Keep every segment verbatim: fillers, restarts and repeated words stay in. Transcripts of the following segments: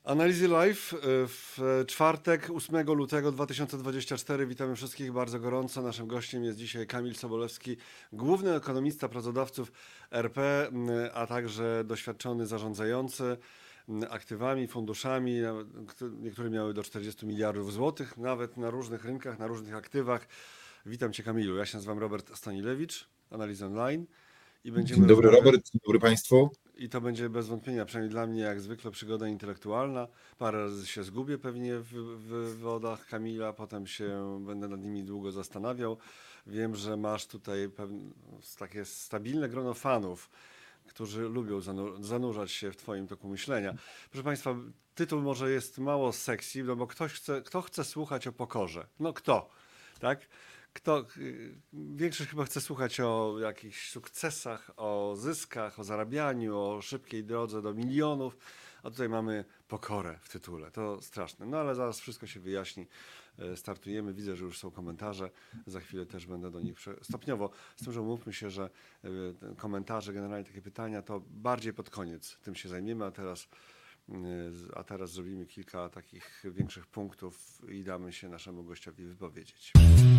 Analizy Live w czwartek, ósmego lutego dwa tysiące dwudziestego czwartego. Witamy wszystkich bardzo gorąco. Naszym gościem jest dzisiaj Kamil Sobolewski, główny ekonomista pracodawców R P, a także doświadczony zarządzający aktywami, funduszami. Niektóre miały do czterdziestu miliardów złotych, nawet na różnych rynkach, na różnych aktywach. Witam Cię, Kamilu. Ja się nazywam Robert Stanilewicz, Analizy Online. I będziemy Dzień dobry, rozmawiać... Robert, dzień dobry Państwu. I to będzie bez wątpienia, przynajmniej dla mnie, jak zwykle, przygoda intelektualna. Parę razy się zgubię pewnie w, w wodach Kamila, potem się będę nad nimi długo zastanawiał. Wiem, że masz tutaj pewne, takie stabilne grono fanów, którzy lubią zanurzać się w Twoim toku myślenia. Proszę Państwa, tytuł może jest mało sexy, no bo ktoś chce, kto chce słuchać o pokorze? No kto? Tak? Kto, większość chyba chce słuchać o jakichś sukcesach, o zyskach, o zarabianiu, o szybkiej drodze do milionów, a tutaj mamy pokorę w tytule. To straszne. No ale zaraz wszystko się wyjaśni. Startujemy. Widzę, że już są komentarze. Za chwilę też będę do nich stopniowo. Z tym, że umówmy się, że komentarze, generalnie takie pytania, to bardziej pod koniec tym się zajmiemy, a teraz A teraz zrobimy kilka takich większych punktów i damy się naszemu gościowi wypowiedzieć.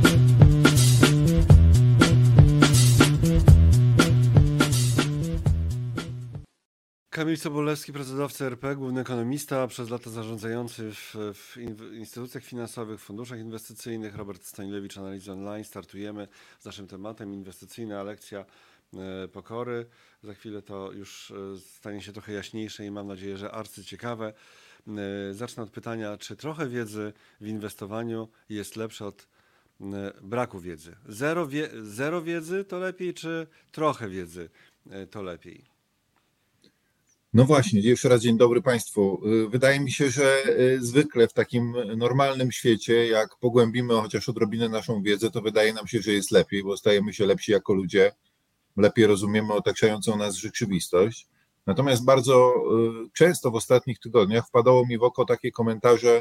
Kamil Sobolewski, pracodawca R P, główny ekonomista, przez lata zarządzający w, w instytucjach finansowych, funduszach inwestycyjnych. Robert Stanilewicz, Analizy Online. Startujemy z naszym tematem inwestycyjna lekcja pokory. Za chwilę to już stanie się trochę jaśniejsze i mam nadzieję, że arcyciekawe. Zacznę od pytania, czy trochę wiedzy w inwestowaniu jest lepsze od braku wiedzy? Zero, wie, zero wiedzy to lepiej, czy trochę wiedzy to lepiej? No właśnie, jeszcze raz dzień dobry Państwu. Wydaje mi się, że zwykle w takim normalnym świecie, jak pogłębimy chociaż odrobinę naszą wiedzę, to wydaje nam się, że jest lepiej, bo stajemy się lepsi jako ludzie, lepiej rozumiemy otaczającą nas rzeczywistość. Natomiast bardzo często w ostatnich tygodniach wpadało mi w oko takie komentarze,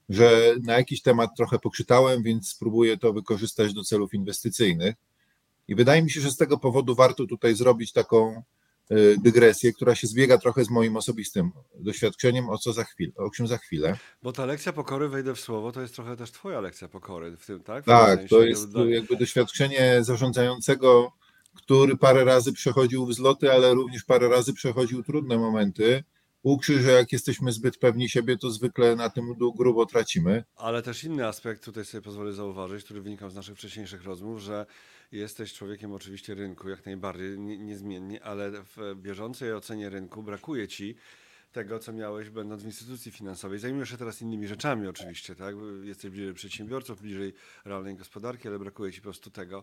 że na jakiś temat trochę poczytałem, więc spróbuję to wykorzystać do celów inwestycyjnych. I wydaje mi się, że z tego powodu warto tutaj zrobić taką dygresję, która się zbiega trochę z moim osobistym doświadczeniem, o co za chwilę, o czym za chwilę. Bo ta lekcja pokory, wejdę w słowo, to jest trochę też Twoja lekcja pokory w tym, tak? W Tak, tym sensie, to jest jakby doświadczenie zarządzającego, który parę razy przechodził wzloty, ale również parę razy przechodził trudne momenty. Uczy, że jak jesteśmy zbyt pewni siebie, to zwykle na tym grubo tracimy. Ale też inny aspekt, tutaj sobie pozwolę zauważyć, który wynikał z naszych wcześniejszych rozmów, że jesteś człowiekiem oczywiście rynku, jak najbardziej, nie, niezmiennie, ale w bieżącej ocenie rynku brakuje Ci tego, co miałeś będąc w instytucji finansowej. Zajmujesz się teraz innymi rzeczami oczywiście, tak? Jesteś bliżej przedsiębiorców, bliżej realnej gospodarki, ale brakuje Ci po prostu tego,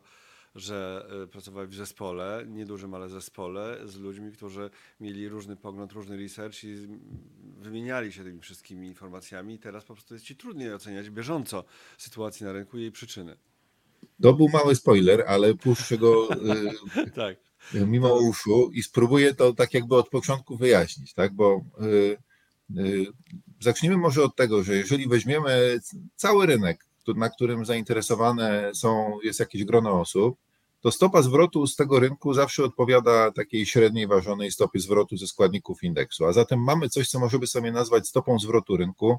że pracowałeś w zespole, niedużym, ale zespole, z ludźmi, którzy mieli różny pogląd, różny research i wymieniali się tymi wszystkimi informacjami. I teraz po prostu jest Ci trudniej oceniać bieżąco sytuację na rynku i jej przyczyny. To był mały spoiler, ale puszczę go tak. mimo uszu i spróbuję to tak jakby od początku wyjaśnić, tak? Bo y, y, zacznijmy może od tego, że jeżeli weźmiemy cały rynek, na którym zainteresowane są, jest jakieś grono osób, to stopa zwrotu z tego rynku zawsze odpowiada takiej średniej ważonej stopie zwrotu ze składników indeksu. A zatem mamy coś, co możemy sobie nazwać stopą zwrotu rynku,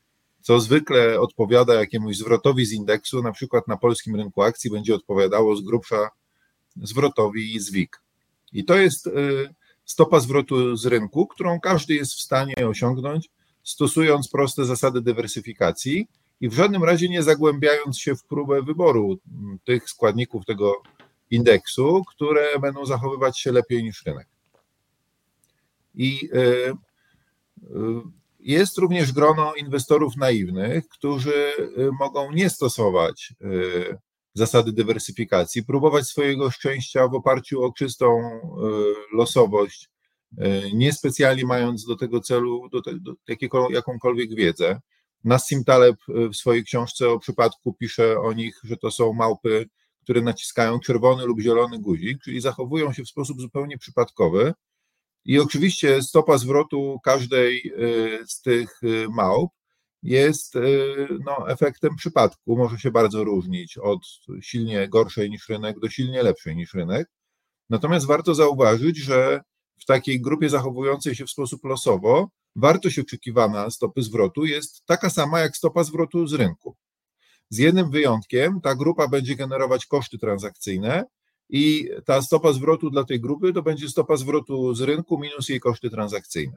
co zwykle odpowiada jakiemuś zwrotowi z indeksu, na przykład na polskim rynku akcji będzie odpowiadało z grubsza zwrotowi z W I G. I to jest stopa zwrotu z rynku, którą każdy jest w stanie osiągnąć, stosując proste zasady dywersyfikacji i w żadnym razie nie zagłębiając się w próbę wyboru tych składników tego indeksu, które będą zachowywać się lepiej niż rynek. I jest również grono inwestorów naiwnych, którzy mogą nie stosować zasady dywersyfikacji, próbować swojego szczęścia w oparciu o czystą losowość, niespecjalnie mając do tego celu do te, do jakiego, jakąkolwiek wiedzę. Nassim Taleb w swojej książce o przypadku pisze o nich, że to są małpy, które naciskają czerwony lub zielony guzik, czyli zachowują się w sposób zupełnie przypadkowy. I oczywiście stopa zwrotu każdej z tych małp jest no, efektem przypadku. Może się bardzo różnić od silnie gorszej niż rynek do silnie lepszej niż rynek. Natomiast warto zauważyć, że w takiej grupie zachowującej się w sposób losowo wartość oczekiwana stopy zwrotu jest taka sama jak stopa zwrotu z rynku. Z jednym wyjątkiem, ta grupa będzie generować koszty transakcyjne i ta stopa zwrotu dla tej grupy to będzie stopa zwrotu z rynku minus jej koszty transakcyjne.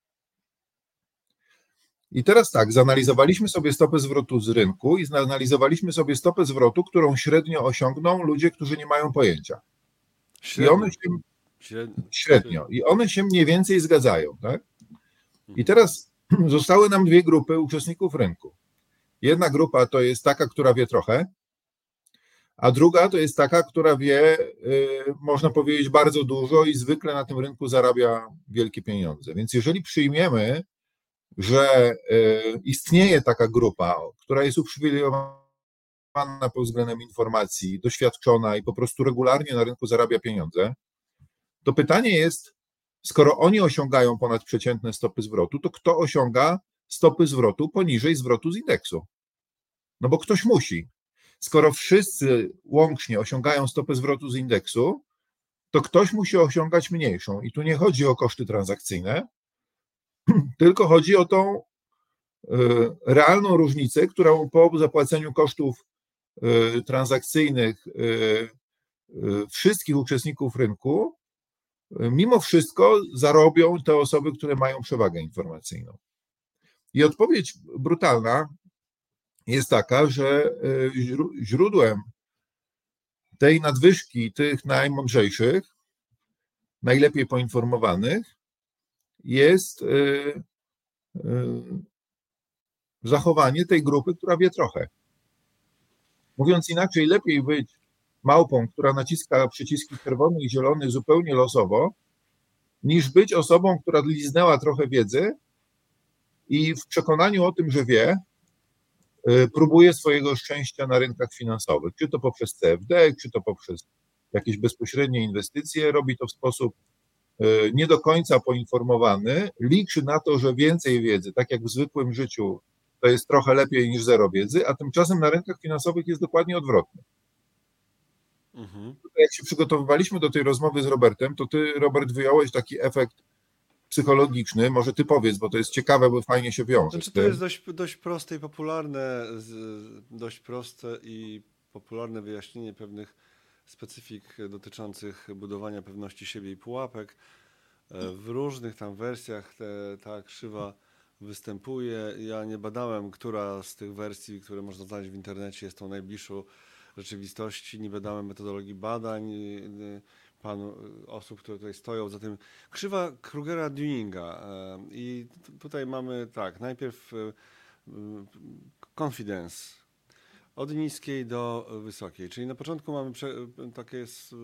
I teraz tak, zanalizowaliśmy sobie stopę zwrotu z rynku i zanalizowaliśmy sobie stopę zwrotu, którą średnio osiągną ludzie, którzy nie mają pojęcia. Średnio. I one się, Średnio. średnio. I one się mniej więcej zgadzają. Tak? I teraz zostały nam dwie grupy uczestników rynku. Jedna grupa to jest taka, która wie trochę, a druga to jest taka, która wie, yy, można powiedzieć, bardzo dużo i zwykle na tym rynku zarabia wielkie pieniądze. Więc jeżeli przyjmiemy, że y, istnieje taka grupa, która jest uprzywilejowana pod względem informacji, doświadczona i po prostu regularnie na rynku zarabia pieniądze, to pytanie jest, skoro oni osiągają ponadprzeciętne stopy zwrotu, to kto osiąga stopy zwrotu poniżej zwrotu z indeksu? No bo ktoś musi. Skoro wszyscy łącznie osiągają stopę zwrotu z indeksu, to ktoś musi osiągać mniejszą. I tu nie chodzi o koszty transakcyjne, tylko chodzi o tą realną różnicę, którą po zapłaceniu kosztów transakcyjnych wszystkich uczestników rynku, mimo wszystko zarobią te osoby, które mają przewagę informacyjną. I odpowiedź brutalna jest taka, że źródłem tej nadwyżki tych najmądrzejszych, najlepiej poinformowanych jest zachowanie tej grupy, która wie trochę. Mówiąc inaczej, lepiej być małpą, która naciska przyciski czerwony i zielony zupełnie losowo, niż być osobą, która liznęła trochę wiedzy i w przekonaniu o tym, że wie, próbuje swojego szczęścia na rynkach finansowych, czy to poprzez C F D, czy to poprzez jakieś bezpośrednie inwestycje, robi to w sposób nie do końca poinformowany, liczy na to, że więcej wiedzy, tak jak w zwykłym życiu, to jest trochę lepiej niż zero wiedzy, a tymczasem na rynkach finansowych jest dokładnie odwrotnie. Mhm. Jak się przygotowywaliśmy do tej rozmowy z Robertem, to ty, Robert, wyjąłeś taki efekt psychologiczny, może ty powiedz, bo to jest ciekawe, bo fajnie się wiąże. Znaczy, to jest dość, dość proste i popularne, dość proste i popularne wyjaśnienie pewnych specyfik dotyczących budowania pewności siebie i pułapek. W różnych tam wersjach te, ta krzywa występuje. Ja nie badałem, która z tych wersji, które można znaleźć w internecie, jest tą najbliższą rzeczywistości. Nie badałem metodologii badań pan, osób, które tutaj stoją za tym. Krzywa Krugera-Dunninga. I tutaj mamy tak, najpierw confidence. Od niskiej do wysokiej. Czyli na początku mamy prze, takie jest,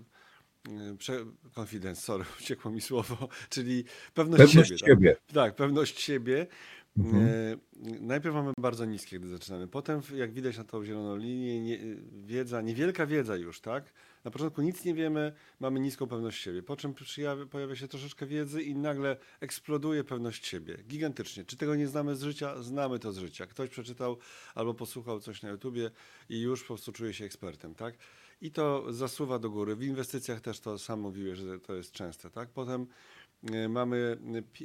prze, confidence, sorry, uciekło mi słowo, czyli pewność, pewność siebie. siebie. Tak? tak, pewność siebie. Mhm. E, najpierw mamy bardzo niskie, gdy zaczynamy. Potem, jak widać na tą zieloną linię, nie, wiedza, niewielka wiedza już, tak? Na początku nic nie wiemy, mamy niską pewność siebie. Po czym pojawia się troszeczkę wiedzy i nagle eksploduje pewność siebie. Gigantycznie. Czy tego nie znamy z życia? Znamy to z życia. Ktoś przeczytał albo posłuchał coś na YouTubie i już po prostu czuje się ekspertem, tak? I to zasuwa do góry. W inwestycjach też to sam mówiłeś, że to jest częste, tak? Potem mamy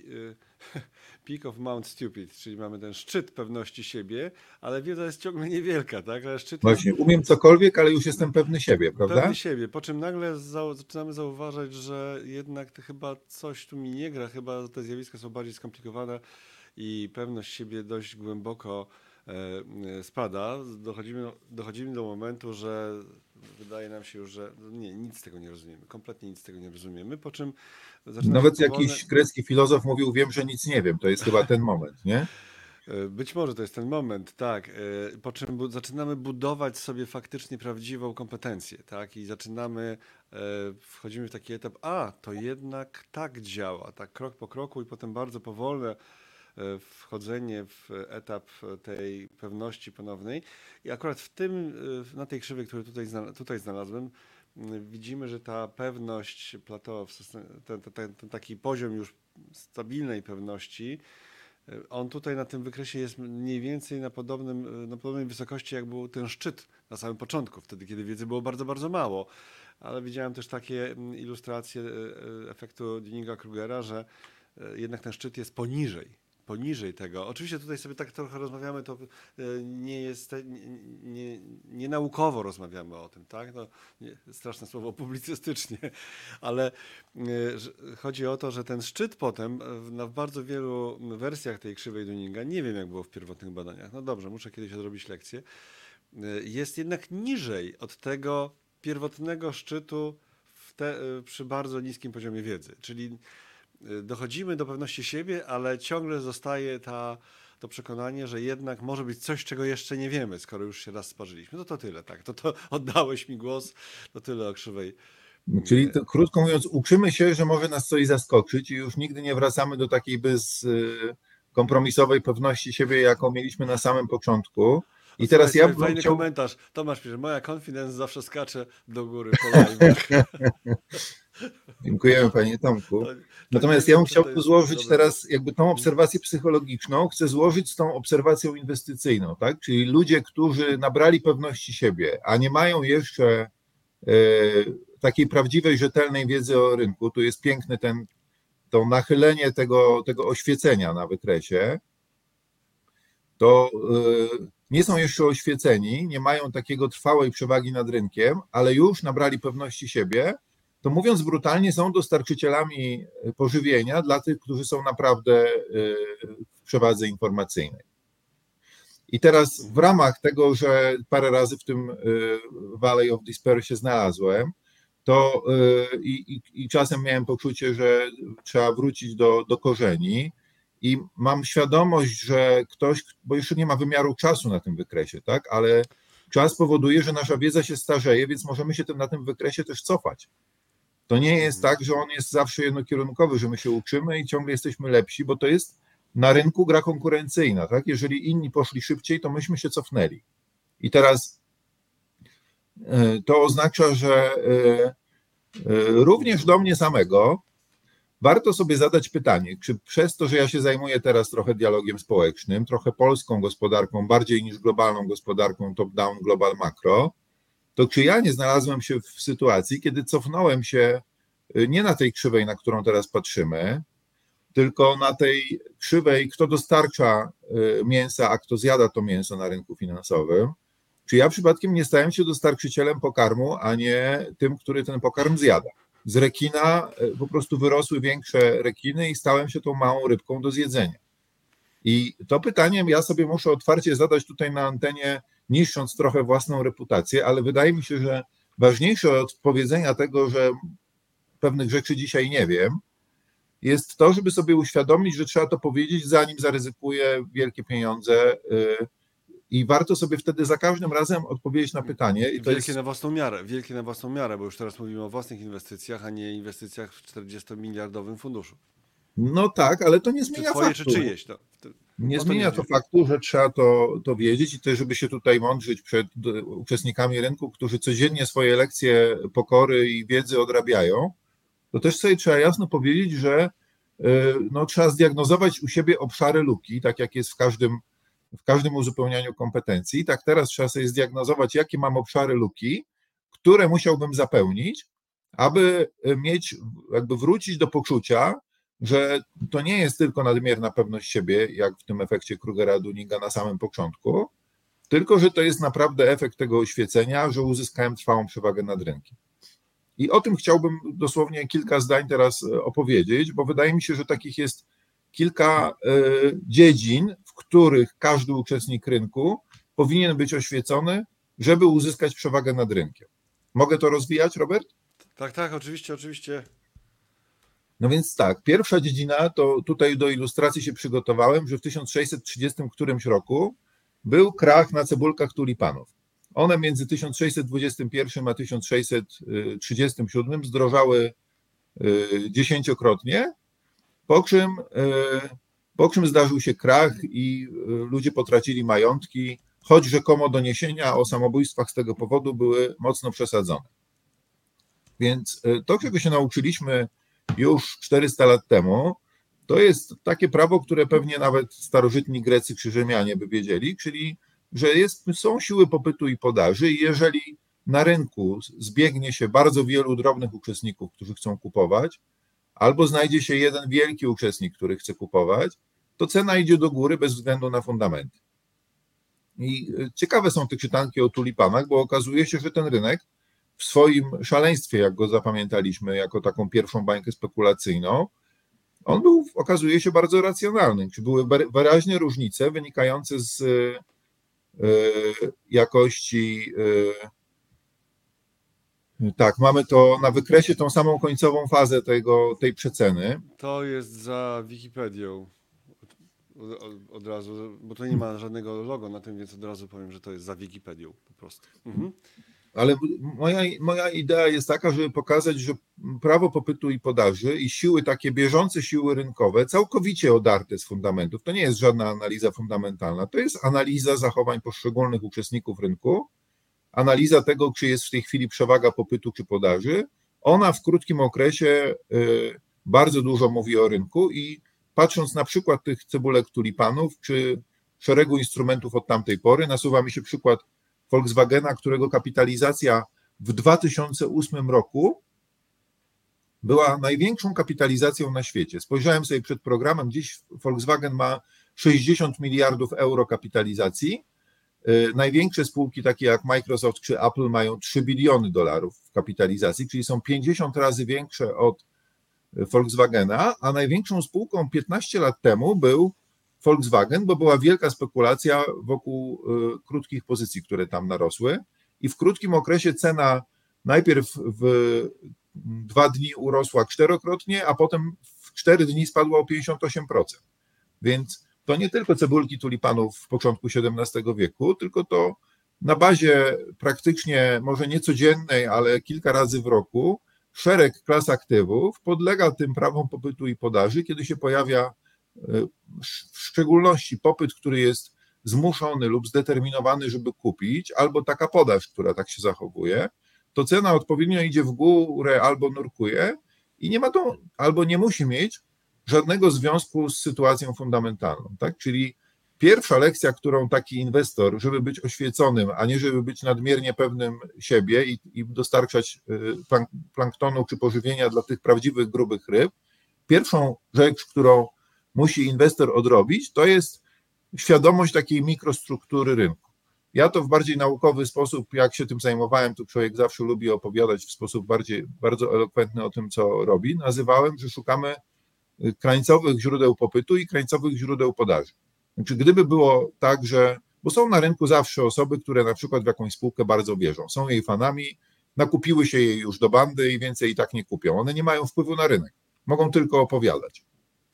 peak of Mount Stupid, czyli mamy ten szczyt pewności siebie, ale wiedza jest ciągle niewielka, tak? Ale szczyt Właśnie, jest... umiem cokolwiek, ale już jestem pewny siebie, prawda? Pewny siebie, po czym nagle za... zaczynamy zauważać, że jednak to chyba coś tu mi nie gra, chyba te zjawiska są bardziej skomplikowane i pewność siebie dość głęboko e, spada. Dochodzimy, dochodzimy do momentu, że wydaje nam się już, że nie, nic z tego nie rozumiemy, kompletnie nic z tego nie rozumiemy, po czym zaczyna Nawet się powolne... jakiś grecki filozof mówił, wiem, że nic nie wiem, to jest chyba ten moment, nie? Być może to jest ten moment, tak, po czym bu- zaczynamy budować sobie faktycznie prawdziwą kompetencję, tak, i zaczynamy, wchodzimy w taki etap, a, to jednak tak działa, tak krok po kroku i potem bardzo powolne wchodzenie w etap tej pewności ponownej i akurat w tym, na tej krzywej, którą tutaj, tutaj znalazłem, widzimy, że ta pewność plateau, ten, ten, ten taki poziom już stabilnej pewności, on tutaj na tym wykresie jest mniej więcej na, podobnym, na podobnej wysokości, jak był ten szczyt na samym początku, wtedy kiedy wiedzy było bardzo, bardzo mało. Ale widziałem też takie ilustracje efektu Dunninga-Krugera, że jednak ten szczyt jest poniżej. Poniżej tego. Oczywiście tutaj sobie tak trochę rozmawiamy, to nie jest, nie, nie, nie naukowo rozmawiamy o tym, tak? No, nie, straszne słowo publicystycznie, ale y, chodzi o to, że ten szczyt potem no, w bardzo wielu wersjach tej krzywej Dunninga, nie wiem jak było w pierwotnych badaniach, no dobrze, muszę kiedyś odrobić lekcję, y, jest jednak niżej od tego pierwotnego szczytu w te, y, przy bardzo niskim poziomie wiedzy, czyli dochodzimy do pewności siebie, ale ciągle zostaje ta, to przekonanie, że jednak może być coś, czego jeszcze nie wiemy, skoro już się raz sparzyliśmy. No to tyle, tak. To, to oddałeś mi głos, to tyle o krzywej. Czyli to, krótko mówiąc, uczymy się, że może nas coś zaskoczyć i już nigdy nie wracamy do takiej bezkompromisowej pewności siebie, jaką mieliśmy na samym początku. I teraz Słuchaj, ja bym fajny chciał... komentarz. Tomasz pisze, moja confidence zawsze skacze do góry po live'ach. Dziękujemy, panie Tomku. Tak, Natomiast nie ja wiem, bym czy chciał to tu jest złożyć dobre. teraz jakby tą obserwację psychologiczną, chcę złożyć z tą obserwacją inwestycyjną, tak? Czyli ludzie, którzy nabrali pewności siebie, a nie mają jeszcze e, takiej prawdziwej, rzetelnej wiedzy o rynku, tu jest piękne ten, to nachylenie tego, tego oświecenia na wykresie, to e, nie są jeszcze oświeceni, nie mają takiego trwałej przewagi nad rynkiem, ale już nabrali pewności siebie, to mówiąc brutalnie, są dostarczycielami pożywienia dla tych, którzy są naprawdę w przewadze informacyjnej. I teraz w ramach tego, że parę razy w tym Valley of Despair się znalazłem, to i, i, i czasem miałem poczucie, że trzeba wrócić do, do korzeni i mam świadomość, że ktoś, bo jeszcze nie ma wymiaru czasu na tym wykresie, tak, ale czas powoduje, że nasza wiedza się starzeje, więc możemy się tym, na tym wykresie też cofać. To nie jest tak, że on jest zawsze jednokierunkowy, że my się uczymy i ciągle jesteśmy lepsi, bo to jest na rynku gra konkurencyjna, tak? Jeżeli inni poszli szybciej, to myśmy się cofnęli. I teraz to oznacza, że również do mnie samego warto sobie zadać pytanie, czy przez to, że ja się zajmuję teraz trochę dialogiem społecznym, trochę polską gospodarką, bardziej niż globalną gospodarką top-down, global macro, to czy ja nie znalazłem się w sytuacji, kiedy cofnąłem się nie na tej krzywej, na którą teraz patrzymy, tylko na tej krzywej, kto dostarcza mięsa, a kto zjada to mięso na rynku finansowym, czy ja przypadkiem nie stałem się dostarczycielem pokarmu, a nie tym, który ten pokarm zjada. Z rekina po prostu wyrosły większe rekiny i stałem się tą małą rybką do zjedzenia. I to pytanie ja sobie muszę otwarcie zadać tutaj na antenie, niszcząc trochę własną reputację, ale wydaje mi się, że ważniejsze od powiedzenia tego, że pewnych rzeczy dzisiaj nie wiem, jest to, żeby sobie uświadomić, że trzeba to powiedzieć, zanim zaryzykuję wielkie pieniądze i warto sobie wtedy za każdym razem odpowiedzieć na pytanie. I to wielkie jest... na własną miarę, wielkie na własną miarę, bo już teraz mówimy o własnych inwestycjach, a nie inwestycjach w czterdziestomiliardowym funduszu. No tak, ale to nie zmienia czy twoje, faktu. Czy czyjeś? To, to, nie to zmienia nie to faktu, że trzeba to, to wiedzieć i też, żeby się tutaj mądrzyć przed uczestnikami rynku, którzy codziennie swoje lekcje pokory i wiedzy odrabiają, to też sobie trzeba jasno powiedzieć, że no, trzeba zdiagnozować u siebie obszary luki, tak jak jest w każdym, w każdym uzupełnianiu kompetencji. Tak teraz trzeba sobie zdiagnozować, jakie mam obszary luki, które musiałbym zapełnić, aby mieć, jakby wrócić do poczucia, że to nie jest tylko nadmierna pewność siebie, jak w tym efekcie Krugera-Dunninga na samym początku, tylko że to jest naprawdę efekt tego oświecenia, że uzyskałem trwałą przewagę nad rynkiem. I o tym chciałbym dosłownie kilka zdań teraz opowiedzieć, bo wydaje mi się, że takich jest kilka dziedzin, w których każdy uczestnik rynku powinien być oświecony, żeby uzyskać przewagę nad rynkiem. Mogę to rozwijać, Robert? Tak, tak, oczywiście, oczywiście. No więc tak, pierwsza dziedzina, to tutaj do ilustracji się przygotowałem, że w tysiąc sześćset trzydziestym którymś roku był krach na cebulkach tulipanów. One między tysiąc sześćset dwudziestym pierwszym a tysiąc sześćset trzydziestym siódmym zdrożały dziesięciokrotnie, po czym, po czym zdarzył się krach i ludzie potracili majątki, choć rzekomo doniesienia o samobójstwach z tego powodu były mocno przesadzone. Więc to, czego się nauczyliśmy już czterysta lat temu, to jest takie prawo, które pewnie nawet starożytni Grecy czy Rzymianie by wiedzieli, czyli że jest, są siły popytu i podaży i jeżeli na rynku zbiegnie się bardzo wielu drobnych uczestników, którzy chcą kupować, albo znajdzie się jeden wielki uczestnik, który chce kupować, to cena idzie do góry bez względu na fundamenty. I ciekawe są te czytanki o tulipanach, bo okazuje się, że ten rynek w swoim szaleństwie, jak go zapamiętaliśmy jako taką pierwszą bańkę spekulacyjną, on był, okazuje się, bardzo racjonalny. Czy były wyraźne różnice wynikające z jakości. Tak, mamy to na wykresie tą samą końcową fazę tego, tej przeceny. To jest za Wikipedią od, od razu, bo to nie ma żadnego logo na tym, więc od razu powiem, że to jest za Wikipedią po prostu. Mhm. Ale moja, moja idea jest taka, żeby pokazać, że prawo popytu i podaży i siły, takie bieżące siły rynkowe, całkowicie odarte z fundamentów, to nie jest żadna analiza fundamentalna, to jest analiza zachowań poszczególnych uczestników rynku, analiza tego, czy jest w tej chwili przewaga popytu czy podaży. Ona w krótkim okresie bardzo dużo mówi o rynku i patrząc na przykład tych cebulek tulipanów, czy szeregu instrumentów od tamtej pory, nasuwa mi się przykład Volkswagena, którego kapitalizacja w dwa tysiące ósmym roku była największą kapitalizacją na świecie. Spojrzałem sobie przed programem, dziś Volkswagen ma sześćdziesiąt miliardów euro kapitalizacji. Największe spółki takie jak Microsoft czy Apple mają trzy biliony dolarów w kapitalizacji, czyli są pięćdziesiąt razy większe od Volkswagena, a największą spółką piętnaście lat temu był Volkswagen, bo była wielka spekulacja wokół krótkich pozycji, które tam narosły i w krótkim okresie cena najpierw w dwa dni urosła czterokrotnie, a potem w cztery dni spadła o pięćdziesiąt osiem procent. Więc to nie tylko cebulki tulipanów w początku siedemnastego wieku, tylko to na bazie praktycznie może nie codziennej, ale kilka razy w roku szereg klas aktywów podlega tym prawom popytu i podaży, kiedy się pojawia w szczególności popyt, który jest zmuszony lub zdeterminowany, żeby kupić, albo taka podaż, która tak się zachowuje, to cena odpowiednio idzie w górę albo nurkuje i nie ma to, albo nie musi mieć żadnego związku z sytuacją fundamentalną. Tak? Czyli pierwsza lekcja, którą taki inwestor, żeby być oświeconym, a nie żeby być nadmiernie pewnym siebie i, i dostarczać plank, planktonu czy pożywienia dla tych prawdziwych grubych ryb, pierwszą rzecz, którą musi inwestor odrobić, to jest świadomość takiej mikrostruktury rynku. Ja to w bardziej naukowy sposób, jak się tym zajmowałem, to człowiek zawsze lubi opowiadać w sposób bardziej, bardzo elokwentny o tym, co robi, nazywałem, że szukamy krańcowych źródeł popytu i krańcowych źródeł podaży. Znaczy, gdyby było tak, że, bo są na rynku zawsze osoby, które na przykład w jakąś spółkę bardzo wierzą, są jej fanami, nakupiły się jej już do bandy i więcej i tak nie kupią. One nie mają wpływu na rynek, mogą tylko opowiadać.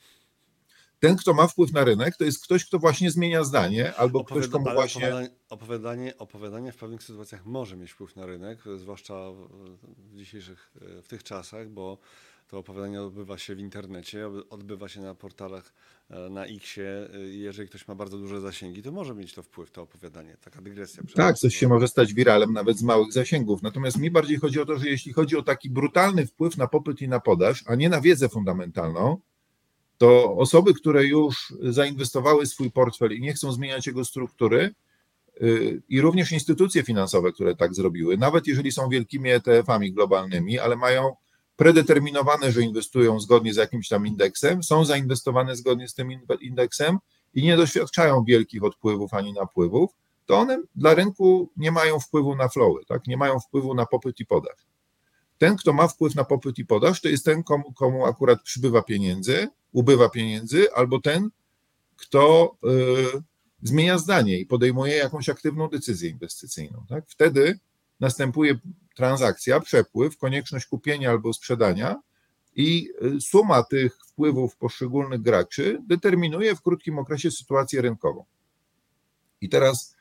Ten, kto ma wpływ na rynek, to jest ktoś, kto właśnie zmienia zdanie, albo Opowiada, ktoś, komu właśnie... Opowiadanie, opowiadanie, opowiadanie w pewnych sytuacjach może mieć wpływ na rynek, zwłaszcza w dzisiejszych, w tych czasach, bo to opowiadanie odbywa się w internecie, odbywa się na portalach, na X-ie. Jeżeli ktoś ma bardzo duże zasięgi, to może mieć to wpływ, to opowiadanie, taka dygresja. Tak, coś się może stać wiralem nawet z małych zasięgów. Natomiast mi bardziej chodzi o to, że jeśli chodzi o taki brutalny wpływ na popyt i na podaż, a nie na wiedzę fundamentalną, to osoby, które już zainwestowały swój portfel i nie chcą zmieniać jego struktury, i również instytucje finansowe, które tak zrobiły, nawet jeżeli są wielkimi E T F-ami globalnymi, ale mają predeterminowane, że inwestują zgodnie z jakimś tam indeksem, są zainwestowane zgodnie z tym indeksem i nie doświadczają wielkich odpływów ani napływów, to one dla rynku nie mają wpływu na flowy, tak? Nie mają wpływu na popyt i podaż. Ten, kto ma wpływ na popyt i podaż, to jest ten, komu, komu akurat przybywa pieniędzy, ubywa pieniędzy, albo ten, kto y, zmienia zdanie i podejmuje jakąś aktywną decyzję inwestycyjną. Tak? Wtedy następuje transakcja, przepływ, konieczność kupienia albo sprzedania i suma tych wpływów poszczególnych graczy determinuje w krótkim okresie sytuację rynkową. I teraz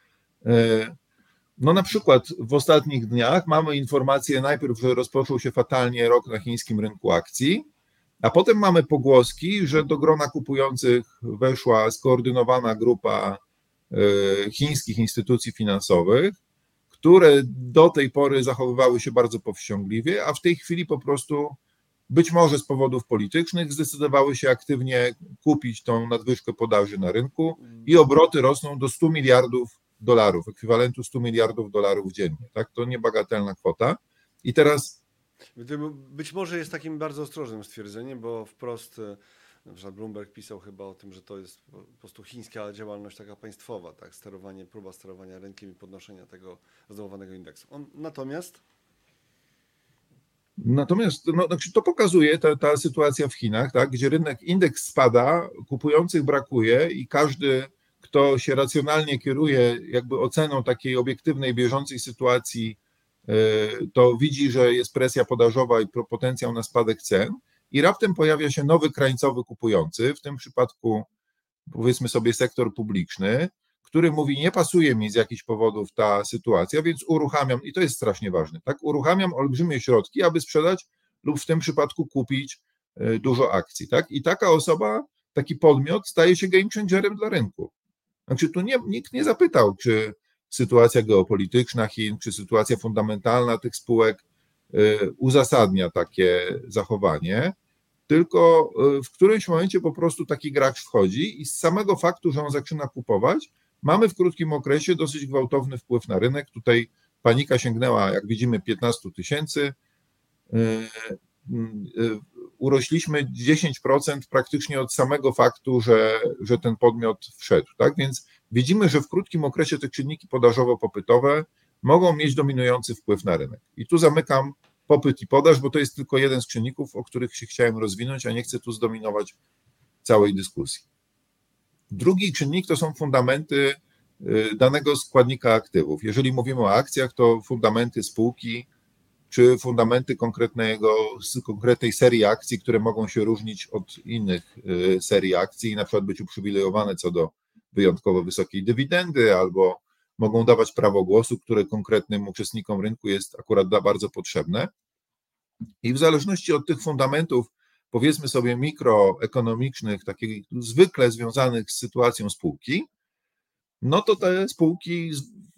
no na przykład w ostatnich dniach mamy informację najpierw, że rozpoczął się fatalnie rok na chińskim rynku akcji, a potem mamy pogłoski, że do grona kupujących weszła skoordynowana grupa chińskich instytucji finansowych, które do tej pory zachowywały się bardzo powściągliwie, a w tej chwili po prostu być może z powodów politycznych zdecydowały się aktywnie kupić tą nadwyżkę podaży na rynku i obroty rosną do stu miliardów dolarów, ekwiwalentu stu miliardów dolarów dziennie. Tak? To niebagatelna kwota. I teraz Być może jest takim bardzo ostrożnym stwierdzeniem, bo wprost na przykład Bloomberg pisał chyba o tym, że to jest po prostu chińska działalność taka państwowa, tak, sterowanie, próba sterowania rynkiem i podnoszenia tego zdołowanego indeksu. On, natomiast Natomiast no, znaczy to pokazuje ta, ta sytuacja w Chinach, tak, gdzie rynek, indeks spada, kupujących brakuje i każdy, kto się racjonalnie kieruje jakby oceną takiej obiektywnej, bieżącej sytuacji, to widzi, że jest presja podażowa i potencjał na spadek cen i raptem pojawia się nowy krańcowy kupujący, w tym przypadku powiedzmy sobie sektor publiczny, który mówi, nie pasuje mi z jakichś powodów ta sytuacja, więc uruchamiam, i to jest strasznie ważne, tak, uruchamiam olbrzymie środki, aby sprzedać lub w tym przypadku kupić dużo akcji, tak, i taka osoba, taki podmiot staje się game changerem dla rynku. Znaczy tu nie, nikt nie zapytał, czy sytuacja geopolityczna Chin, czy sytuacja fundamentalna tych spółek uzasadnia takie zachowanie, tylko w którymś momencie po prostu taki gracz wchodzi i z samego faktu, że on zaczyna kupować, mamy w krótkim okresie dosyć gwałtowny wpływ na rynek. Tutaj panika sięgnęła, jak widzimy, piętnaście tysięcy. Urośliśmy dziesięć procent praktycznie od samego faktu, że, że ten podmiot wszedł. Tak? Więc widzimy, że w krótkim okresie te czynniki podażowo-popytowe mogą mieć dominujący wpływ na rynek. I tu zamykam popyt i podaż, bo to jest tylko jeden z czynników, o których się chciałem rozwinąć, a nie chcę tu zdominować całej dyskusji. Drugi czynnik to są fundamenty danego składnika aktywów. Jeżeli mówimy o akcjach, to fundamenty spółki, czy fundamenty konkretnego, konkretnej serii akcji, które mogą się różnić od innych serii akcji i na przykład być uprzywilejowane co do wyjątkowo wysokiej dywidendy, albo mogą dawać prawo głosu, które konkretnym uczestnikom rynku jest akurat bardzo potrzebne. I w zależności od tych fundamentów, powiedzmy sobie mikroekonomicznych, takich zwykle związanych z sytuacją spółki, no to te spółki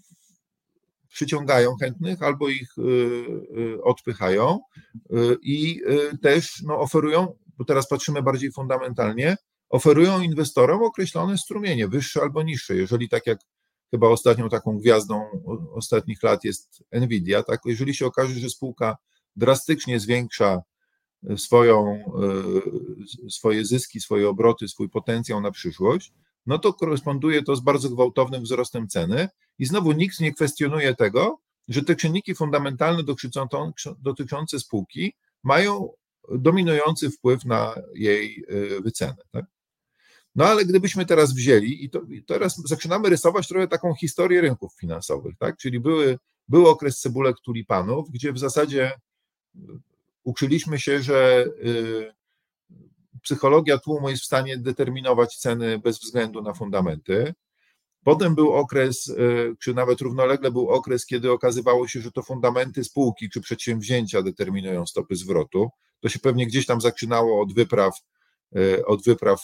przyciągają chętnych albo ich odpychają i też no, oferują, bo teraz patrzymy bardziej fundamentalnie, oferują inwestorom określone strumienie, wyższe albo niższe. Jeżeli tak jak chyba ostatnią taką gwiazdą ostatnich lat jest Nvidia, tak, jeżeli się okaże, że spółka drastycznie zwiększa swoją, swoje zyski, swoje obroty, swój potencjał na przyszłość, no to koresponduje to z bardzo gwałtownym wzrostem ceny i znowu nikt nie kwestionuje tego, że te czynniki fundamentalne dotyczące spółki mają dominujący wpływ na jej wycenę. Tak? No ale gdybyśmy teraz wzięli i, to, i teraz zaczynamy rysować trochę taką historię rynków finansowych, tak? Czyli były, był okres cebulek tulipanów, gdzie w zasadzie uczyliśmy się, że y, psychologia tłumu jest w stanie determinować ceny bez względu na fundamenty. Potem był okres, y, czy nawet równolegle był okres, kiedy okazywało się, że to fundamenty spółki czy przedsięwzięcia determinują stopy zwrotu. To się pewnie gdzieś tam zaczynało od wypraw od wypraw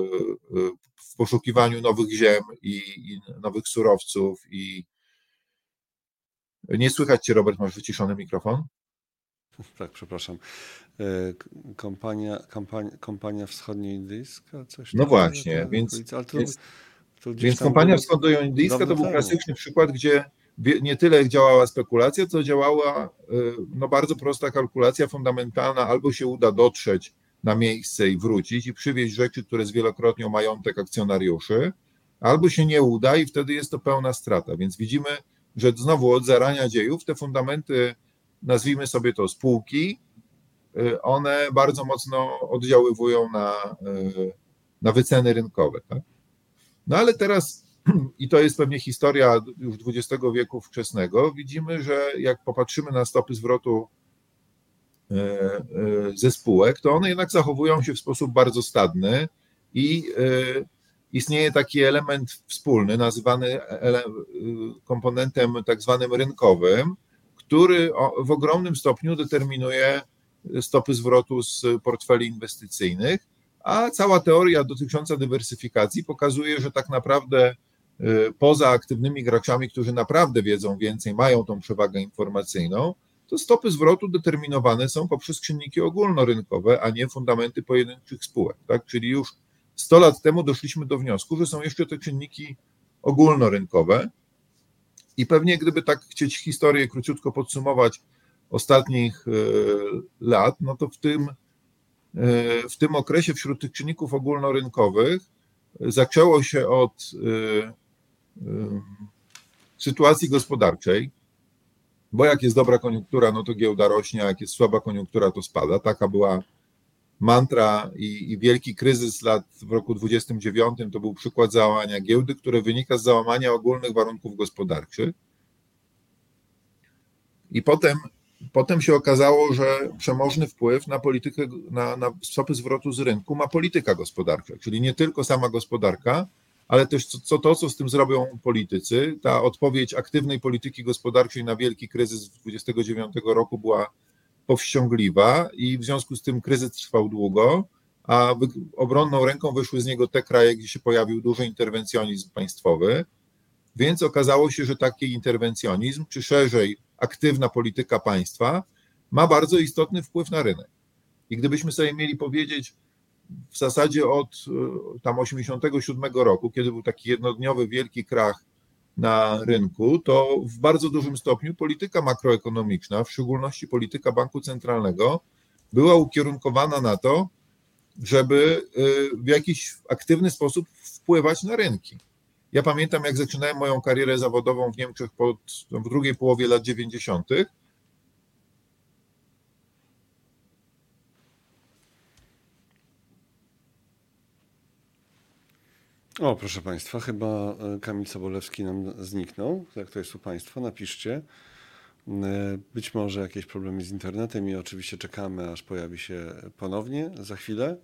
w poszukiwaniu nowych ziem i, i nowych surowców i nie słychać cię, Robert, masz wyciszony mikrofon? Tak, przepraszam. Kompania, kompania, kompania wschodnioindyjska? Coś no tam, właśnie, tam, więc, ale to, więc, to więc kompania wschodnioindyjska to był temu. klasyczny przykład, gdzie nie tyle działała spekulacja, co działała no, bardzo prosta kalkulacja fundamentalna, albo się uda dotrzeć na miejsce i wrócić i przywieźć rzeczy, które zwielokrotnią majątek akcjonariuszy, albo się nie uda i wtedy jest to pełna strata. Więc widzimy, że znowu od zarania dziejów te fundamenty, nazwijmy sobie to spółki, one bardzo mocno oddziaływują na, na wyceny rynkowe. Tak? No ale teraz, i to jest pewnie historia już dwudziestego wieku wczesnego, widzimy, że jak popatrzymy na stopy zwrotu ze spółek, to one jednak zachowują się w sposób bardzo stadny i istnieje taki element wspólny, nazywany komponentem tak zwanym rynkowym, który w ogromnym stopniu determinuje stopy zwrotu z portfeli inwestycyjnych, a cała teoria dotycząca dywersyfikacji pokazuje, że tak naprawdę poza aktywnymi graczami, którzy naprawdę wiedzą więcej, mają tą przewagę informacyjną, to stopy zwrotu determinowane są poprzez czynniki ogólnorynkowe, a nie fundamenty pojedynczych spółek. Tak? Czyli już sto lat temu doszliśmy do wniosku, że są jeszcze te czynniki ogólnorynkowe i pewnie gdyby tak chcieć historię króciutko podsumować, ostatnich lat, no to w tym, w tym okresie wśród tych czynników ogólnorynkowych zaczęło się od sytuacji gospodarczej, bo jak jest dobra koniunktura, no to giełda rośnie, a jak jest słaba koniunktura, to spada. Taka była mantra i, i wielki kryzys lat w roku dwudziestym dziewiątym to był przykład załamania giełdy, które wynika z załamania ogólnych warunków gospodarczych. I potem, potem się okazało, że przemożny wpływ na politykę, na, na stopy zwrotu z rynku ma polityka gospodarcza, czyli nie tylko sama gospodarka, ale też co, co to, co z tym zrobią politycy. Ta odpowiedź aktywnej polityki gospodarczej na wielki kryzys dwudziestego dziewiątego roku była powściągliwa i w związku z tym kryzys trwał długo, a obronną ręką wyszły z niego te kraje, gdzie się pojawił duży interwencjonizm państwowy, więc okazało się, że taki interwencjonizm, czy szerzej aktywna polityka państwa ma bardzo istotny wpływ na rynek. I gdybyśmy sobie mieli powiedzieć w zasadzie od tam osiemdziesiątego siódmego roku, kiedy był taki jednodniowy wielki krach na rynku, to w bardzo dużym stopniu polityka makroekonomiczna, w szczególności polityka Banku Centralnego, była ukierunkowana na to, żeby w jakiś aktywny sposób wpływać na rynki. Ja pamiętam, jak zaczynałem moją karierę zawodową w Niemczech pod, w drugiej połowie lat dziewięćdziesiątych. O, proszę Państwa, chyba Kamil Sobolewski nam zniknął. Jak to jest u Państwa? Napiszcie. Być może jakieś problemy z internetem i oczywiście czekamy, aż pojawi się ponownie za chwilę.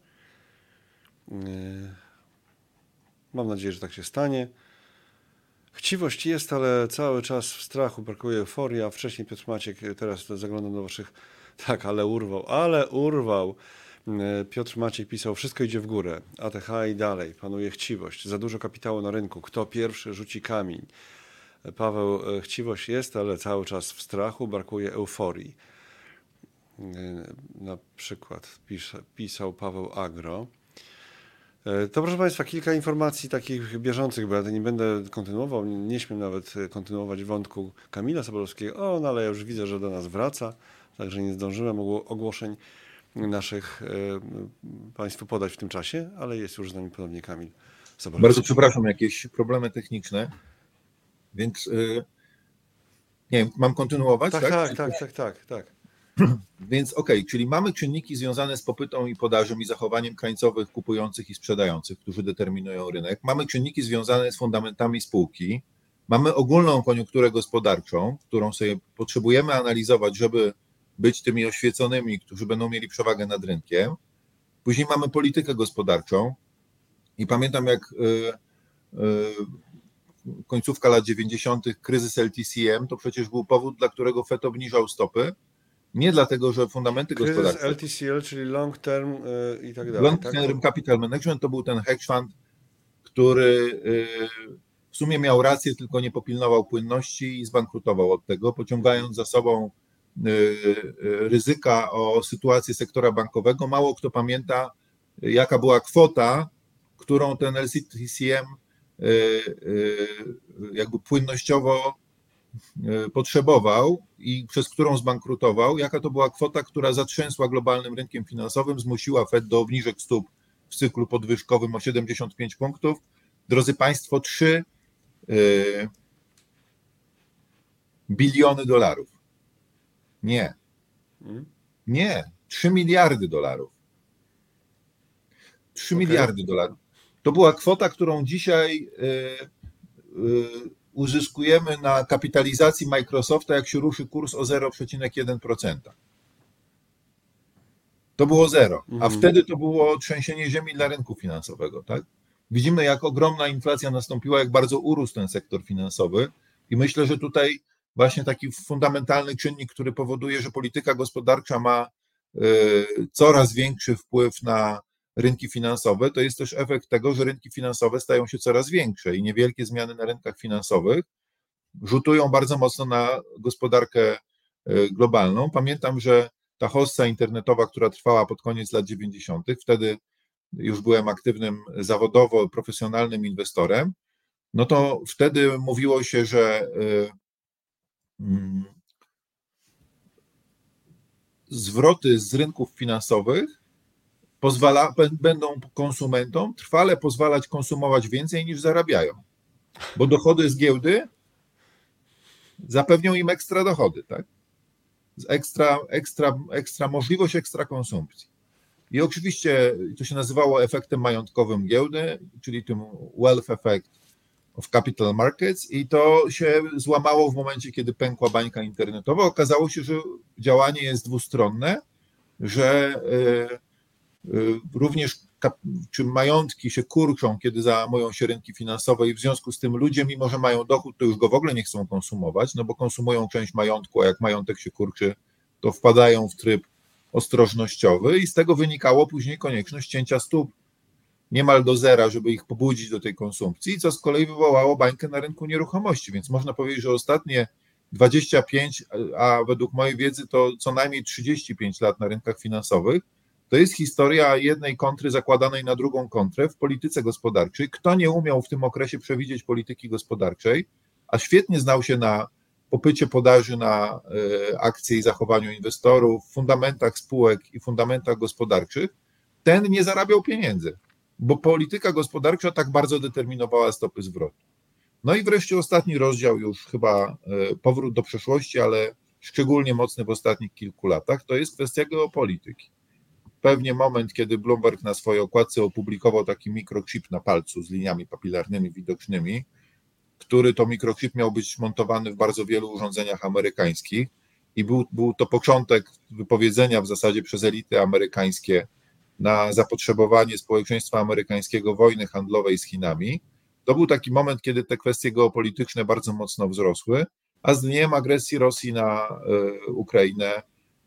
Mam nadzieję, że tak się stanie. Chciwość jest, ale cały czas w strachu, brakuje euforii, a wcześniej Piotr Maciek, teraz zaglądam do Waszych... Tak, ale urwał, ale urwał. Piotr Maciek pisał, wszystko idzie w górę, A T H i dalej, panuje chciwość, za dużo kapitału na rynku, kto pierwszy rzuci kamień. Paweł, chciwość jest, ale cały czas w strachu, brakuje euforii. Na przykład pisze, pisał Paweł Agro. To proszę Państwa, kilka informacji takich bieżących, bo ja nie będę kontynuował, nie śmiem nawet kontynuować wątku Kamila Sobolewskiego, o, no ale ja już widzę, że do nas wraca, także nie zdążyłem ogłoszeń naszych y, Państwu podać w tym czasie, ale jest już z nami ponownie Kamil Sobolewski. Bardzo przepraszam, jakieś problemy techniczne, więc y, nie wiem, mam kontynuować? Tak, tak, tak, tak, tak, tak. Więc okej, okay, czyli mamy czynniki związane z popytem i podażą i zachowaniem krańcowych kupujących i sprzedających, którzy determinują rynek. Mamy czynniki związane z fundamentami spółki. Mamy ogólną koniunkturę gospodarczą, którą sobie potrzebujemy analizować, żeby być tymi oświeconymi, którzy będą mieli przewagę nad rynkiem. Później mamy politykę gospodarczą i pamiętam, jak y, y, końcówka lat dziewięćdziesiątych kryzys L T C M, to przecież był powód, dla którego Fed obniżał stopy. Nie dlatego, że fundamenty kryzys gospodarcze... L T C L, czyli long term y, i tak dalej. Long term tak? capital management to był ten hedge fund, który y, w sumie miał rację, tylko nie popilnował płynności i zbankrutował od tego, pociągając za sobą ryzyka o sytuację sektora bankowego. Mało kto pamięta, jaka była kwota, którą ten L T C M jakby płynnościowo potrzebował i przez którą zbankrutował, jaka to była kwota, która zatrzęsła globalnym rynkiem finansowym, zmusiła Fed do obniżek stóp w cyklu podwyżkowym o siedemdziesiąt pięć punktów. Drodzy Państwo, trzy biliony dolarów. Nie. Nie. trzy miliardy dolarów. trzy okay. miliardy dolarów. To była kwota, którą dzisiaj y, y, uzyskujemy na kapitalizacji Microsofta, jak się ruszy kurs o zero przecinek jeden procent. To było zero. A mm. wtedy to było trzęsienie ziemi dla rynku finansowego. Tak? Widzimy, jak ogromna inflacja nastąpiła, jak bardzo urósł ten sektor finansowy i myślę, że tutaj właśnie taki fundamentalny czynnik, który powoduje, że polityka gospodarcza ma coraz większy wpływ na rynki finansowe, to jest też efekt tego, że rynki finansowe stają się coraz większe i niewielkie zmiany na rynkach finansowych rzutują bardzo mocno na gospodarkę globalną. Pamiętam, że ta hossa internetowa, która trwała pod koniec lat dziewięćdziesiątych, wtedy już byłem aktywnym zawodowo, profesjonalnym inwestorem, no to wtedy mówiło się, że zwroty z rynków finansowych pozwala, będą konsumentom trwale pozwalać konsumować więcej niż zarabiają, bo dochody z giełdy zapewnią im ekstra dochody, tak? Ekstra, ekstra, ekstra możliwość ekstra konsumpcji. I oczywiście to się nazywało efektem majątkowym giełdy, czyli tym wealth effect of capital markets, i to się złamało w momencie, kiedy pękła bańka internetowa. Okazało się, że działanie jest dwustronne, że również czy majątki się kurczą, kiedy załamują się rynki finansowe, i w związku z tym ludzie, mimo że mają dochód, to już go w ogóle nie chcą konsumować, no bo konsumują część majątku, a jak majątek się kurczy, to wpadają w tryb ostrożnościowy i z tego wynikało później konieczność cięcia stóp niemal do zera, żeby ich pobudzić do tej konsumpcji, co z kolei wywołało bańkę na rynku nieruchomości, więc można powiedzieć, że ostatnie dwadzieścia pięć, a według mojej wiedzy to co najmniej trzydzieści pięć lat na rynkach finansowych, to jest historia jednej kontry zakładanej na drugą kontrę w polityce gospodarczej. Kto nie umiał w tym okresie przewidzieć polityki gospodarczej, a świetnie znał się na popycie, podaży na akcje i zachowaniu inwestorów, fundamentach spółek i fundamentach gospodarczych, ten nie zarabiał pieniędzy, bo polityka gospodarcza tak bardzo determinowała stopy zwrotu. No i wreszcie ostatni rozdział, już chyba powrót do przeszłości, ale szczególnie mocny w ostatnich kilku latach, to jest kwestia geopolityki. Pewnie moment, kiedy Bloomberg na swojej okładce opublikował taki mikrochip na palcu z liniami papilarnymi widocznymi, który to mikrochip miał być montowany w bardzo wielu urządzeniach amerykańskich i był, był to początek wypowiedzenia w zasadzie przez elity amerykańskie na zapotrzebowanie społeczeństwa amerykańskiego wojny handlowej z Chinami. To był taki moment, kiedy te kwestie geopolityczne bardzo mocno wzrosły, a z dniem agresji Rosji na y, Ukrainę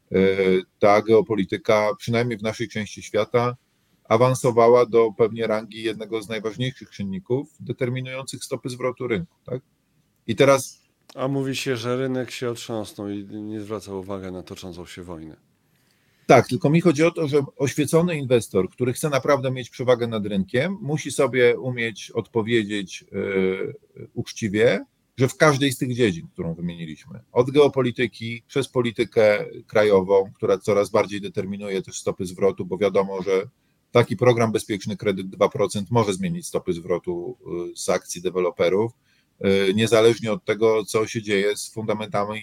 y, ta geopolityka, przynajmniej w naszej części świata, awansowała do pewnie rangi jednego z najważniejszych czynników determinujących stopy zwrotu rynku. Tak? I teraz... A mówi się, że rynek się otrząsnął i nie zwraca uwagi na toczącą się wojnę. Tak, tylko mi chodzi o to, że oświecony inwestor, który chce naprawdę mieć przewagę nad rynkiem, musi sobie umieć odpowiedzieć yy, uczciwie, że w każdej z tych dziedzin, którą wymieniliśmy, od geopolityki przez politykę krajową, która coraz bardziej determinuje też stopy zwrotu, bo wiadomo, że taki program Bezpieczny Kredyt dwa procent może zmienić stopy zwrotu z akcji deweloperów, niezależnie od tego, co się dzieje z fundamentami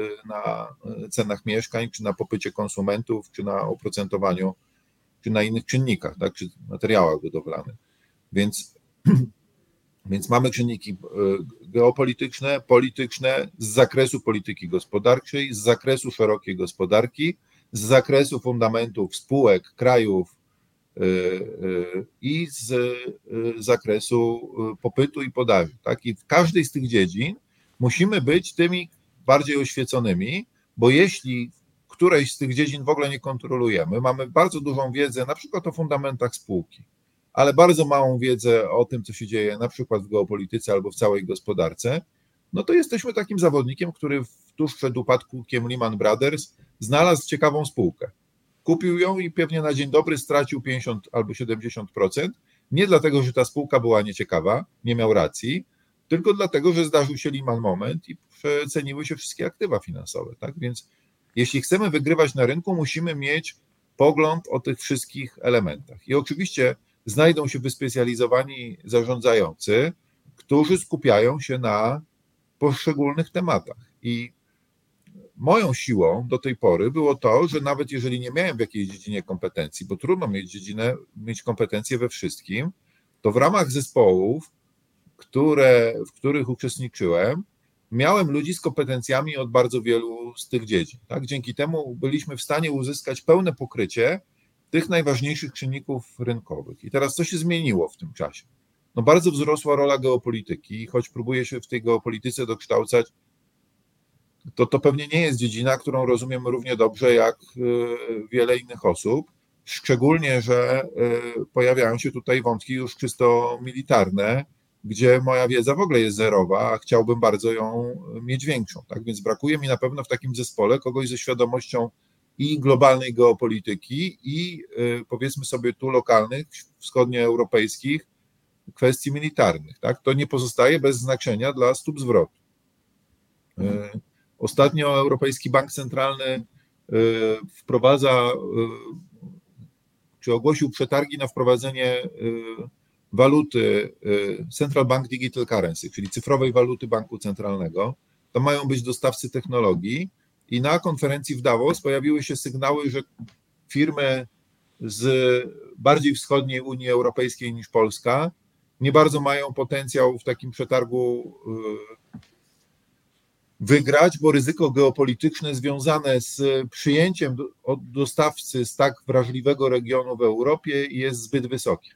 na cenach mieszkań, czy na popycie konsumentów, czy na oprocentowaniu, czy na innych czynnikach, tak, czy materiałach budowlanych. Więc, więc mamy czynniki geopolityczne, polityczne, z zakresu polityki gospodarczej, z zakresu szerokiej gospodarki, z zakresu fundamentów spółek, krajów, i z zakresu popytu i podaży. Tak? I w każdej z tych dziedzin musimy być tymi bardziej oświeconymi, bo jeśli którejś z tych dziedzin w ogóle nie kontrolujemy, mamy bardzo dużą wiedzę na przykład o fundamentach spółki, ale bardzo małą wiedzę o tym, co się dzieje na przykład w geopolityce albo w całej gospodarce, no to jesteśmy takim zawodnikiem, który tuż przed upadkiem Lehman Brothers znalazł ciekawą spółkę. Kupił ją i pewnie na dzień dobry stracił pięćdziesiąt albo siedemdziesiąt procent, nie dlatego, że ta spółka była nieciekawa, nie miał racji, tylko dlatego, że zdarzył się Lehman moment i przeceniły się wszystkie aktywa finansowe. Tak? Więc jeśli chcemy wygrywać na rynku, musimy mieć pogląd o tych wszystkich elementach. I oczywiście znajdą się wyspecjalizowani zarządzający, którzy skupiają się na poszczególnych tematach. I moją siłą do tej pory było to, że nawet jeżeli nie miałem w jakiejś dziedzinie kompetencji, bo trudno mieć dziedzinę, mieć kompetencje we wszystkim, to w ramach zespołów, które, w których uczestniczyłem, miałem ludzi z kompetencjami od bardzo wielu z tych dziedzin. Tak? Dzięki temu byliśmy w stanie uzyskać pełne pokrycie tych najważniejszych czynników rynkowych. I teraz co się zmieniło w tym czasie? No bardzo wzrosła rola geopolityki, choć próbuję się w tej geopolityce dokształcać, to to pewnie nie jest dziedzina, którą rozumiem równie dobrze jak wiele innych osób, szczególnie, że pojawiają się tutaj wątki już czysto militarne, gdzie moja wiedza w ogóle jest zerowa, a chciałbym bardzo ją mieć większą. Tak więc brakuje mi na pewno w takim zespole kogoś ze świadomością i globalnej geopolityki, i powiedzmy sobie tu lokalnych, wschodnioeuropejskich kwestii militarnych. Tak? To nie pozostaje bez znaczenia dla stóp zwrotu. Ostatnio Europejski Bank Centralny wprowadza, czy ogłosił przetargi na wprowadzenie waluty Central Bank Digital Currency, czyli cyfrowej waluty banku centralnego. To mają być dostawcy technologii i na konferencji w Davos pojawiły się sygnały, że firmy z bardziej wschodniej Unii Europejskiej niż Polska nie bardzo mają potencjał w takim przetargu wygrać, bo ryzyko geopolityczne związane z przyjęciem od dostawcy z tak wrażliwego regionu w Europie jest zbyt wysokie.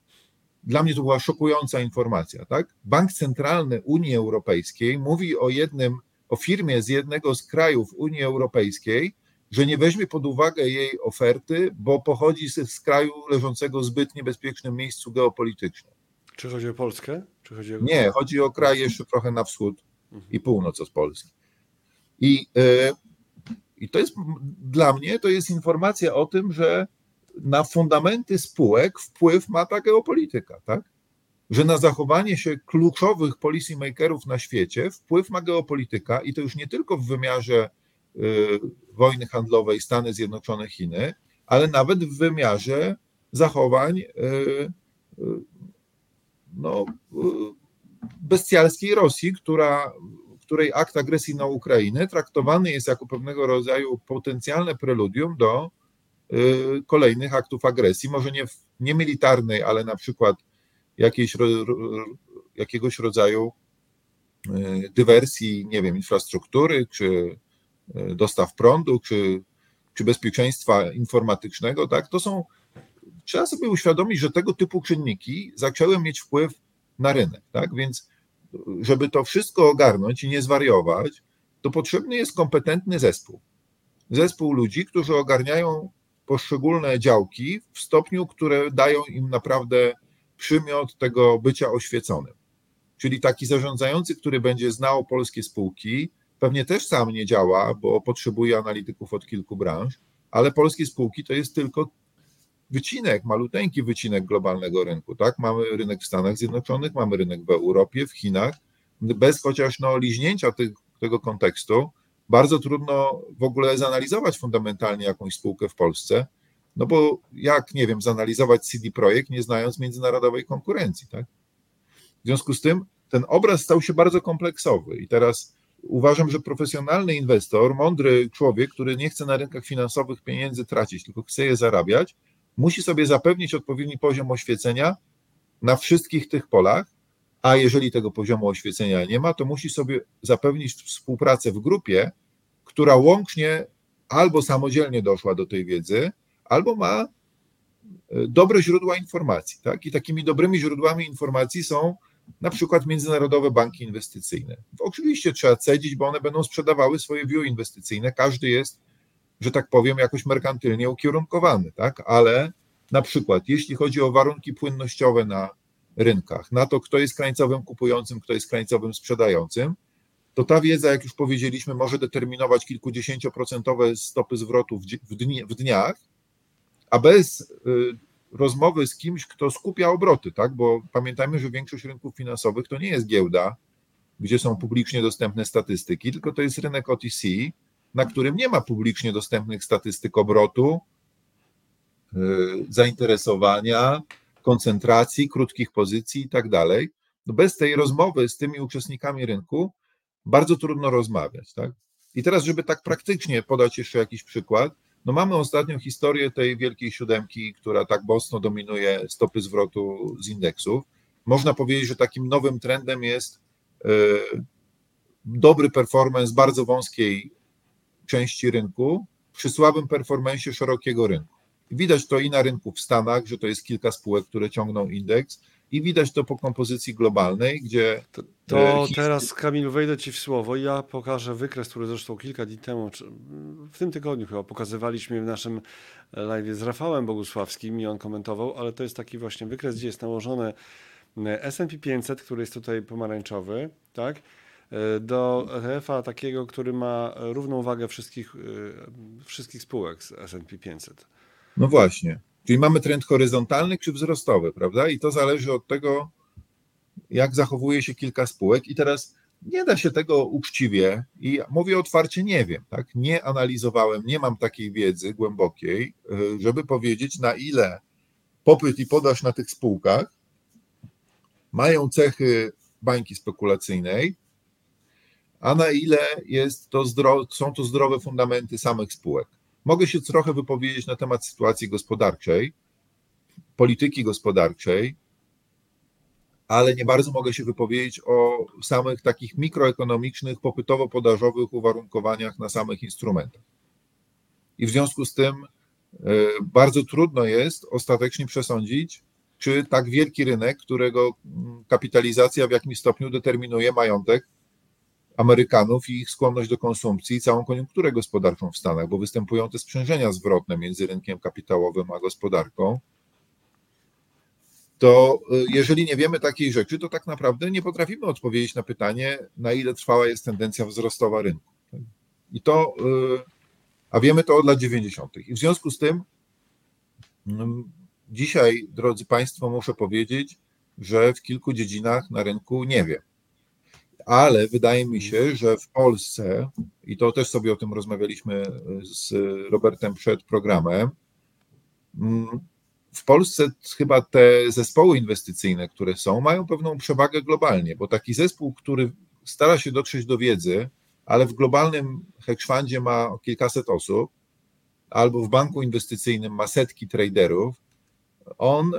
Dla mnie to była szokująca informacja, tak? Bank Centralny Unii Europejskiej mówi o jednym, o firmie z jednego z krajów Unii Europejskiej, że nie weźmie pod uwagę jej oferty, bo pochodzi z, z kraju leżącego w zbyt niebezpiecznym miejscu geopolitycznym. Czy chodzi o Polskę? Czy chodzi o... Nie, chodzi o kraj jeszcze trochę na wschód i północ od Polski. I, yy, I to jest dla mnie, to jest informacja o tym, że na fundamenty spółek wpływ ma ta geopolityka, tak? Że na zachowanie się kluczowych policy makerów na świecie wpływ ma geopolityka i to już nie tylko w wymiarze yy, wojny handlowej Stany Zjednoczone, Chiny, ale nawet w wymiarze zachowań yy, yy, no, yy, bestialskiej Rosji, która, której akt agresji na Ukrainę traktowany jest jako pewnego rodzaju potencjalne preludium do y, kolejnych aktów agresji, może nie, nie militarnej, ale na przykład jakiejś, ro, jakiegoś rodzaju y, dywersji, nie wiem, infrastruktury, czy y, dostaw prądu, czy, czy bezpieczeństwa informatycznego, tak? To są, trzeba sobie uświadomić, że tego typu czynniki zaczęły mieć wpływ na rynek, tak? Więc żeby to wszystko ogarnąć i nie zwariować, to potrzebny jest kompetentny zespół. Zespół ludzi, którzy ogarniają poszczególne działki w stopniu, które dają im naprawdę przymiot tego bycia oświeconym. Czyli taki zarządzający, który będzie znał polskie spółki, pewnie też sam nie działa, bo potrzebuje analityków od kilku branż, ale polskie spółki to jest tylko wycinek, maluteńki wycinek globalnego rynku, tak? Mamy rynek w Stanach Zjednoczonych, mamy rynek w Europie, w Chinach. Bez chociaż no, liźnięcia tych, tego kontekstu bardzo trudno w ogóle zanalizować fundamentalnie jakąś spółkę w Polsce, no bo jak, nie wiem, zanalizować C D Projekt, nie znając międzynarodowej konkurencji, tak? W związku z tym ten obraz stał się bardzo kompleksowy i teraz uważam, że profesjonalny inwestor, mądry człowiek, który nie chce na rynkach finansowych pieniędzy tracić, tylko chce je zarabiać, musi sobie zapewnić odpowiedni poziom oświecenia na wszystkich tych polach, a jeżeli tego poziomu oświecenia nie ma, to musi sobie zapewnić współpracę w grupie, która łącznie albo samodzielnie doszła do tej wiedzy, albo ma dobre źródła informacji. Tak? I takimi dobrymi źródłami informacji są na przykład międzynarodowe banki inwestycyjne. Oczywiście trzeba cedzić, bo one będą sprzedawały swoje view inwestycyjne. Każdy jest, że tak powiem, jakoś merkantylnie ukierunkowany, tak? Ale na przykład, jeśli chodzi o warunki płynnościowe na rynkach, na to, kto jest krańcowym kupującym, kto jest krańcowym sprzedającym, to ta wiedza, jak już powiedzieliśmy, może determinować kilkudziesięcioprocentowe stopy zwrotu w, dni, w dniach, a bez y, rozmowy z kimś, kto skupia obroty, tak? Bo pamiętajmy, że większość rynków finansowych to nie jest giełda, gdzie są publicznie dostępne statystyki, tylko to jest rynek O T C, na którym nie ma publicznie dostępnych statystyk obrotu, zainteresowania, koncentracji, krótkich pozycji i tak dalej. Bez tej rozmowy z tymi uczestnikami rynku bardzo trudno rozmawiać. Tak? I teraz, żeby tak praktycznie podać jeszcze jakiś przykład, no mamy ostatnią historię tej wielkiej siódemki, która tak mocno dominuje stopy zwrotu z indeksów. Można powiedzieć, że takim nowym trendem jest dobry performance bardzo wąskiej części rynku przy słabym performance'ie szerokiego rynku. Widać to i na rynku w Stanach, że to jest kilka spółek, które ciągną indeks, i widać to po kompozycji globalnej, gdzie... To, to teraz, Kamilu, wejdę Ci w słowo. Ja pokażę wykres, który zresztą kilka dni temu, czy w tym tygodniu chyba pokazywaliśmy w naszym live z Rafałem Bogusławskim i on komentował, ale to jest taki właśnie wykres, gdzie jest nałożony S and P pięćset, który jest tutaj pomarańczowy, tak? Do E T F-a takiego, który ma równą wagę wszystkich, wszystkich spółek z S and P pięćset. No właśnie. Czyli mamy trend horyzontalny czy wzrostowy, prawda? I to zależy od tego, jak zachowuje się kilka spółek. I teraz nie da się tego uczciwie i mówię otwarcie, nie wiem, tak? Nie analizowałem, nie mam takiej wiedzy głębokiej, żeby powiedzieć, na ile popyt i podaż na tych spółkach mają cechy bańki spekulacyjnej, a na ile jest to zdro- są to zdrowe fundamenty samych spółek. Mogę się trochę wypowiedzieć na temat sytuacji gospodarczej, polityki gospodarczej, ale nie bardzo mogę się wypowiedzieć o samych takich mikroekonomicznych, popytowo-podażowych uwarunkowaniach na samych instrumentach. I w związku z tym bardzo trudno jest ostatecznie przesądzić, czy tak wielki rynek, którego kapitalizacja w jakimś stopniu determinuje majątek Amerykanów i ich skłonność do konsumpcji i całą koniunkturę gospodarczą w Stanach, bo występują te sprzężenia zwrotne między rynkiem kapitałowym a gospodarką, to jeżeli nie wiemy takiej rzeczy, to tak naprawdę nie potrafimy odpowiedzieć na pytanie, na ile trwała jest tendencja wzrostowa rynku. I to, a wiemy to od lat dziewięćdziesiątych. I w związku z tym dzisiaj, drodzy Państwo, muszę powiedzieć, że w kilku dziedzinach na rynku nie wiem. Ale wydaje mi się, że w Polsce, i to też sobie o tym rozmawialiśmy z Robertem przed programem, w Polsce chyba te zespoły inwestycyjne, które są, mają pewną przewagę globalnie, bo taki zespół, który stara się dotrzeć do wiedzy, ale w globalnym hedge fundzie ma kilkaset osób, albo w banku inwestycyjnym ma setki traderów, on,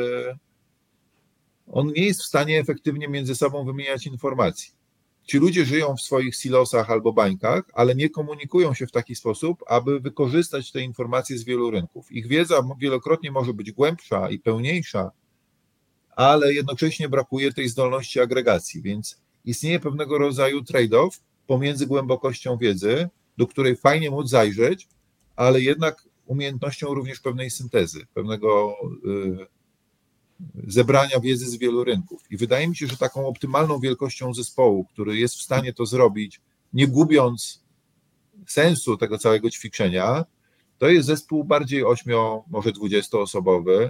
on nie jest w stanie efektywnie między sobą wymieniać informacji. Ci ludzie żyją w swoich silosach albo bańkach, ale nie komunikują się w taki sposób, aby wykorzystać te informacje z wielu rynków. Ich wiedza wielokrotnie może być głębsza i pełniejsza, ale jednocześnie brakuje tej zdolności agregacji, więc istnieje pewnego rodzaju trade-off pomiędzy głębokością wiedzy, do której fajnie móc zajrzeć, ale jednak umiejętnością również pewnej syntezy, pewnego y, zebrania wiedzy z wielu rynków. I wydaje mi się, że taką optymalną wielkością zespołu, który jest w stanie to zrobić, nie gubiąc sensu tego całego ćwiczenia, to jest zespół bardziej ośmio, może dwudziestoosobowy,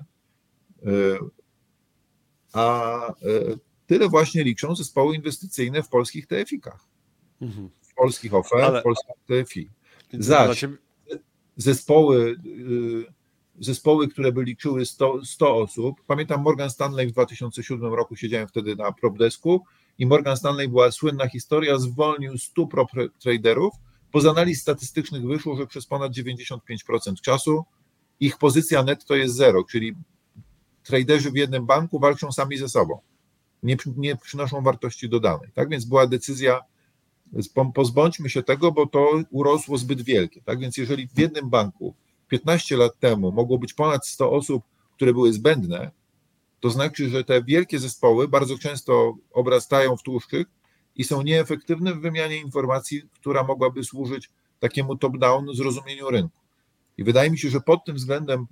a tyle właśnie liczą zespoły inwestycyjne w polskich T F I-kach, w polskich O F E, ale... w polskich T F I. Zaś ciebie... zespoły Zespoły, które by liczyły sto, sto osób. Pamiętam Morgan Stanley w dwa tysiące siódmym roku, siedziałem wtedy na PropDesku i Morgan Stanley była słynna historia, zwolnił stu prop traderów. Po z analiz statystycznych wyszło, że przez ponad dziewięćdziesiąt pięć procent czasu ich pozycja netto jest zero, czyli traderzy w jednym banku walczą sami ze sobą, nie, nie przynoszą wartości dodanej. Tak więc była decyzja, pozbądźmy się tego, bo to urosło zbyt wielkie. Tak więc jeżeli w jednym banku piętnaście lat temu mogło być ponad sto osób, które były zbędne, to znaczy, że te wielkie zespoły bardzo często obrastają w tłuszczyk i są nieefektywne w wymianie informacji, która mogłaby służyć takiemu top-down zrozumieniu rynku. I wydaje mi się, że pod tym względem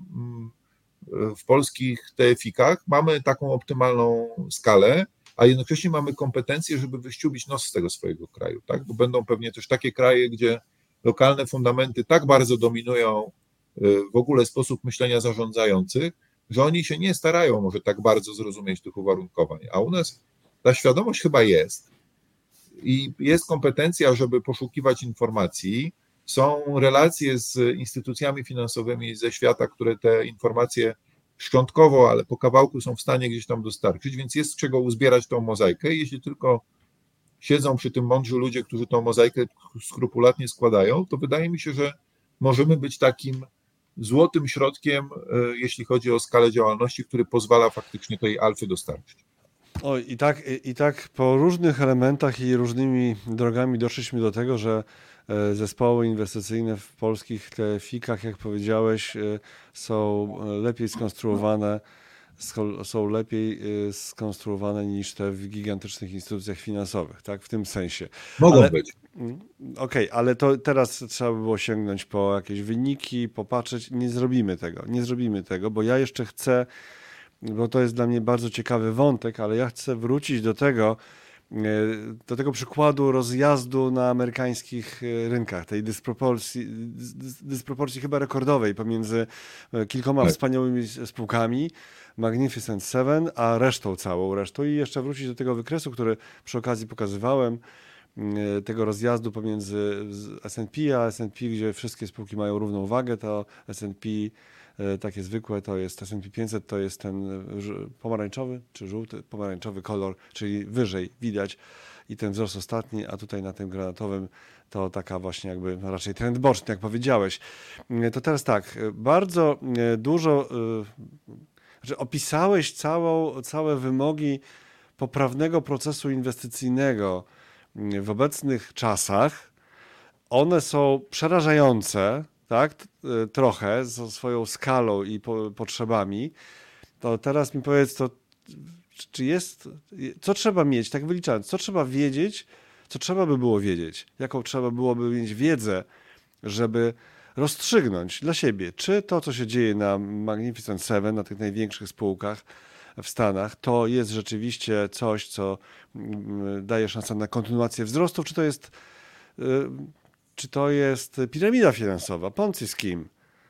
w polskich T F I-kach mamy taką optymalną skalę, a jednocześnie mamy kompetencje, żeby wyściubić nos z tego swojego kraju, tak? Bo będą pewnie też takie kraje, gdzie lokalne fundamenty tak bardzo dominują w ogóle sposób myślenia zarządzających, że oni się nie starają może tak bardzo zrozumieć tych uwarunkowań, a u nas ta świadomość chyba jest i jest kompetencja, żeby poszukiwać informacji, są relacje z instytucjami finansowymi ze świata, które te informacje szczątkowo, ale po kawałku są w stanie gdzieś tam dostarczyć, więc jest z czego uzbierać tą mozaikę i jeśli tylko siedzą przy tym mądrzy ludzie, którzy tą mozaikę skrupulatnie składają, to wydaje mi się, że możemy być takim złotym środkiem, jeśli chodzi o skalę działalności, który pozwala faktycznie tej alfy dostarczyć. O, i tak, i tak po różnych elementach i różnymi drogami doszliśmy do tego, że zespoły inwestycyjne w polskich T F I-kach, jak powiedziałeś, są lepiej skonstruowane, są lepiej skonstruowane niż te w gigantycznych instytucjach finansowych, tak? W tym sensie. Mogą ale, być. Okej, okay, ale to teraz trzeba by było sięgnąć po jakieś wyniki, popatrzeć. Nie zrobimy tego, nie zrobimy tego, bo ja jeszcze chcę, bo to jest dla mnie bardzo ciekawy wątek, ale ja chcę wrócić do tego, do tego przykładu rozjazdu na amerykańskich rynkach, tej dysproporcji, dysproporcji chyba rekordowej pomiędzy kilkoma tak. wspaniałymi spółkami, Magnificent Seven, a resztą, całą resztą. I jeszcze wrócić do tego wykresu, który przy okazji pokazywałem, tego rozjazdu pomiędzy S and P a S and P, gdzie wszystkie spółki mają równą wagę, to S and P takie zwykłe, to jest S and P pięćset, to jest ten pomarańczowy, czy żółty, pomarańczowy kolor, czyli wyżej widać i ten wzrost ostatni, a tutaj na tym granatowym to taka właśnie jakby no raczej trend boczny, jak powiedziałeś. To teraz tak, bardzo dużo, że opisałeś całą, całe wymogi poprawnego procesu inwestycyjnego w obecnych czasach. One są przerażające, tak, trochę, ze swoją skalą i po, potrzebami. To teraz mi powiedz, to, czy jest, co trzeba mieć, tak wyliczając, co trzeba wiedzieć, co trzeba by było wiedzieć, jaką trzeba byłoby mieć wiedzę, żeby rozstrzygnąć dla siebie, czy to, co się dzieje na Magnificent Seven, na tych największych spółkach w Stanach, to jest rzeczywiście coś, co daje szansę na kontynuację wzrostów, czy to jest, czy to jest piramida finansowa, Ponzi scheme.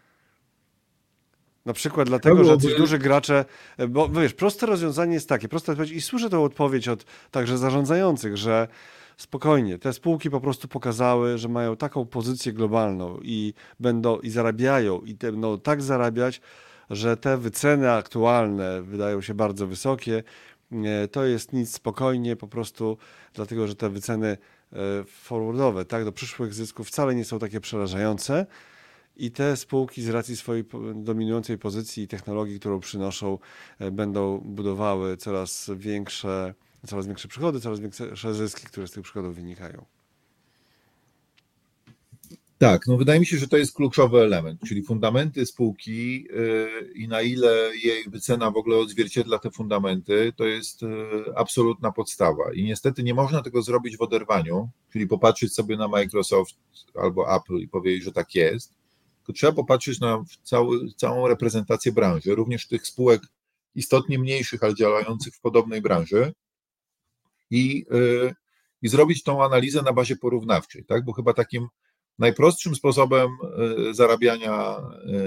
Na przykład dlatego, że jacyś duży gracze, bo wiesz, proste rozwiązanie jest takie, prosta odpowiedź i słyszę tę odpowiedź od także zarządzających, że spokojnie, te spółki po prostu pokazały, że mają taką pozycję globalną i będą i zarabiają i będą tak zarabiać, że te wyceny aktualne wydają się bardzo wysokie. To jest nic, spokojnie, po prostu dlatego, że te wyceny forwardowe, tak, do przyszłych zysków wcale nie są takie przerażające i te spółki z racji swojej dominującej pozycji i technologii, którą przynoszą, będą budowały coraz większe, coraz większe przychody, coraz większe zyski, które z tych przychodów wynikają. Tak, no wydaje mi się, że to jest kluczowy element, czyli fundamenty spółki yy, i na ile jej wycena w ogóle odzwierciedla te fundamenty, to jest yy, absolutna podstawa. I niestety nie można tego zrobić w oderwaniu, czyli popatrzeć sobie na Microsoft albo Apple i powiedzieć, że tak jest, tylko trzeba popatrzeć na cały, całą reprezentację branży, również tych spółek istotnie mniejszych, ale działających w podobnej branży i, yy, i zrobić tą analizę na bazie porównawczej, tak? Bo chyba takim najprostszym sposobem zarabiania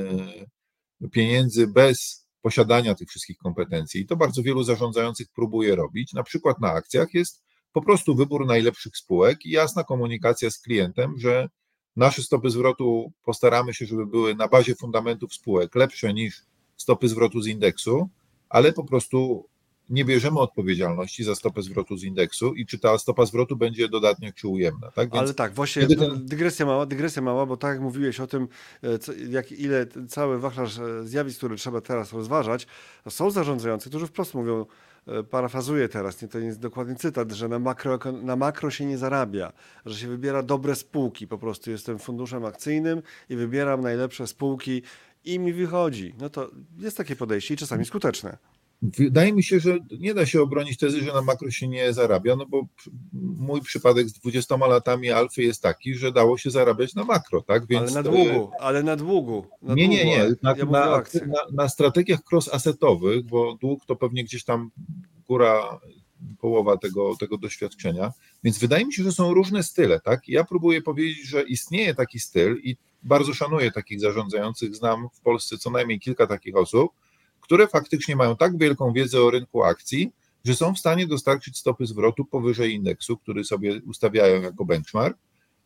pieniędzy bez posiadania tych wszystkich kompetencji, i to bardzo wielu zarządzających próbuje robić, na przykład na akcjach, jest po prostu wybór najlepszych spółek i jasna komunikacja z klientem, że nasze stopy zwrotu postaramy się, żeby były na bazie fundamentów spółek lepsze niż stopy zwrotu z indeksu, ale po prostu nie bierzemy odpowiedzialności za stopę zwrotu z indeksu i czy ta stopa zwrotu będzie dodatnia czy ujemna. Tak? Więc ale tak, właśnie ten... dygresja mała, dygresja mała, bo tak jak mówiłeś o tym, jak, ile cały wachlarz zjawisk, który trzeba teraz rozważać, są zarządzający, którzy wprost mówią, parafrazuję teraz, nie, to nie jest dokładny cytat, że na makro, na makro się nie zarabia, że się wybiera dobre spółki, po prostu jestem funduszem akcyjnym i wybieram najlepsze spółki i mi wychodzi. No to jest takie podejście i czasami skuteczne. Wydaje mi się, że nie da się obronić tezy, że na makro się nie zarabia, no bo mój przypadek z dwudziestoma latami alfy jest taki, że dało się zarabiać na makro, tak? Więc... Ale na długu, ale na długu. Na nie, nie, nie. długu, Na, ja na, na, na strategiach cross-assetowych, bo dług to pewnie gdzieś tam góra, połowa tego, tego doświadczenia, więc wydaje mi się, że są różne style, tak? I ja próbuję powiedzieć, że istnieje taki styl i bardzo szanuję takich zarządzających, znam w Polsce co najmniej kilka takich osób, które faktycznie mają tak wielką wiedzę o rynku akcji, że są w stanie dostarczyć stopy zwrotu powyżej indeksu, który sobie ustawiają jako benchmark.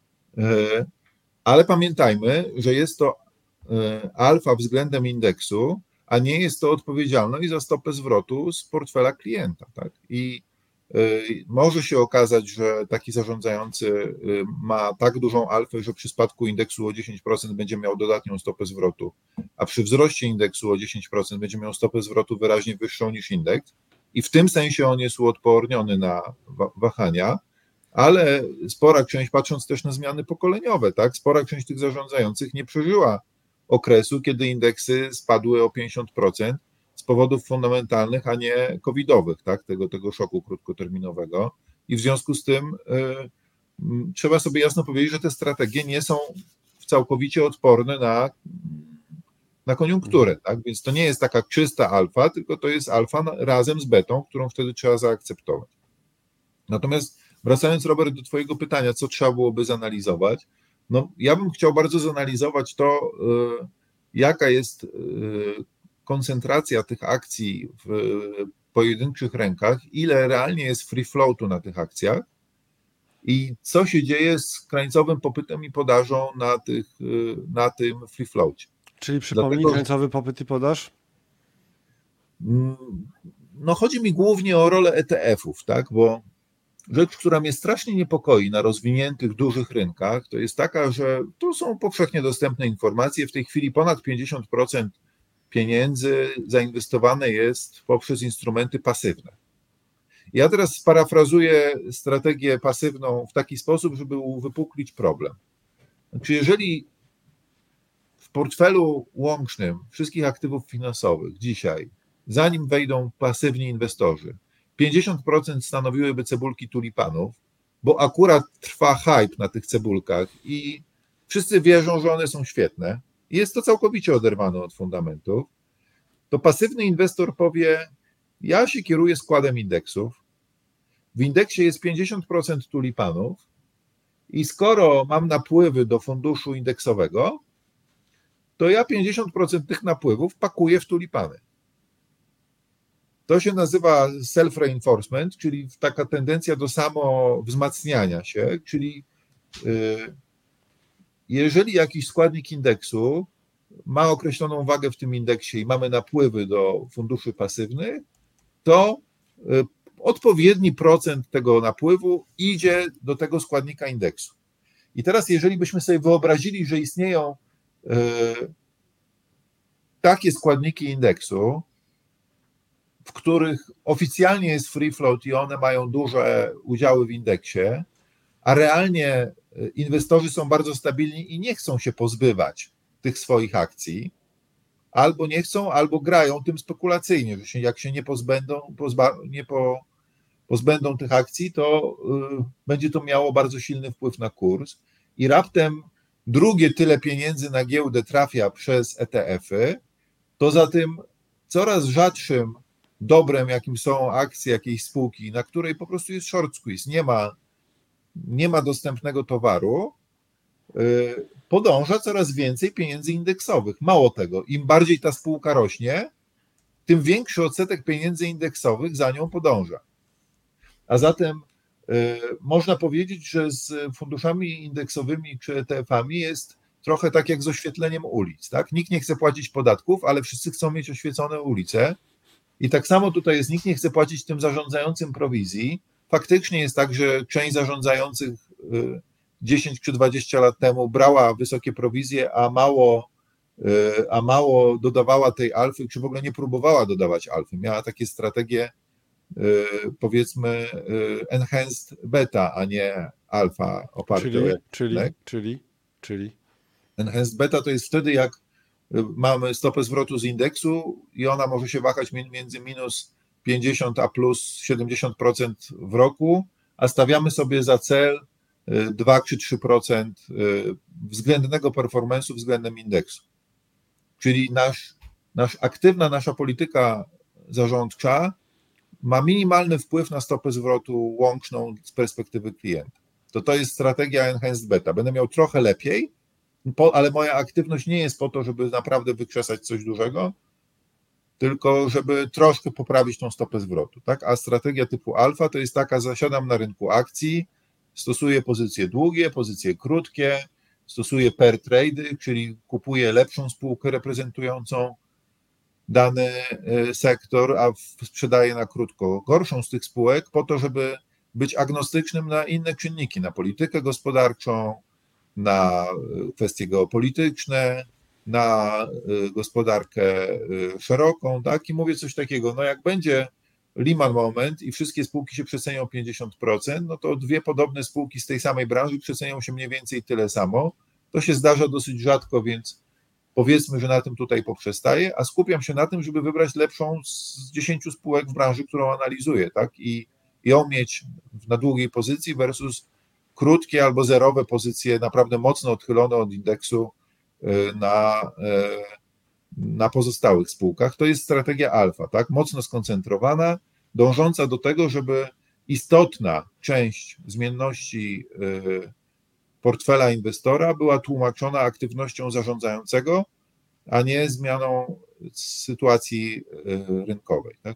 Ale pamiętajmy, że jest to alfa względem indeksu, a nie jest to odpowiedzialność za stopę zwrotu z portfela klienta. Tak? I może się okazać, że taki zarządzający ma tak dużą alfę, że przy spadku indeksu o dziesięć procent będzie miał dodatnią stopę zwrotu, a przy wzroście indeksu o dziesięć procent będzie miał stopę zwrotu wyraźnie wyższą niż indeks i w tym sensie on jest uodporniony na wahania, ale spora część, patrząc też na zmiany pokoleniowe, tak, spora część tych zarządzających nie przeżyła okresu, kiedy indeksy spadły o pięćdziesiąt procent z powodów fundamentalnych, a nie covidowych, tak, tego, tego szoku krótkoterminowego. I w związku z tym y, y, trzeba sobie jasno powiedzieć, że te strategie nie są całkowicie odporne na, na koniunkturę, tak, więc to nie jest taka czysta alfa, tylko to jest alfa razem z betą, którą wtedy trzeba zaakceptować. Natomiast wracając, Robert, do twojego pytania, co trzeba byłoby zanalizować, no ja bym chciał bardzo zanalizować to, jaka jest koncentracja tych akcji w pojedynczych rękach, ile realnie jest free floatu na tych akcjach i co się dzieje z krańcowym popytem i podażą na, tych, na tym free floacie. Czyli przypomnij, Dlatego, krańcowy popyt i podaż? No chodzi mi głównie o rolę E T F-ów, tak, bo rzecz, która mnie strasznie niepokoi na rozwiniętych, dużych rynkach, to jest taka, że tu są powszechnie dostępne informacje, w tej chwili ponad pięćdziesiąt procent pieniędzy zainwestowane jest poprzez instrumenty pasywne. Ja teraz sparafrazuję strategię pasywną w taki sposób, żeby uwypuklić problem. Znaczy, jeżeli w portfelu łącznym wszystkich aktywów finansowych dzisiaj, zanim wejdą pasywni inwestorzy, pięćdziesiąt procent stanowiłyby cebulki tulipanów, bo akurat trwa hype na tych cebulkach i wszyscy wierzą, że one są świetne, i jest to całkowicie oderwane od fundamentów, to pasywny inwestor powie, ja się kieruję składem indeksów, w indeksie jest pięćdziesiąt procent tulipanów i skoro mam napływy do funduszu indeksowego, to ja pięćdziesiąt procent tych napływów pakuję w tulipany. To się nazywa self-reinforcement, czyli taka tendencja do samowzmacniania się, czyli jeżeli jakiś składnik indeksu ma określoną wagę w tym indeksie i mamy napływy do funduszy pasywnych, to odpowiedni procent tego napływu idzie do tego składnika indeksu. I teraz, jeżeli byśmy sobie wyobrazili, że istnieją takie składniki indeksu, w których oficjalnie jest free float i one mają duże udziały w indeksie, a realnie inwestorzy są bardzo stabilni i nie chcą się pozbywać tych swoich akcji, albo nie chcą, albo grają tym spekulacyjnie, że się, jak się nie pozbędą, pozba, nie po, pozbędą tych akcji, to y, będzie to miało bardzo silny wpływ na kurs i raptem drugie tyle pieniędzy na giełdę trafia przez E T F-y, to za tym coraz rzadszym dobrem, jakim są akcje jakiejś spółki, na której po prostu jest short squeeze, nie ma, nie ma dostępnego towaru, yy, podąża coraz więcej pieniędzy indeksowych. Mało tego, im bardziej ta spółka rośnie, tym większy odsetek pieniędzy indeksowych za nią podąża. A zatem yy, można powiedzieć, że z funduszami indeksowymi czy E T F-ami jest trochę tak jak z oświetleniem ulic. Tak? Nikt nie chce płacić podatków, ale wszyscy chcą mieć oświecone ulice. I tak samo tutaj jest, nikt nie chce płacić tym zarządzającym prowizji. Faktycznie jest tak, że część zarządzających dziesięć czy dwadzieścia lat temu brała wysokie prowizje, a mało, a mało dodawała tej alfy, czy w ogóle nie próbowała dodawać alfy. Miała takie strategie, powiedzmy, enhanced beta, a nie alfa oparte. Czyli, czyli, czyli, czyli. Enhanced beta to jest wtedy, jak mamy stopę zwrotu z indeksu i ona może się wahać między minus pięćdziesiąt a plus siedemdziesiąt procent w roku, a stawiamy sobie za cel dwa czy trzy procent względnego performance'u względem indeksu. Czyli nasz, nasz aktywna nasza polityka zarządcza ma minimalny wpływ na stopę zwrotu łączną z perspektywy klienta. To to jest strategia enhanced beta. Będę miał trochę lepiej, Po, ale moja aktywność nie jest po to, żeby naprawdę wykrzesać coś dużego, tylko żeby troszkę poprawić tą stopę zwrotu. Tak? A strategia typu alfa to jest taka, zasiadam na rynku akcji, stosuję pozycje długie, pozycje krótkie, stosuję pair trade, czyli kupuję lepszą spółkę reprezentującą dany sektor, a sprzedaję na krótko gorszą z tych spółek po to, żeby być agnostycznym na inne czynniki, na politykę gospodarczą, na kwestie geopolityczne, na gospodarkę szeroką, tak? I mówię coś takiego, no jak będzie Lehman moment i wszystkie spółki się przecenią pięćdziesiąt procent, no to dwie podobne spółki z tej samej branży przecenią się mniej więcej tyle samo. To się zdarza dosyć rzadko, więc powiedzmy, że na tym tutaj poprzestaję, a skupiam się na tym, żeby wybrać lepszą z dziesięciu spółek w branży, którą analizuję, tak? I ją mieć na długiej pozycji versus krótkie albo zerowe pozycje naprawdę mocno odchylone od indeksu na, na pozostałych spółkach. To jest strategia alfa, tak? Mocno skoncentrowana, dążąca do tego, żeby istotna część zmienności portfela inwestora była tłumaczona aktywnością zarządzającego, a nie zmianą sytuacji rynkowej. Tak?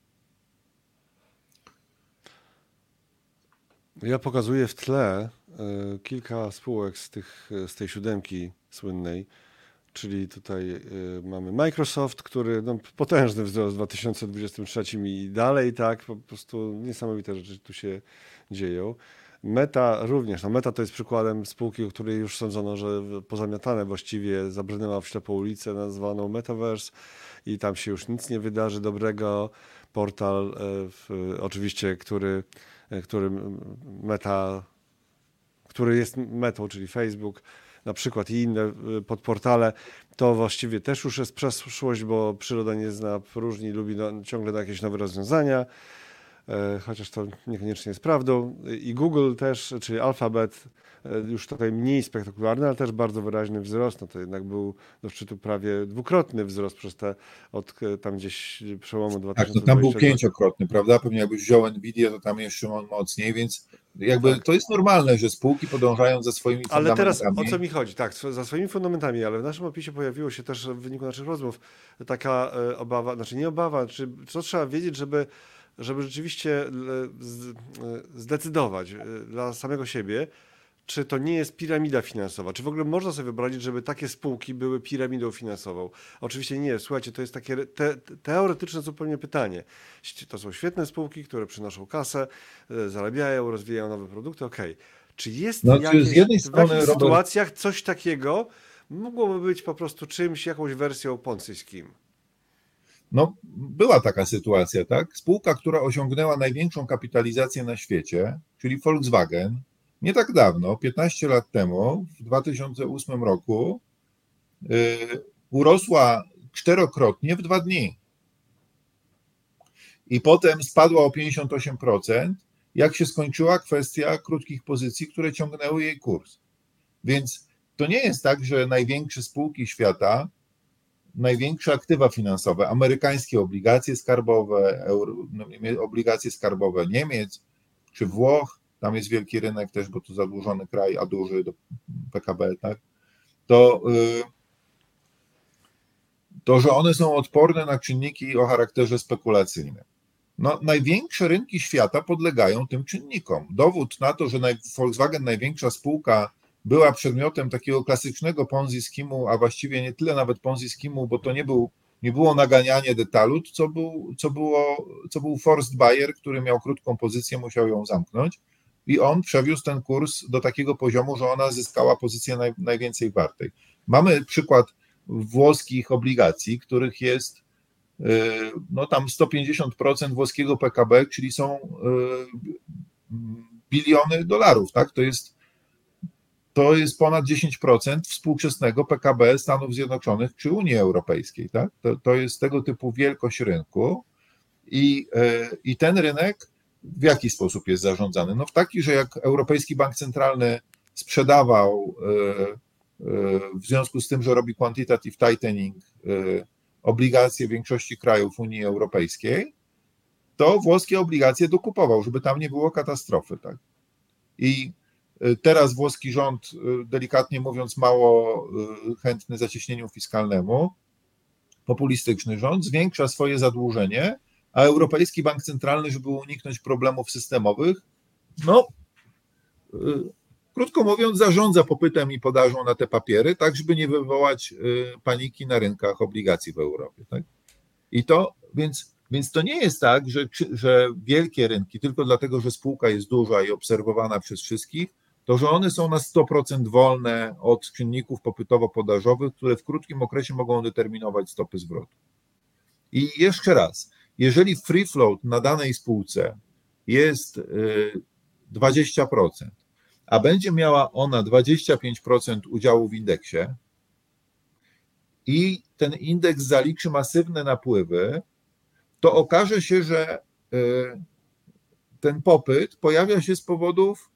Ja pokazuję w tle kilka spółek z, tych, z tej siódemki słynnej, czyli tutaj mamy Microsoft, który no, potężny wzrost w dwa tysiące dwudziestym trzecim i dalej, tak, po prostu niesamowite rzeczy tu się dzieją. Meta również, no Meta to jest przykładem spółki, o której już sądzono, że pozamiatane właściwie, zabrnęła w ślepą ulicę nazwaną Metaverse i tam się już nic nie wydarzy dobrego. Portal w, oczywiście, który, który Meta, który jest Metą, czyli Facebook, na przykład i inne podportale, to właściwie też już jest przeszłość, bo przyroda nie zna próżni, lubi no, ciągle na jakieś nowe rozwiązania, chociaż to niekoniecznie jest prawdą. I Google też, czyli Alphabet, już tutaj mniej spektakularny, ale też bardzo wyraźny wzrost. No to jednak był do szczytu prawie dwukrotny wzrost przez te od tam gdzieś przełomu dwa tysiące dwudziestego. Tak, no tam był pięciokrotny, prawda? Pewnie jakbyś wziął Nvidia, to tam jeszcze mocniej, więc jakby tak. To jest normalne, że spółki podążają za swoimi fundamentami. Ale teraz o co mi chodzi? Tak, za swoimi fundamentami, ale w naszym opisie pojawiło się też w wyniku naszych rozmów taka obawa, znaczy nie obawa, czy co trzeba wiedzieć, żeby żeby rzeczywiście zdecydować dla samego siebie, czy to nie jest piramida finansowa, czy w ogóle można sobie wyobrazić, żeby takie spółki były piramidą finansową. Oczywiście nie, słuchajcie, to jest takie te, teoretyczne zupełnie pytanie. To są świetne spółki, które przynoszą kasę, zarabiają, rozwijają nowe produkty, okej. Okay. Czy jest no, jakieś, czy z jednej w strony, jakich Robert... sytuacjach coś takiego mogłoby być po prostu czymś, jakąś wersją Ponzi scheme? No, była taka sytuacja, tak? Spółka, która osiągnęła największą kapitalizację na świecie, czyli Volkswagen, nie tak dawno, piętnaście lat temu, w dwa tysiące ósmym roku, yy, urosła czterokrotnie w dwa dni. I potem spadła o pięćdziesiąt osiem procent, jak się skończyła kwestia krótkich pozycji, które ciągnęły jej kurs. Więc to nie jest tak, że największe spółki świata, największe aktywa finansowe, amerykańskie obligacje skarbowe, euro, obligacje skarbowe Niemiec czy Włoch, tam jest wielki rynek też, bo to zadłużony kraj, a duży do P K B, tak, to, to, że one są odporne na czynniki o charakterze spekulacyjnym. No, największe rynki świata podlegają tym czynnikom. Dowód na to, że Volkswagen, największa spółka, była przedmiotem takiego klasycznego Ponzi scheme'u, a właściwie nie tyle nawet Ponzi scheme'u, bo to nie, był, nie było naganianie detalu, co był, co, było, co był forced buyer, który miał krótką pozycję, musiał ją zamknąć i on przewiózł ten kurs do takiego poziomu, że ona zyskała pozycję naj, najwięcej wartej. Mamy przykład włoskich obligacji, których jest no tam sto pięćdziesiąt procent włoskiego P K B, czyli są biliony dolarów, tak? To jest To jest ponad dziesięć procent współczesnego P K B Stanów Zjednoczonych czy Unii Europejskiej. Tak? To, to jest tego typu wielkość rynku i, i ten rynek w jaki sposób jest zarządzany? No w taki, że jak Europejski Bank Centralny sprzedawał w związku z tym, że robi quantitative tightening obligacje większości krajów Unii Europejskiej, to włoskie obligacje dokupował, żeby tam nie było katastrofy. Tak? I teraz włoski rząd, delikatnie mówiąc, mało chętny zacieśnieniu fiskalnemu, populistyczny rząd, zwiększa swoje zadłużenie, a Europejski Bank Centralny, żeby uniknąć problemów systemowych, no, krótko mówiąc, zarządza popytem i podażą na te papiery, tak żeby nie wywołać paniki na rynkach obligacji w Europie. Tak? I to, więc, więc to nie jest tak, że, że wielkie rynki, tylko dlatego, że spółka jest duża i obserwowana przez wszystkich, to, że one są na sto procent wolne od czynników popytowo-podażowych, które w krótkim okresie mogą determinować stopy zwrotu. I jeszcze raz, jeżeli free float na danej spółce jest dwadzieścia procent, a będzie miała ona dwadzieścia pięć procent udziału w indeksie i ten indeks zaliczy masywne napływy, to okaże się, że ten popyt pojawia się z powodów,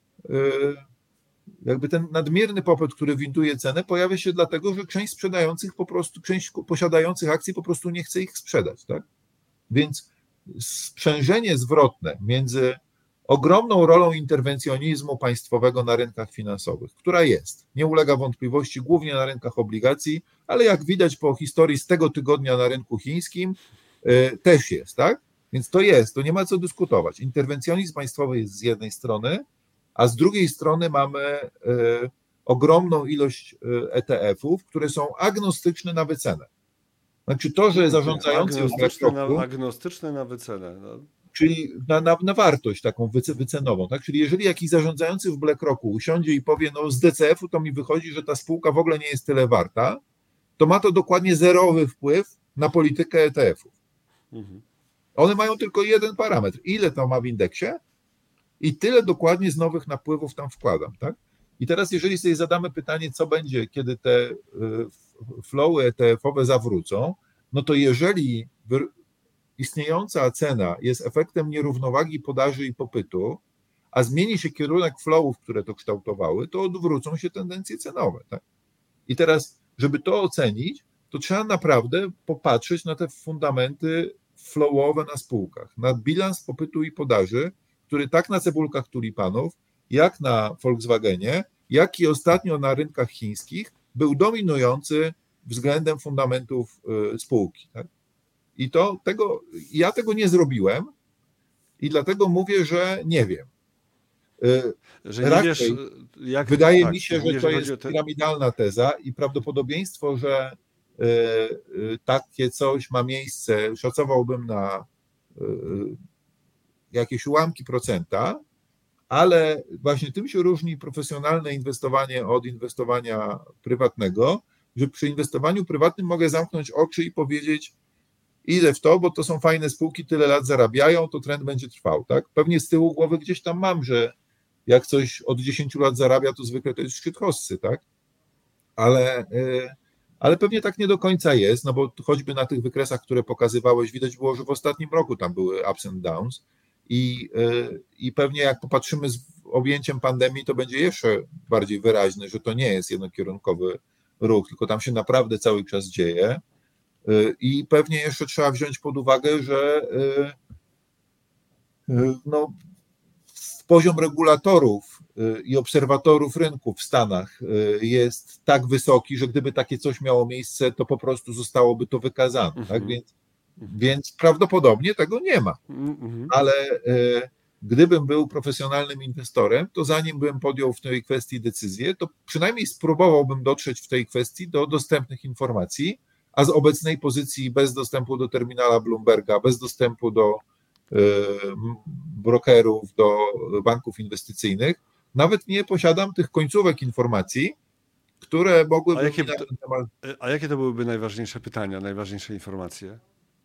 jakby ten nadmierny popyt, który winduje cenę, pojawia się dlatego, że część sprzedających po prostu, część posiadających akcji po prostu nie chce ich sprzedać, tak? Więc sprzężenie zwrotne między ogromną rolą interwencjonizmu państwowego na rynkach finansowych, która jest, nie ulega wątpliwości, głównie na rynkach obligacji, ale jak widać po historii z tego tygodnia na rynku chińskim, też jest, tak? Więc to jest, to nie ma co dyskutować. Interwencjonizm państwowy jest z jednej strony, a z drugiej strony mamy ogromną ilość E T F-ów, które są agnostyczne na wycenę. Znaczy to, że zarządzający agnostyczne, na, agnostyczne na wycenę. No. Czyli na, na, na wartość taką wycenową, tak? Czyli jeżeli jakiś zarządzający w BlackRocku usiądzie i powie, no z D C F-u to mi wychodzi, że ta spółka w ogóle nie jest tyle warta, to ma to dokładnie zerowy wpływ na politykę E T F-ów. Mhm. One mają tylko jeden parametr, ile to ma w indeksie i tyle dokładnie z nowych napływów tam wkładam, tak? I teraz jeżeli sobie zadamy pytanie, co będzie, kiedy te flowy E T F-owe zawrócą, no to jeżeli istniejąca cena jest efektem nierównowagi podaży i popytu, a zmieni się kierunek flowów, które to kształtowały, to odwrócą się tendencje cenowe. Tak? I teraz, żeby to ocenić, to trzeba naprawdę popatrzeć na te fundamenty flowowe na spółkach, na bilans popytu i podaży, który tak na cebulkach tulipanów, jak na Volkswagenie, jak i ostatnio na rynkach chińskich był dominujący względem fundamentów spółki. Tak? I to tego, ja tego nie zrobiłem i dlatego mówię, że nie wiem. Że nie wiesz, jak, wydaje tak, mi się, że to jest te... piramidalna teza i prawdopodobieństwo, że takie coś ma miejsce, szacowałbym na jakieś ułamki procenta, ale właśnie tym się różni profesjonalne inwestowanie od inwestowania prywatnego, że przy inwestowaniu prywatnym mogę zamknąć oczy i powiedzieć, idę w to, bo to są fajne spółki, tyle lat zarabiają, to trend będzie trwał, tak? Pewnie z tyłu głowy gdzieś tam mam, że jak coś od dziesięciu lat zarabia, to zwykle to jest szczyt hossy, tak? Ale, ale pewnie tak nie do końca jest, no bo choćby na tych wykresach, które pokazywałeś, widać było, że w ostatnim roku tam były ups and downs i, i pewnie jak popatrzymy z objęciem pandemii, to będzie jeszcze bardziej wyraźne, że to nie jest jednokierunkowy ruch, tylko tam się naprawdę cały czas dzieje. I pewnie jeszcze trzeba wziąć pod uwagę, że no, poziom regulatorów i obserwatorów rynku w Stanach jest tak wysoki, że gdyby takie coś miało miejsce, to po prostu zostałoby to wykazane. Mhm. Tak? Więc, więc prawdopodobnie tego nie ma. Mhm. Ale gdybym był profesjonalnym inwestorem, to zanim bym podjął w tej kwestii decyzję, to przynajmniej spróbowałbym dotrzeć w tej kwestii do dostępnych informacji, a z obecnej pozycji bez dostępu do terminala Bloomberga, bez dostępu do y, brokerów, do banków inwestycyjnych, nawet nie posiadam tych końcówek informacji, które mogłyby... A jakie, to, a jakie to byłyby najważniejsze pytania, najważniejsze informacje?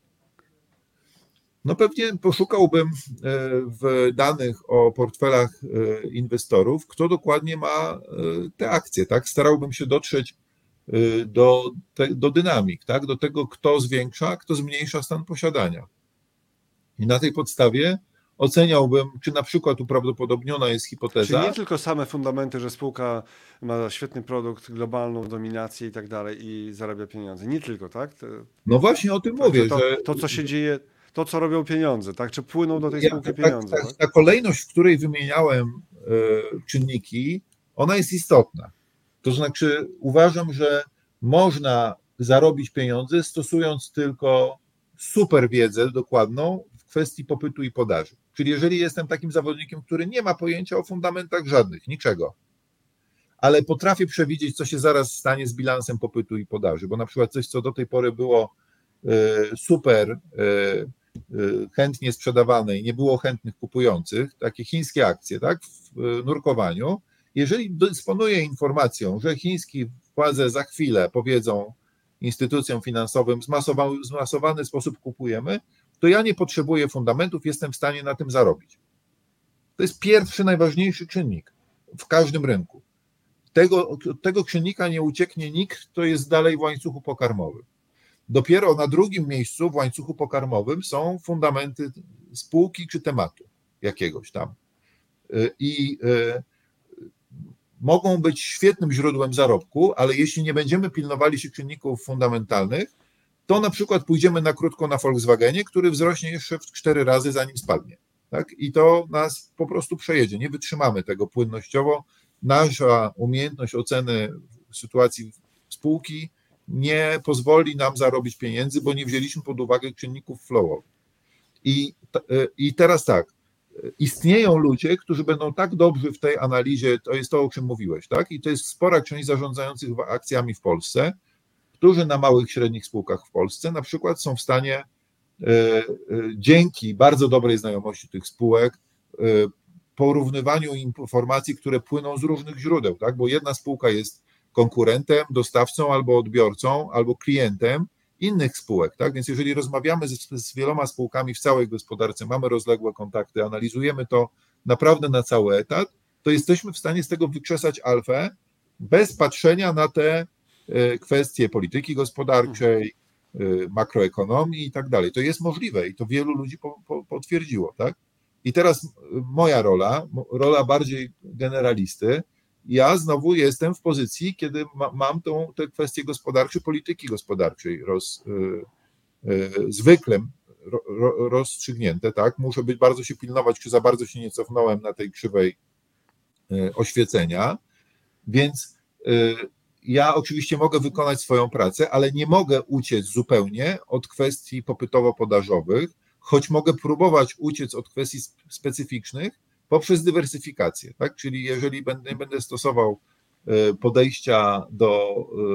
No pewnie poszukałbym w danych o portfelach inwestorów, kto dokładnie ma te akcje, tak? Starałbym się dotrzeć do, te, do dynamik, tak? Do tego, kto zwiększa, kto zmniejsza stan posiadania. I na tej podstawie oceniałbym, czy na przykład uprawdopodobniona jest hipoteza... Czyli nie tylko same fundamenty, że spółka ma świetny produkt, globalną dominację i tak dalej i zarabia pieniądze. Nie tylko, tak? To, no właśnie o tym mówię, to, że... To, co się dzieje, to, co robią pieniądze, tak? Czy płyną do tej spółki ja, pieniądze? Tak, tak? Ta kolejność, w której wymieniałem y, czynniki, ona jest istotna. To znaczy uważam, że można zarobić pieniądze stosując tylko super wiedzę dokładną w kwestii popytu i podaży. Czyli jeżeli jestem takim zawodnikiem, który nie ma pojęcia o fundamentach żadnych, niczego, ale potrafię przewidzieć, co się zaraz stanie z bilansem popytu i podaży, bo na przykład coś, co do tej pory było super chętnie sprzedawane i nie było chętnych kupujących, takie chińskie akcje, tak, w nurkowaniu, jeżeli dysponuję informacją, że chińskie władze za chwilę powiedzą instytucjom finansowym, w zmasowany, zmasowany sposób kupujemy, to ja nie potrzebuję fundamentów, jestem w stanie na tym zarobić. To jest pierwszy, najważniejszy czynnik w każdym rynku. Tego, od tego czynnika nie ucieknie nikt, kto jest dalej w łańcuchu pokarmowym. Dopiero na drugim miejscu w łańcuchu pokarmowym są fundamenty spółki czy tematu jakiegoś tam. I mogą być świetnym źródłem zarobku, ale jeśli nie będziemy pilnowali się czynników fundamentalnych, to na przykład pójdziemy na krótko na Volkswagenie, który wzrośnie jeszcze w cztery razy, zanim spadnie. tak? I to nas po prostu przejedzie. Nie wytrzymamy tego płynnościowo. Nasza umiejętność oceny sytuacji spółki nie pozwoli nam zarobić pieniędzy, bo nie wzięliśmy pod uwagę czynników flowowych. I, I teraz tak, istnieją ludzie, którzy będą tak dobrzy w tej analizie, to jest to, o czym mówiłeś, tak? I to jest spora część zarządzających akcjami w Polsce, którzy na małych, średnich spółkach w Polsce na przykład są w stanie dzięki bardzo dobrej znajomości tych spółek, porównywaniu informacji, które płyną z różnych źródeł, tak? Bo jedna spółka jest konkurentem, dostawcą albo odbiorcą, albo klientem innych spółek, tak? Więc jeżeli rozmawiamy z, z wieloma spółkami w całej gospodarce, mamy rozległe kontakty, analizujemy to naprawdę na cały etat, to jesteśmy w stanie z tego wykrzesać alfę bez patrzenia na te kwestie polityki gospodarczej, makroekonomii i tak dalej. To jest możliwe i to wielu ludzi po, po, potwierdziło, tak? I teraz moja rola, rola bardziej generalisty, ja znowu jestem w pozycji, kiedy ma, mam tą, te kwestie gospodarcze, polityki gospodarczej roz, y, y, zwykle ro, ro, rozstrzygnięte, tak? Muszę być, bardzo się pilnować, czy za bardzo się nie cofnąłem na tej krzywej y, oświecenia, więc y, ja oczywiście mogę wykonać swoją pracę, ale nie mogę uciec zupełnie od kwestii popytowo-podażowych, choć mogę próbować uciec od kwestii specyficznych poprzez dywersyfikację, tak? Czyli jeżeli będę, będę stosował podejścia do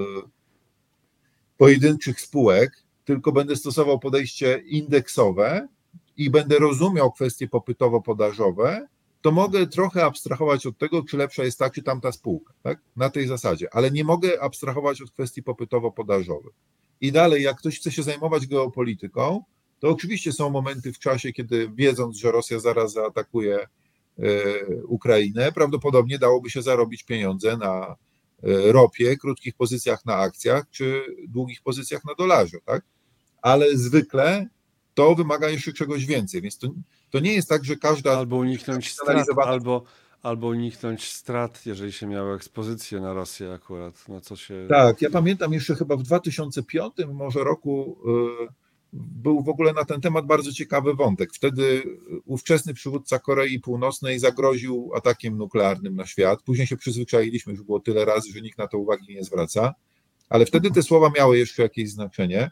pojedynczych spółek, tylko będę stosował podejście indeksowe i będę rozumiał kwestie popytowo-podażowe, to mogę trochę abstrahować od tego, czy lepsza jest ta, czy tamta spółka, tak? Na tej zasadzie, ale nie mogę abstrahować od kwestii popytowo-podażowych. I dalej, jak ktoś chce się zajmować geopolityką, to oczywiście są momenty w czasie, kiedy wiedząc, że Rosja zaraz zaatakuje Ukrainę, prawdopodobnie dałoby się zarobić pieniądze na ropie, krótkich pozycjach na akcjach, czy długich pozycjach na dolarze, tak? Ale zwykle to wymaga jeszcze czegoś więcej, więc to, to nie jest tak, że każda... Albo uniknąć strat, albo, albo uniknąć strat, jeżeli się miało ekspozycję na Rosję akurat, na co się... Tak, ja pamiętam jeszcze chyba w dwa tysiące piątym może roku był w ogóle na ten temat bardzo ciekawy wątek. Wtedy ówczesny przywódca Korei Północnej zagroził atakiem nuklearnym na świat. Później się przyzwyczailiśmy, już było tyle razy, że nikt na to uwagi nie zwraca, ale wtedy te słowa miały jeszcze jakieś znaczenie.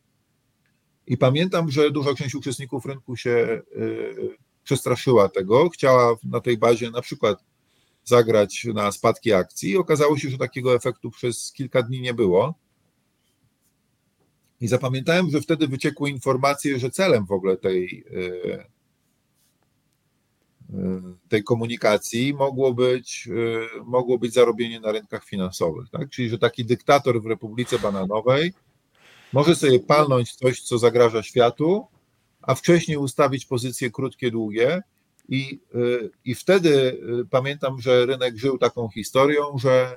I pamiętam, że duża część uczestników rynku się y, przestraszyła tego, chciała na tej bazie na przykład zagrać na spadki akcji i okazało się, że takiego efektu przez kilka dni nie było. I zapamiętałem, że wtedy wyciekły informacje, że celem w ogóle tej, y, y, tej komunikacji mogło być, y, mogło być zarobienie na rynkach finansowych, tak? Czyli że taki dyktator w Republice Bananowej może sobie palnąć coś, co zagraża światu, a wcześniej ustawić pozycje krótkie, długie i, i wtedy pamiętam, że rynek żył taką historią, że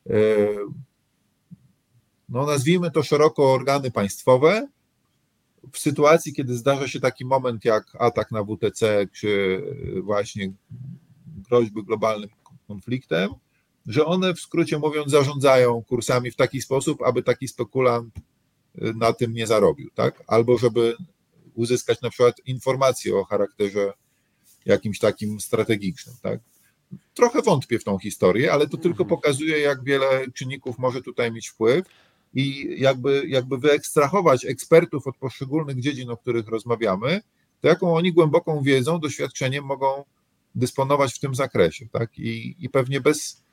no nazwijmy to szeroko organy państwowe, w sytuacji, kiedy zdarza się taki moment jak atak na W T C, czy właśnie groźby globalnym konfliktem, że one w skrócie mówiąc zarządzają kursami w taki sposób, aby taki spekulant na tym nie zarobił, tak? Albo żeby uzyskać na przykład informacje o charakterze jakimś takim strategicznym, tak? Trochę wątpię w tą historię, ale to tylko pokazuje, jak wiele czynników może tutaj mieć wpływ i jakby, jakby wyekstrahować ekspertów od poszczególnych dziedzin, o których rozmawiamy, to jaką oni głęboką wiedzą, doświadczeniem mogą dysponować w tym zakresie, tak? I, i pewnie bez...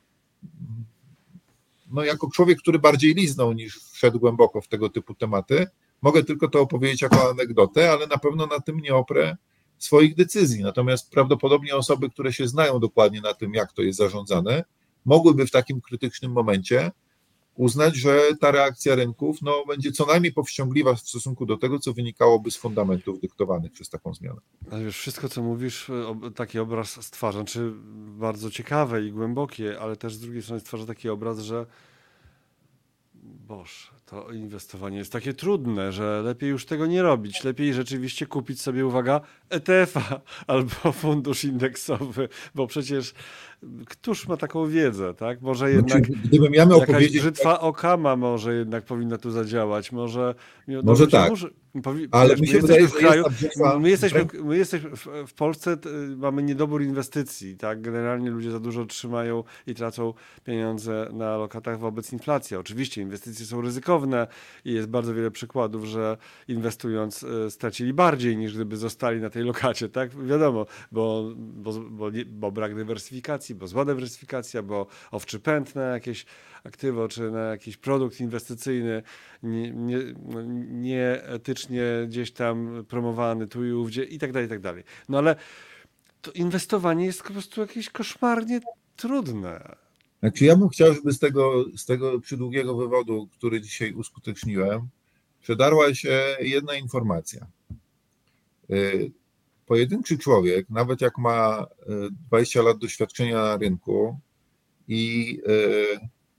No jako człowiek, który bardziej liznął niż wszedł głęboko w tego typu tematy, mogę tylko to opowiedzieć jako anegdotę, ale na pewno na tym nie oprę swoich decyzji. Natomiast prawdopodobnie osoby, które się znają dokładnie na tym, jak to jest zarządzane, mogłyby w takim krytycznym momencie uznać, że ta reakcja rynków no, będzie co najmniej powściągliwa w stosunku do tego, co wynikałoby z fundamentów dyktowanych przez taką zmianę. Ale wiesz, wszystko, co mówisz, taki obraz stwarza, czy bardzo ciekawe i głębokie, ale też z drugiej strony stwarza taki obraz, że Boże, to inwestowanie jest takie trudne, że lepiej już tego nie robić. Lepiej rzeczywiście kupić sobie, uwaga, E T F-a albo fundusz indeksowy, bo przecież któż ma taką wiedzę, tak? Może jednak Znaczy, gdybym ja miał jakaś powiedzieć, brzytwa Okama może jednak powinna tu zadziałać. Może, no, może ludzie tak, muszą- powi- ale wiesz, mi my się wydaje, jesteśmy w że jest kraju, ta brzytwa my jesteśmy, wręcz- my jesteśmy w, w Polsce, t- mamy niedobór inwestycji, tak? Generalnie ludzie za dużo trzymają i tracą pieniądze na lokatach wobec inflacji. Oczywiście inwestycje są ryzykowne i jest bardzo wiele przykładów, że inwestując e, stracili bardziej niż gdyby zostali na tej lokacie, tak? Wiadomo, bo, bo, bo, nie, bo brak dywersyfikacji, bo zła dywersyfikacja, bo owczy pęd na jakieś aktywo czy na jakiś produkt inwestycyjny nie, nie, no, nieetycznie gdzieś tam promowany tu i ówdzie i tak dalej, i tak dalej. No ale to inwestowanie jest po prostu jakieś koszmarnie trudne. Znaczy ja bym chciał, żeby z tego, z tego przydługiego wywodu, który dzisiaj uskuteczniłem, przedarła się jedna informacja. Y, Pojedynczy człowiek, nawet jak ma y, dwadzieścia lat doświadczenia na rynku i, y,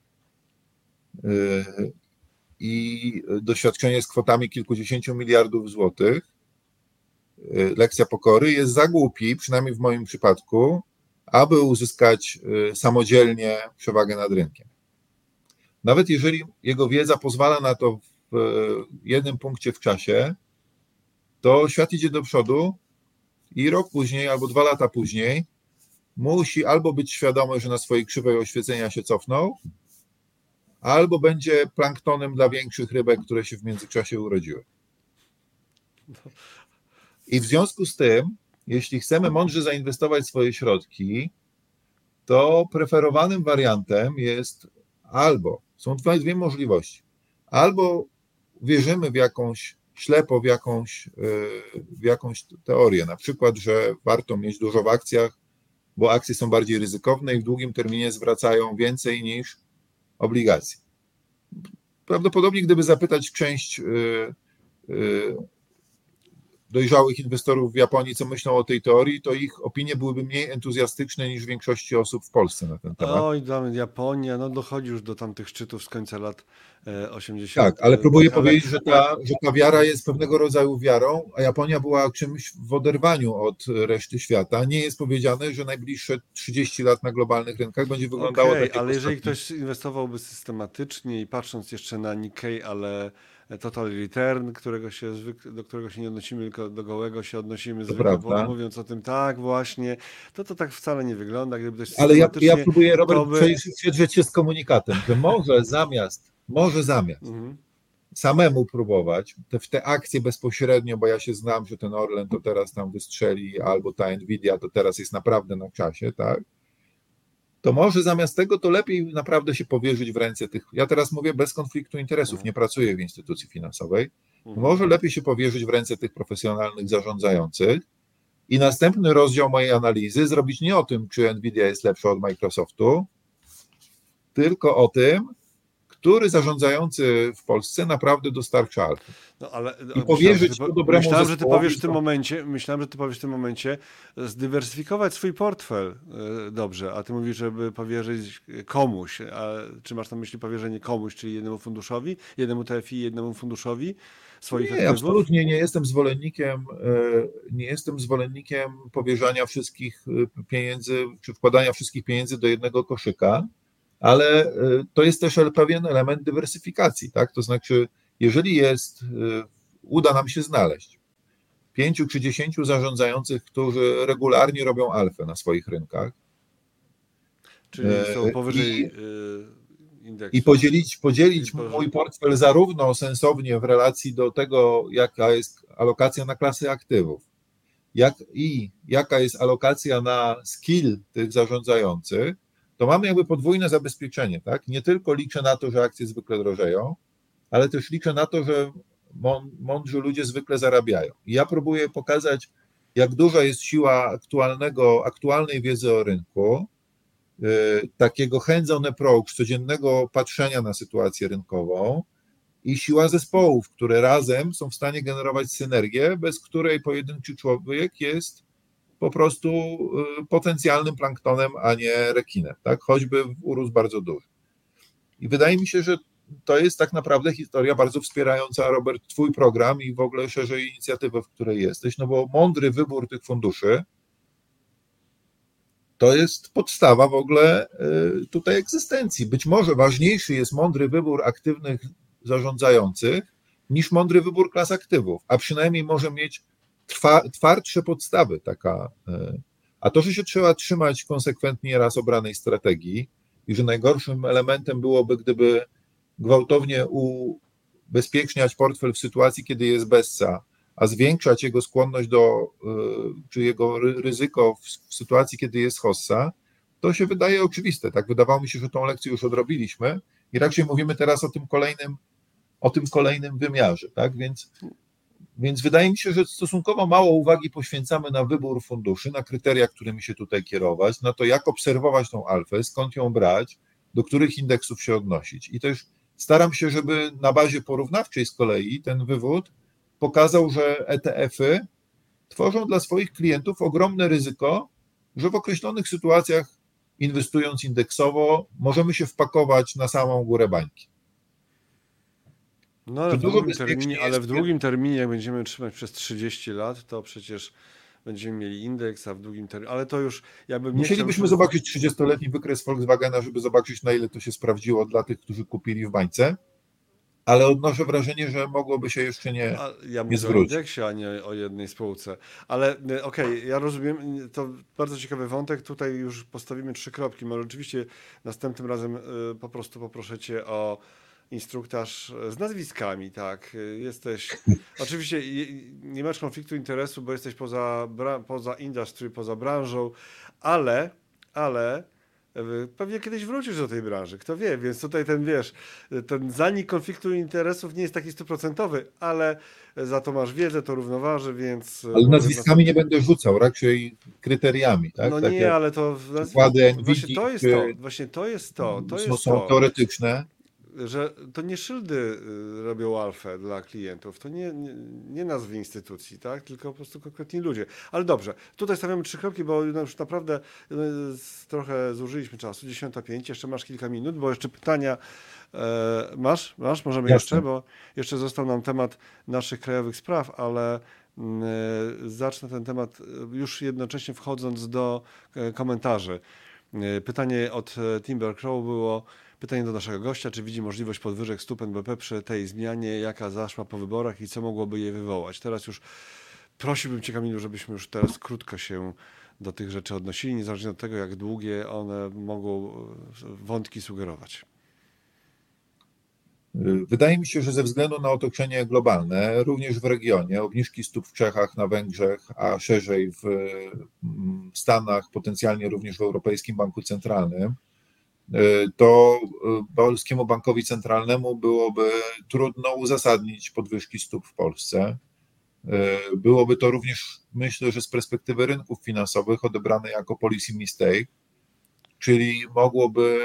y, i doświadczenie z kwotami kilkudziesięciu miliardów złotych, y, lekcja pokory, jest za głupi, przynajmniej w moim przypadku, aby uzyskać y, samodzielnie przewagę nad rynkiem. Nawet jeżeli jego wiedza pozwala na to w y, jednym punkcie w czasie, to świat idzie do przodu i rok później albo dwa lata później musi albo być świadomy, że na swojej krzywej oświecenia się cofnął, albo będzie planktonem dla większych rybek, które się w międzyczasie urodziły. I w związku z tym, jeśli chcemy mądrze zainwestować swoje środki, to preferowanym wariantem jest albo, są dwie, dwie możliwości, albo wierzymy w jakąś, ślepo w jakąś, w jakąś teorię, na przykład, że warto mieć dużo w akcjach, bo akcje są bardziej ryzykowne i w długim terminie zwracają więcej niż obligacje. Prawdopodobnie, gdyby zapytać część dojrzałych inwestorów w Japonii, co myślą o tej teorii, to ich opinie byłyby mniej entuzjastyczne niż większości osób w Polsce na ten temat. Oj, tam Japonia, no dochodzi już do tamtych szczytów z końca lat osiemdziesiątych. Tak, ale próbuję ale, powiedzieć, że ta, że ta wiara jest pewnego rodzaju wiarą, a Japonia była czymś w oderwaniu od reszty świata. Nie jest powiedziane, że najbliższe trzydzieści lat na globalnych rynkach będzie wyglądało okay, tak jak ale jeżeli ostatnie. ktoś inwestowałby systematycznie i patrząc jeszcze na Nikkei, ale total return, którego się zwykle, do którego się nie odnosimy, tylko do gołego się odnosimy zwykle, prawda. mówiąc o tym tak właśnie, to to tak wcale nie wygląda. Gdyby ktoś Ale ja, systematycznie... ja próbuję, Robert, to by... przejrzeć się z komunikatem, że może zamiast, może zamiast Mhm. samemu próbować te, w te akcje bezpośrednio, bo ja się znam, że ten Orlen to teraz tam wystrzeli, albo ta Nvidia to teraz jest naprawdę na czasie, tak? To może zamiast tego to lepiej naprawdę się powierzyć w ręce tych, ja teraz mówię bez konfliktu interesów, nie pracuję w instytucji finansowej, może lepiej się powierzyć w ręce tych profesjonalnych zarządzających i następny rozdział mojej analizy zrobić nie o tym, czy Nvidia jest lepsza od Microsoftu, tylko o tym, który zarządzający w Polsce naprawdę dostarcza alfy. No, ale, I powierzyć to dobremu myślałem, że ty zespołowi, powiesz w tym to- momencie, myślałem, że ty powiesz w tym momencie zdywersyfikować swój portfel e, dobrze, a ty mówisz, żeby powierzyć komuś. A czy masz na myśli powierzenie komuś, czyli jednemu funduszowi, jednemu T F I, jednemu funduszowi swoich Nie, aktywów? absolutnie nie jestem zwolennikiem, e, nie jestem zwolennikiem powierzania wszystkich e, pieniędzy, czy wkładania wszystkich pieniędzy do jednego koszyka, ale e, to jest też pewien element dywersyfikacji, tak? To znaczy, jeżeli jest, e, uda nam się znaleźć pięciu czy dziesięciu zarządzających, którzy regularnie robią alfę na swoich rynkach, Czyli są powyżej i, y, indeksu. i podzielić, podzielić I poży- mój portfel zarówno sensownie w relacji do tego, jaka jest alokacja na klasy aktywów, jak i jaka jest alokacja na skill tych zarządzających, to mamy jakby podwójne zabezpieczenie, tak? Nie tylko liczę na to, że akcje zwykle drożeją, ale też liczę na to, że mądrzy ludzie zwykle zarabiają. I ja próbuję pokazać, jak duża jest siła aktualnego, aktualnej wiedzy o rynku, yy, takiego hands-on approach, codziennego patrzenia na sytuację rynkową i siła zespołów, które razem są w stanie generować synergię, bez której pojedynczy człowiek jest po prostu yy, potencjalnym planktonem, a nie rekinem, tak? Choćby urósł bardzo duży. I wydaje mi się, że to jest tak naprawdę historia bardzo wspierająca, Robert, twój program i w ogóle szerzej inicjatywę, w której jesteś, no bo mądry wybór tych funduszy to jest podstawa w ogóle tutaj egzystencji. Być może ważniejszy jest mądry wybór aktywnych zarządzających niż mądry wybór klas aktywów, a przynajmniej może mieć trwa, twardsze podstawy taka. A to, że się trzeba trzymać konsekwentnie raz obranej strategii i że najgorszym elementem byłoby, gdyby gwałtownie ubezpieczniać portfel w sytuacji, kiedy jest bessa, a zwiększać jego skłonność do, czy jego ryzyko w sytuacji, kiedy jest hossa, to się wydaje oczywiste. Tak, wydawało mi się, że tą lekcję już odrobiliśmy i raczej mówimy teraz o tym kolejnym, o tym kolejnym wymiarze, tak, więc, więc wydaje mi się, że stosunkowo mało uwagi poświęcamy na wybór funduszy, na kryteria, którymi się tutaj kierować, na to, jak obserwować tą alfę, skąd ją brać, do których indeksów się odnosić. I też staram się, żeby na bazie porównawczej z kolei ten wywód pokazał, że E T F-y tworzą dla swoich klientów ogromne ryzyko, że w określonych sytuacjach, inwestując indeksowo, możemy się wpakować na samą górę bańki. No ale w długim terminie, ale w długim terminie, jak będziemy trzymać przez trzydzieści lat, to przecież będziemy mieli indeks, a w długim terminie, ale to już jakby... Musielibyśmy chciał... zobaczyć trzydziestoletni wykres Volkswagena, żeby zobaczyć, na ile to się sprawdziło dla tych, którzy kupili w bańce. Ale odnoszę wrażenie, że mogłoby się jeszcze nie a ja mówię o indeksie, a nie o jednej spółce. Ale okej, okay, ja rozumiem, to bardzo ciekawy wątek. Tutaj już postawimy trzy kropki. Może oczywiście następnym razem y, po prostu poproszę cię o instruktaż z nazwiskami, tak. Jesteś, oczywiście nie masz konfliktu interesu, bo jesteś poza, poza industry, poza branżą, ale, ale pewnie kiedyś wrócisz do tej branży, kto wie, więc tutaj ten, wiesz, ten zanik konfliktu interesów nie jest taki stuprocentowy, ale za to masz wiedzę, to równoważy, więc... Ale nazwiskami nie będę rzucał, raczej kryteriami, tak? No tak nie, ale to... Przykłady właśnie to jest to, właśnie to jest to, to jest są to. teoretyczne. Że to nie szyldy robią alfę dla klientów, to nie, nie, nie nazwy instytucji, tak? Tylko po prostu konkretni ludzie. Ale dobrze, tutaj stawiamy trzy kropki, bo już naprawdę trochę zużyliśmy czasu, dziesiąta pięć, jeszcze masz kilka minut, bo jeszcze pytania e, masz? Masz? Możemy Jasne. jeszcze, bo jeszcze został nam temat naszych krajowych spraw, ale e, zacznę ten temat już jednocześnie wchodząc do e, komentarzy. E, pytanie od Timber Crow było, pytanie do naszego gościa, czy widzi możliwość podwyżek stóp N B P przy tej zmianie, jaka zaszła po wyborach i co mogłoby je wywołać? Teraz już prosiłbym Cię, Kamilu, żebyśmy już teraz krótko się do tych rzeczy odnosili, niezależnie od tego, jak długie one mogą wątki sugerować. Wydaje mi się, że ze względu na otoczenie globalne, również w regionie, obniżki stóp w Czechach, na Węgrzech, a szerzej w Stanach, potencjalnie również w Europejskim Banku Centralnym, to Polskiemu Bankowi Centralnemu byłoby trudno uzasadnić podwyżki stóp w Polsce. Byłoby to również, myślę, że z perspektywy rynków finansowych odebrane jako policy mistake, czyli mogłoby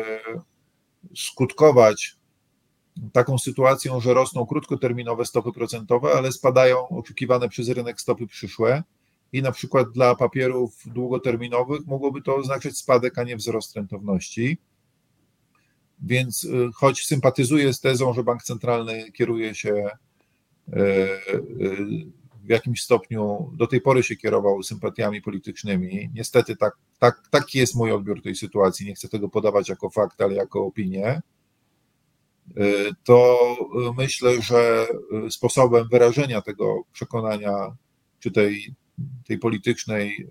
skutkować taką sytuacją, że rosną krótkoterminowe stopy procentowe, ale spadają oczekiwane przez rynek stopy przyszłe i na przykład dla papierów długoterminowych mogłoby to oznaczać spadek, a nie wzrost rentowności. Więc choć sympatyzuję z tezą, że bank centralny kieruje się w jakimś stopniu, do tej pory się kierował sympatiami politycznymi, niestety tak, tak, taki jest mój odbiór tej sytuacji, nie chcę tego podawać jako fakt, ale jako opinię, to myślę, że sposobem wyrażenia tego przekonania, czy tej, tej politycznej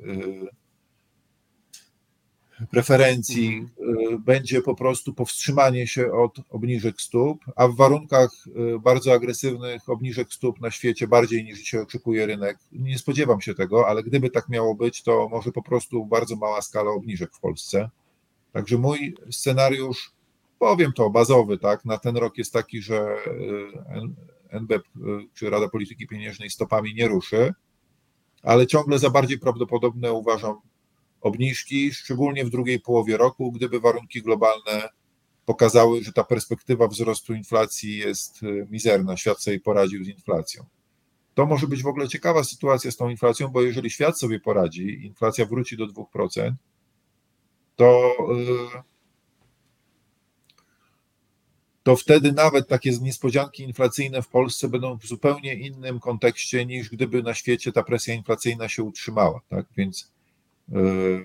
preferencji mm. będzie po prostu powstrzymanie się od obniżek stóp, a w warunkach bardzo agresywnych obniżek stóp na świecie, bardziej niż się oczekuje rynek, nie spodziewam się tego, ale gdyby tak miało być, to może po prostu bardzo mała skala obniżek w Polsce. Także mój scenariusz, powiem to, bazowy, tak, na ten rok jest taki, że N B P czy Rada Polityki Pieniężnej stopami nie ruszy, ale ciągle za bardziej prawdopodobne uważam obniżki, szczególnie w drugiej połowie roku, gdyby warunki globalne pokazały, że ta perspektywa wzrostu inflacji jest mizerna, świat sobie poradził z inflacją. To może być w ogóle ciekawa sytuacja z tą inflacją, bo jeżeli świat sobie poradzi, inflacja wróci do dwóch procent, to to wtedy nawet takie niespodzianki inflacyjne w Polsce będą w zupełnie innym kontekście, niż gdyby na świecie ta presja inflacyjna się utrzymała. Tak? Więc, yy,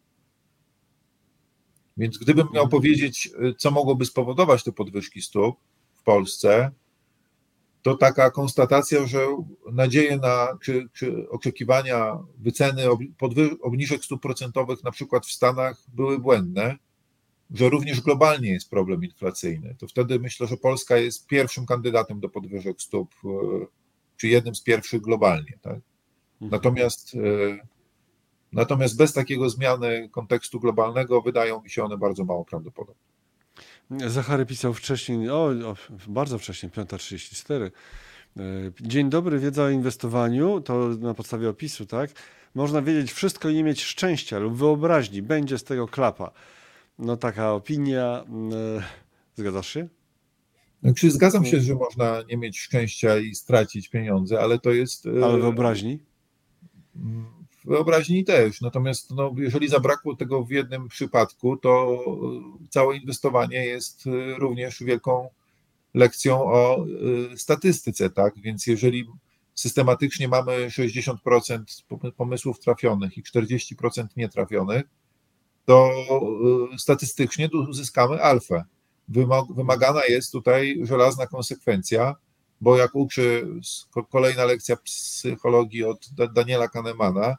więc gdybym miał powiedzieć, co mogłoby spowodować te podwyżki stóp w Polsce, to taka konstatacja, że nadzieje na, czy, czy oczekiwania wyceny podwy- obniżek stóp procentowych na przykład w Stanach były błędne, że również globalnie jest problem inflacyjny, to wtedy myślę, że Polska jest pierwszym kandydatem do podwyżek stóp, czy jednym z pierwszych globalnie. Tak? Natomiast, natomiast bez takiego zmiany kontekstu globalnego wydają mi się one bardzo mało prawdopodobne. Zachary pisał wcześniej, o, o bardzo wcześnie, piąta trzydzieści cztery. Dzień dobry, wiedza o inwestowaniu, to na podstawie opisu, tak? Można wiedzieć wszystko i nie mieć szczęścia lub wyobraźni, będzie z tego klapa. No taka opinia. Zgadzasz się? Znaczy, zgadzam się, że można nie mieć szczęścia i stracić pieniądze, ale to jest... Ale wyobraźni? Wyobraźni też. Natomiast no, jeżeli zabrakło tego w jednym przypadku, to całe inwestowanie jest również wielką lekcją o statystyce, tak? Więc jeżeli systematycznie mamy sześćdziesiąt procent pomysłów trafionych i czterdzieści procent nietrafionych, to statystycznie uzyskamy alfę. Wymagana jest tutaj żelazna konsekwencja, bo jak uczy kolejna lekcja psychologii od Daniela Kahnemana,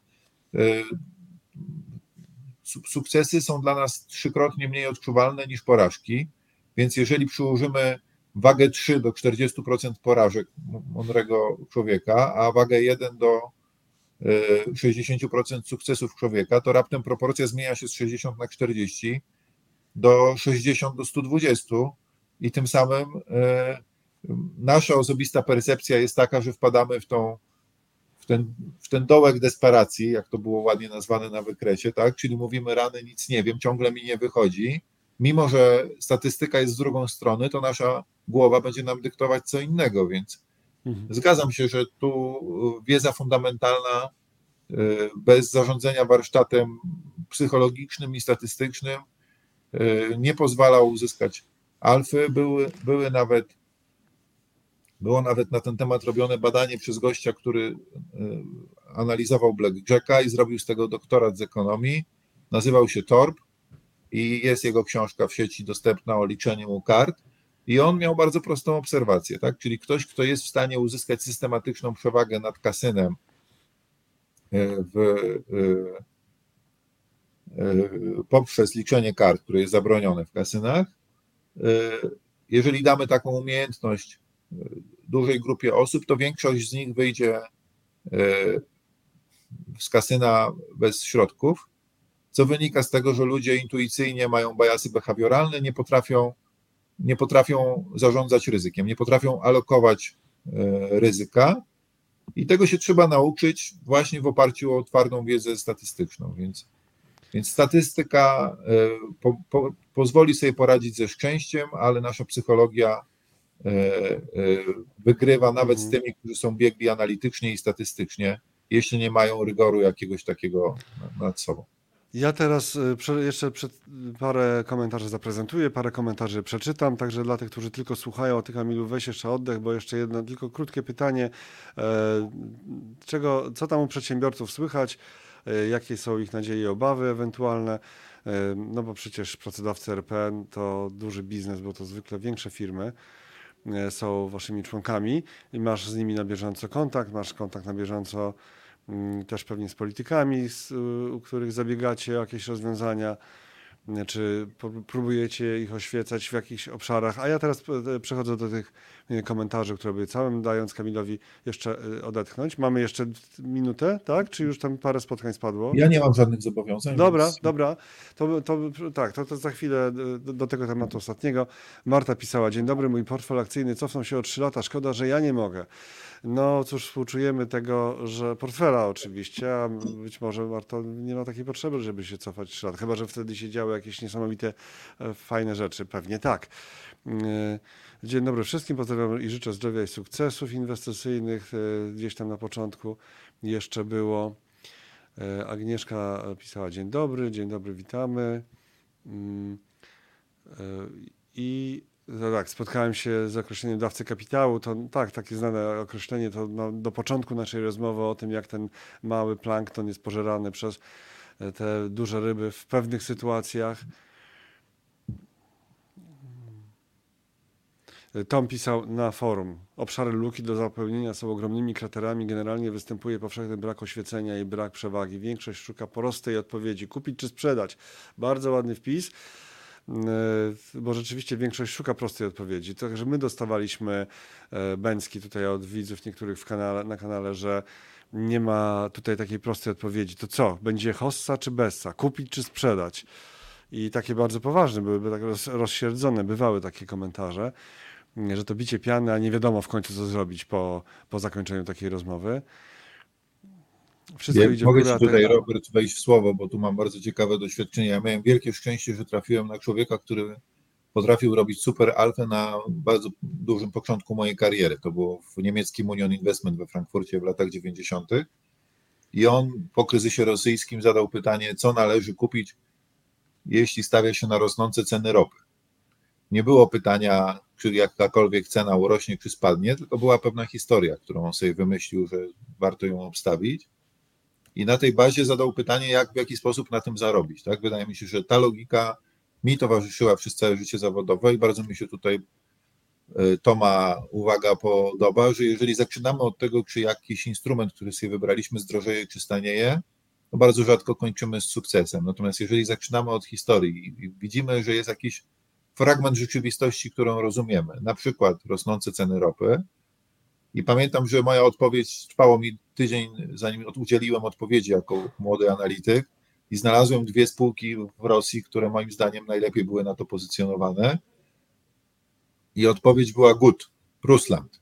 sukcesy są dla nas trzykrotnie mniej odczuwalne niż porażki, więc jeżeli przyłożymy wagę trzy do czterdziestu procent porażek mądrego człowieka, a wagę jeden do sześćdziesięciu procent sukcesów człowieka, to raptem proporcja zmienia się z sześćdziesiąt na czterdzieści do sześćdziesiąt do stu dwudziestu i tym samym nasza osobista percepcja jest taka, że wpadamy w, tą, w, ten, w ten dołek desperacji, jak to było ładnie nazwane na wykresie, tak? Czyli mówimy, rany, nic nie wiem, ciągle mi nie wychodzi. Mimo że statystyka jest z drugą strony, to nasza głowa będzie nam dyktować co innego, więc mhm. Zgadzam się, że tu wiedza fundamentalna bez zarządzania warsztatem psychologicznym i statystycznym nie pozwala uzyskać alfy. Były, były nawet, było nawet na ten temat robione badanie przez gościa, który analizował blackjacka i zrobił z tego doktorat z ekonomii. Nazywał się Torp i jest jego książka w sieci dostępna o liczeniu kart. I on miał bardzo prostą obserwację, tak? Czyli ktoś, kto jest w stanie uzyskać systematyczną przewagę nad kasynem w, poprzez liczenie kart, które jest zabronione w kasynach, jeżeli damy taką umiejętność dużej grupie osób, to większość z nich wyjdzie z kasyna bez środków, co wynika z tego, że ludzie intuicyjnie mają bajasy behawioralne, nie potrafią, nie potrafią zarządzać ryzykiem, nie potrafią alokować ryzyka i tego się trzeba nauczyć właśnie w oparciu o twardą wiedzę statystyczną, więc, więc statystyka po, po, pozwoli sobie poradzić ze szczęściem, ale nasza psychologia wygrywa nawet z tymi, którzy są biegli analitycznie i statystycznie, jeśli nie mają rygoru jakiegoś takiego nad sobą. Ja teraz jeszcze przed parę komentarzy zaprezentuję, parę komentarzy przeczytam, także dla tych, którzy tylko słuchają, Ty, Kamilu, weź jeszcze oddech, bo jeszcze jedno tylko krótkie pytanie. Czego, co tam u przedsiębiorców słychać? Jakie są ich nadzieje i obawy ewentualne? No bo przecież pracodawcy R P N to duży biznes, bo to zwykle większe firmy są waszymi członkami i masz z nimi na bieżąco kontakt, masz kontakt na bieżąco też pewnie z politykami, z, u których zabiegacie o jakieś rozwiązania, czy próbujecie ich oświecać w jakichś obszarach. A ja teraz przechodzę do tych komentarzy, które obiecałem, dając Kamilowi jeszcze odetchnąć. Mamy jeszcze minutę, tak? Czy już tam parę spotkań spadło? Ja nie mam żadnych zobowiązań. Dobra, więc... dobra. To, to, tak, to, to za chwilę do, do tego tematu ostatniego. Marta pisała, dzień dobry, mój portfel akcyjny cofnął się o trzy lata, szkoda, że ja nie mogę. No cóż, współczujemy tego, że portfela oczywiście, a być może warto, nie ma takiej potrzeby, żeby się cofać trzy lata, chyba że wtedy się działy jakieś niesamowite, fajne rzeczy, pewnie tak. Dzień dobry wszystkim, pozdrawiam i życzę zdrowia i sukcesów inwestycyjnych. Gdzieś tam na początku jeszcze było. Agnieszka pisała, dzień dobry, dzień dobry, witamy. I to tak, spotkałem się z określeniem dawcy kapitału, to tak, takie znane określenie, to no, do początku naszej rozmowy o tym, jak ten mały plankton jest pożerany przez te duże ryby w pewnych sytuacjach. Tom pisał na forum. Obszary luki do zapełnienia są ogromnymi kraterami. Generalnie występuje powszechny brak oświecenia i brak przewagi. Większość szuka prostej odpowiedzi. Kupić czy sprzedać? Bardzo ładny wpis, bo rzeczywiście większość szuka prostej odpowiedzi. Także my dostawaliśmy bęcki tutaj od widzów niektórych w kanale, na kanale, że nie ma tutaj takiej prostej odpowiedzi. To co? Będzie hossa czy bessa? Kupić czy sprzedać? I takie bardzo poważne byłyby, tak roz, rozsierdzone bywały takie komentarze, że to bicie piany, a nie wiadomo w końcu co zrobić po, po zakończeniu takiej rozmowy. Wszystko Ja idzie mogę w górę. Ci tutaj, ten... Robert, wejść w słowo, bo tu mam bardzo ciekawe doświadczenie. Ja miałem wielkie szczęście, że trafiłem na człowieka, który potrafił robić super alfę na bardzo dużym początku mojej kariery. To było w niemieckim Union Investment we Frankfurcie w latach dziewięćdziesiątych. I on po kryzysie rosyjskim zadał pytanie, co należy kupić, jeśli stawia się na rosnące ceny ropy. Nie było pytania, czy jakakolwiek cena urośnie, czy spadnie, tylko była pewna historia, którą on sobie wymyślił, że warto ją obstawić. I na tej bazie zadał pytanie, jak w jaki sposób na tym zarobić. Tak? Wydaje mi się, że ta logika mi towarzyszyła przez całe życie zawodowe i bardzo mi się tutaj Toma uwaga podoba, że jeżeli zaczynamy od tego, czy jakiś instrument, który sobie wybraliśmy, zdrożeje czy stanieje, to bardzo rzadko kończymy z sukcesem. Natomiast jeżeli zaczynamy od historii i widzimy, że jest jakiś fragment rzeczywistości, którą rozumiemy, na przykład rosnące ceny ropy, i pamiętam, że moja odpowiedź, trwało mi tydzień, zanim udzieliłem odpowiedzi jako młody analityk i znalazłem dwie spółki w Rosji, które moim zdaniem najlepiej były na to pozycjonowane i odpowiedź była good, Rusland.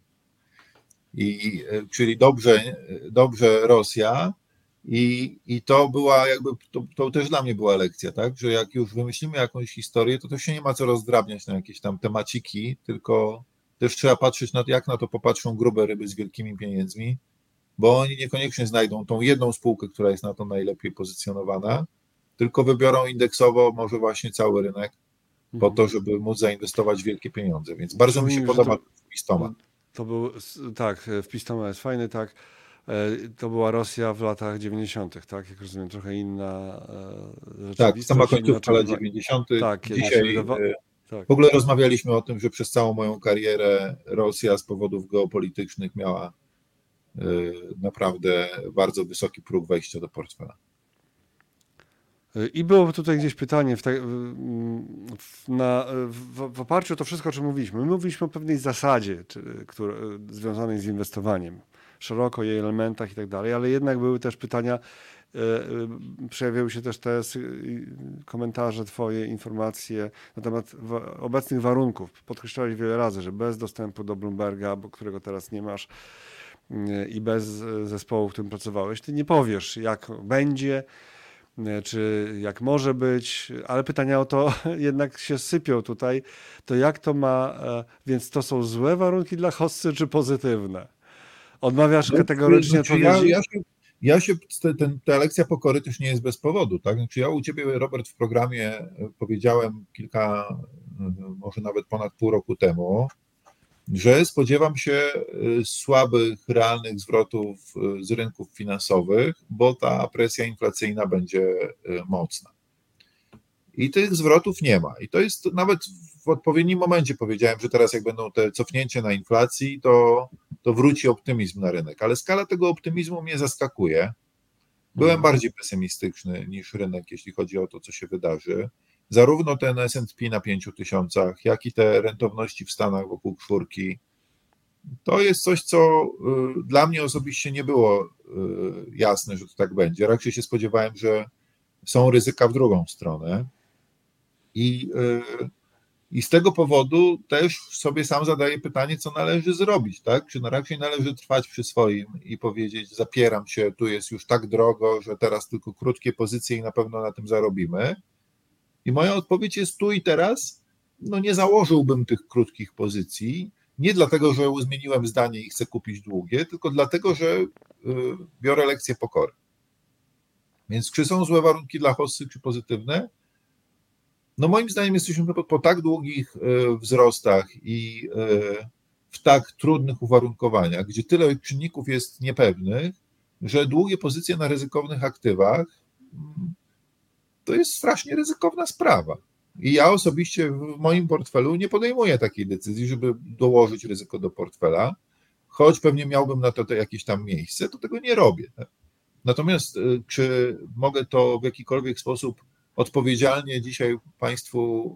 I, czyli dobrze, dobrze Rosja i, i to była jakby, to, to też dla mnie była lekcja, tak, że jak już wymyślimy jakąś historię, to to się nie ma co rozdrabniać na jakieś tam temaciki, tylko też trzeba patrzeć na to, jak na to popatrzą grube ryby z wielkimi pieniędzmi, bo oni niekoniecznie znajdą tą jedną spółkę, która jest na to najlepiej pozycjonowana, tylko wybiorą indeksowo może właśnie cały rynek po to, żeby móc zainwestować wielkie pieniądze. Więc bardzo mi się podoba wpis Toma. To był, tak, wpis Toma jest fajny, tak. To była Rosja w latach dziewięćdziesiątych, tak? Jak rozumiem, trochę inna rzeczywistość. Tak, sama końcówka lat dziewięćdziesiątych. Tak, dzisiaj wydawa... tak. W ogóle rozmawialiśmy o tym, że przez całą moją karierę Rosja z powodów geopolitycznych miała naprawdę bardzo wysoki próg wejścia do portfela. I było tutaj gdzieś pytanie w, te, w, na, w, w oparciu o to wszystko, o czym mówiliśmy. My mówiliśmy o pewnej zasadzie, czy, które, związanej z inwestowaniem, szeroko jej elementach i tak dalej, ale jednak były też pytania, e, przejawiały się też te komentarze twoje, informacje na temat w, obecnych warunków. Podkreślałeś wiele razy, że bez dostępu do Bloomberga, bo którego teraz nie masz, i bez zespołu, w którym pracowałeś, ty nie powiesz, jak będzie, czy jak może być, ale pytania o to jednak się sypią tutaj. To jak to ma, więc to są złe warunki dla hossy, czy pozytywne? Odmawiasz no, kategorycznie znaczy odpowiedzi? Ja, ja się, ja się ten, ta lekcja pokory też nie jest bez powodu. Tak? Znaczy ja u ciebie, Robert, w programie powiedziałem kilka, może nawet ponad pół roku temu, że spodziewam się słabych, realnych zwrotów z rynków finansowych, bo ta presja inflacyjna będzie mocna. I tych zwrotów nie ma. I to jest nawet w odpowiednim momencie powiedziałem, że teraz jak będą te cofnięcia na inflacji, to, to wróci optymizm na rynek. Ale skala tego optymizmu mnie zaskakuje. Byłem mhm. bardziej pesymistyczny niż rynek, jeśli chodzi o to, co się wydarzy. Zarówno ten S and P na pięciu tysiącach, jak i te rentowności w Stanach wokół czwórki, to jest coś, co y, dla mnie osobiście nie było y, jasne, że to tak będzie. Raczej się spodziewałem, że są ryzyka w drugą stronę. I, y, i z tego powodu też sobie sam zadaję pytanie, co należy zrobić, tak? Czy raczej należy trwać przy swoim i powiedzieć, zapieram się, tu jest już tak drogo, że teraz tylko krótkie pozycje i na pewno na tym zarobimy. I moja odpowiedź jest tu i teraz, no nie założyłbym tych krótkich pozycji, nie dlatego, że zmieniłem zdanie i chcę kupić długie, tylko dlatego, że biorę lekcję pokory. Więc czy są złe warunki dla hossy, czy pozytywne? no moim zdaniem jesteśmy po, po tak długich wzrostach i w tak trudnych uwarunkowaniach, gdzie tyle czynników jest niepewnych, że długie pozycje na ryzykownych aktywach to jest strasznie ryzykowna sprawa. I ja osobiście w moim portfelu nie podejmuję takiej decyzji, żeby dołożyć ryzyko do portfela, choć pewnie miałbym na to, to jakieś tam miejsce, to tego nie robię. Natomiast czy mogę to w jakikolwiek sposób odpowiedzialnie dzisiaj Państwu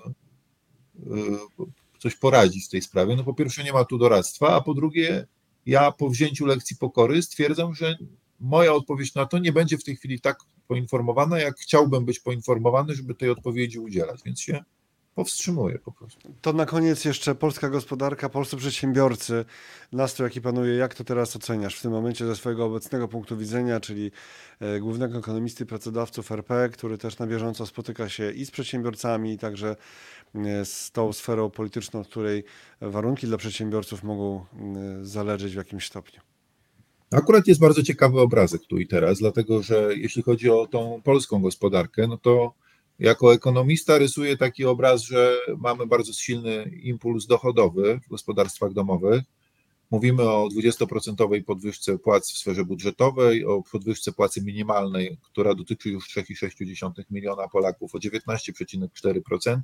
coś poradzić w tej sprawie? No po pierwsze nie ma tu doradztwa, a po drugie ja po wzięciu lekcji pokory stwierdzam, że moja odpowiedź na to nie będzie w tej chwili tak poinformowana, jak chciałbym być poinformowany, żeby tej odpowiedzi udzielać, więc się powstrzymuję po prostu. To na koniec jeszcze polska gospodarka, polscy przedsiębiorcy, nastrój jaki panuje, jak to teraz oceniasz w tym momencie ze swojego obecnego punktu widzenia, czyli głównego ekonomisty i pracodawców R P, który też na bieżąco spotyka się i z przedsiębiorcami, i także z tą sferą polityczną, w której warunki dla przedsiębiorców mogą zależeć w jakimś stopniu. Akurat jest bardzo ciekawy obrazek tu i teraz, dlatego że jeśli chodzi o tą polską gospodarkę, no to jako ekonomista rysuję taki obraz, że mamy bardzo silny impuls dochodowy w gospodarstwach domowych. Mówimy o dwudziestoprocentowej podwyżce płac w sferze budżetowej, o podwyżce płacy minimalnej, która dotyczy już trzy przecinek sześć miliona Polaków, o dziewiętnaście przecinek cztery procent.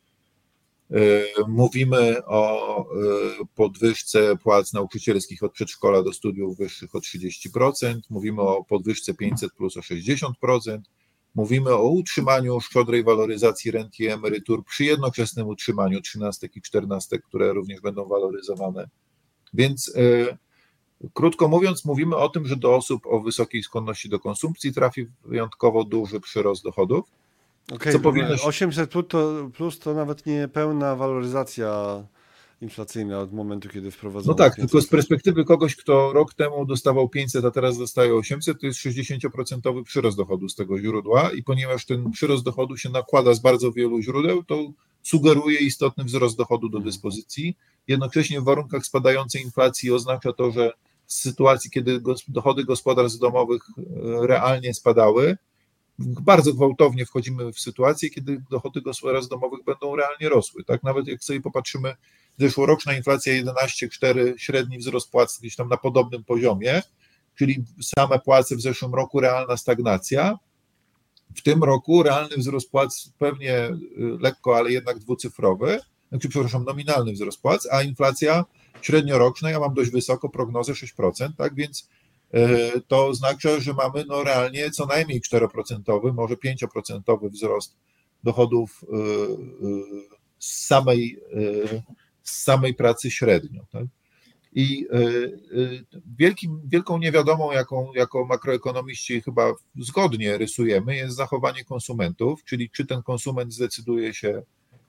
Mówimy o podwyżce płac nauczycielskich od przedszkola do studiów wyższych o trzydzieści procent, mówimy o podwyżce pięćset plus o sześćdziesiąt procent, mówimy o utrzymaniu szczodrej waloryzacji rent i emerytur przy jednoczesnym utrzymaniu trzynastek i czternastek, które również będą waloryzowane. Więc krótko mówiąc, mówimy o tym, że do osób o wysokiej skłonności do konsumpcji trafi wyjątkowo duży przyrost dochodów. Okej, okay, powinno... osiemset plus to, plus to nawet nie pełna waloryzacja inflacyjna od momentu, kiedy wprowadzono. No tak, pięćset. Tylko z perspektywy kogoś, kto rok temu dostawał pięćset, a teraz dostaje osiemset, to jest sześćdziesięcioprocentowy przyrost dochodu z tego źródła i ponieważ ten przyrost dochodu się nakłada z bardzo wielu źródeł, to sugeruje istotny wzrost dochodu do dyspozycji. Jednocześnie w warunkach spadającej inflacji oznacza to, że w sytuacji, kiedy dochody gospodarstw domowych realnie spadały, bardzo gwałtownie wchodzimy w sytuację, kiedy dochody gospodarstw domowych będą realnie rosły. Tak? Nawet jak sobie popatrzymy, zeszłoroczna inflacja jedenaście przecinek cztery, średni wzrost płac gdzieś tam na podobnym poziomie, czyli same płace w zeszłym roku, realna stagnacja. W tym roku realny wzrost płac pewnie lekko, ale jednak dwucyfrowy, znaczy, przepraszam, nominalny wzrost płac, a inflacja średnioroczna, ja mam dość wysoko prognozę sześć procent, tak, więc to oznacza, że mamy no realnie co najmniej czteroprocentowy, może pięcioprocentowy wzrost dochodów z samej, z samej pracy średnio. Tak? I wielkim, wielką niewiadomą, jaką jako makroekonomiści chyba zgodnie rysujemy, jest zachowanie konsumentów, czyli czy ten konsument zdecyduje się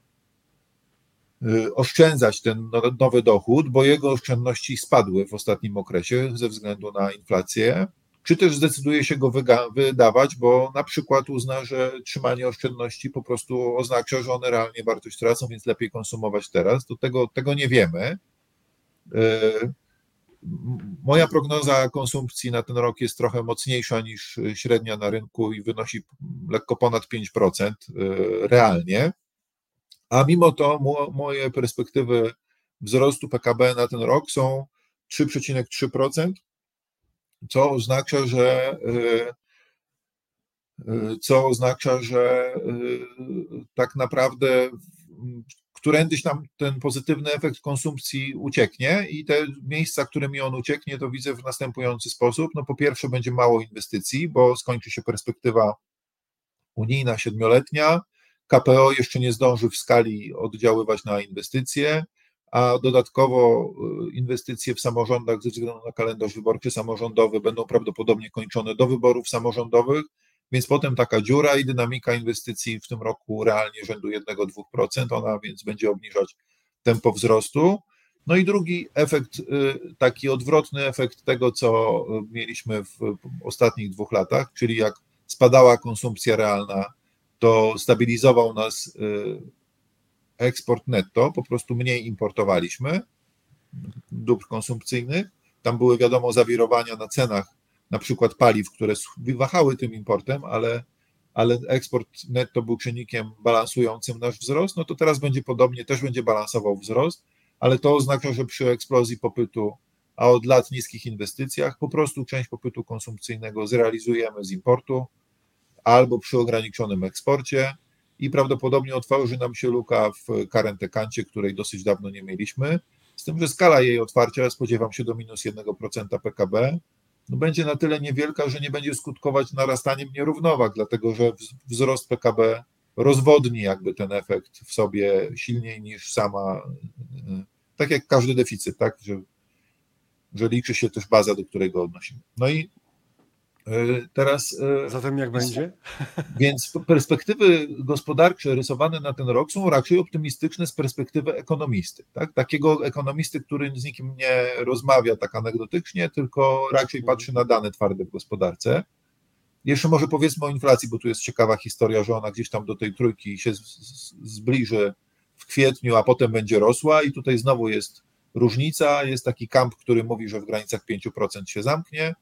oszczędzać ten nowy dochód, bo jego oszczędności spadły w ostatnim okresie ze względu na inflację, czy też zdecyduje się go wydawać, bo na przykład uzna, że trzymanie oszczędności po prostu oznacza, że one realnie wartość tracą, więc lepiej konsumować teraz. Do tego, tego nie wiemy. Moja prognoza konsumpcji na ten rok jest trochę mocniejsza niż średnia na rynku i wynosi lekko ponad pięć procent realnie. A mimo to moje perspektywy wzrostu P K B na ten rok są trzy przecinek trzy procent, co oznacza, że co oznacza, że tak naprawdę którędyś tam ten pozytywny efekt konsumpcji ucieknie i te miejsca, którymi on ucieknie, to widzę w następujący sposób. No po pierwsze będzie mało inwestycji, bo skończy się perspektywa unijna siedmioletnia, K P O jeszcze nie zdąży w skali oddziaływać na inwestycje, a dodatkowo inwestycje w samorządach ze względu na kalendarz wyborczy samorządowy będą prawdopodobnie kończone do wyborów samorządowych, więc potem taka dziura i dynamika inwestycji w tym roku realnie rzędu jeden do dwóch procent, ona więc będzie obniżać tempo wzrostu. No i drugi efekt, taki odwrotny efekt tego, co mieliśmy w ostatnich dwóch latach, czyli jak spadała konsumpcja realna, to stabilizował nas eksport netto, po prostu mniej importowaliśmy dóbr konsumpcyjnych. Tam były wiadomo zawirowania na cenach, na przykład paliw, które wahały tym importem, ale ale eksport netto był czynnikiem balansującym nasz wzrost, no to teraz będzie podobnie, też będzie balansował wzrost, ale to oznacza, że przy eksplozji popytu, a od lat niskich inwestycjach, po prostu część popytu konsumpcyjnego zrealizujemy z importu albo przy ograniczonym eksporcie i prawdopodobnie otworzy nam się luka w current accouncie, której dosyć dawno nie mieliśmy, z tym, że skala jej otwarcia, spodziewam się do minus jeden procent P K B, no będzie na tyle niewielka, że nie będzie skutkować narastaniem nierównowag, dlatego że wzrost P K B rozwodni jakby ten efekt w sobie silniej niż sama, tak jak każdy deficyt, tak, że, że liczy się też baza, do której go odnosimy. No i teraz... Zatem jak jest, będzie? Więc perspektywy gospodarcze rysowane na ten rok są raczej optymistyczne z perspektywy ekonomisty. Tak? Takiego ekonomisty, który z nikim nie rozmawia tak anegdotycznie, tylko raczej patrzy na dane twarde w gospodarce. Jeszcze może powiedzmy o inflacji, bo tu jest ciekawa historia, że ona gdzieś tam do tej trójki się zbliży w kwietniu, a potem będzie rosła i tutaj znowu jest różnica. Jest taki kamp, który mówi, że w granicach pięć procent się zamknie,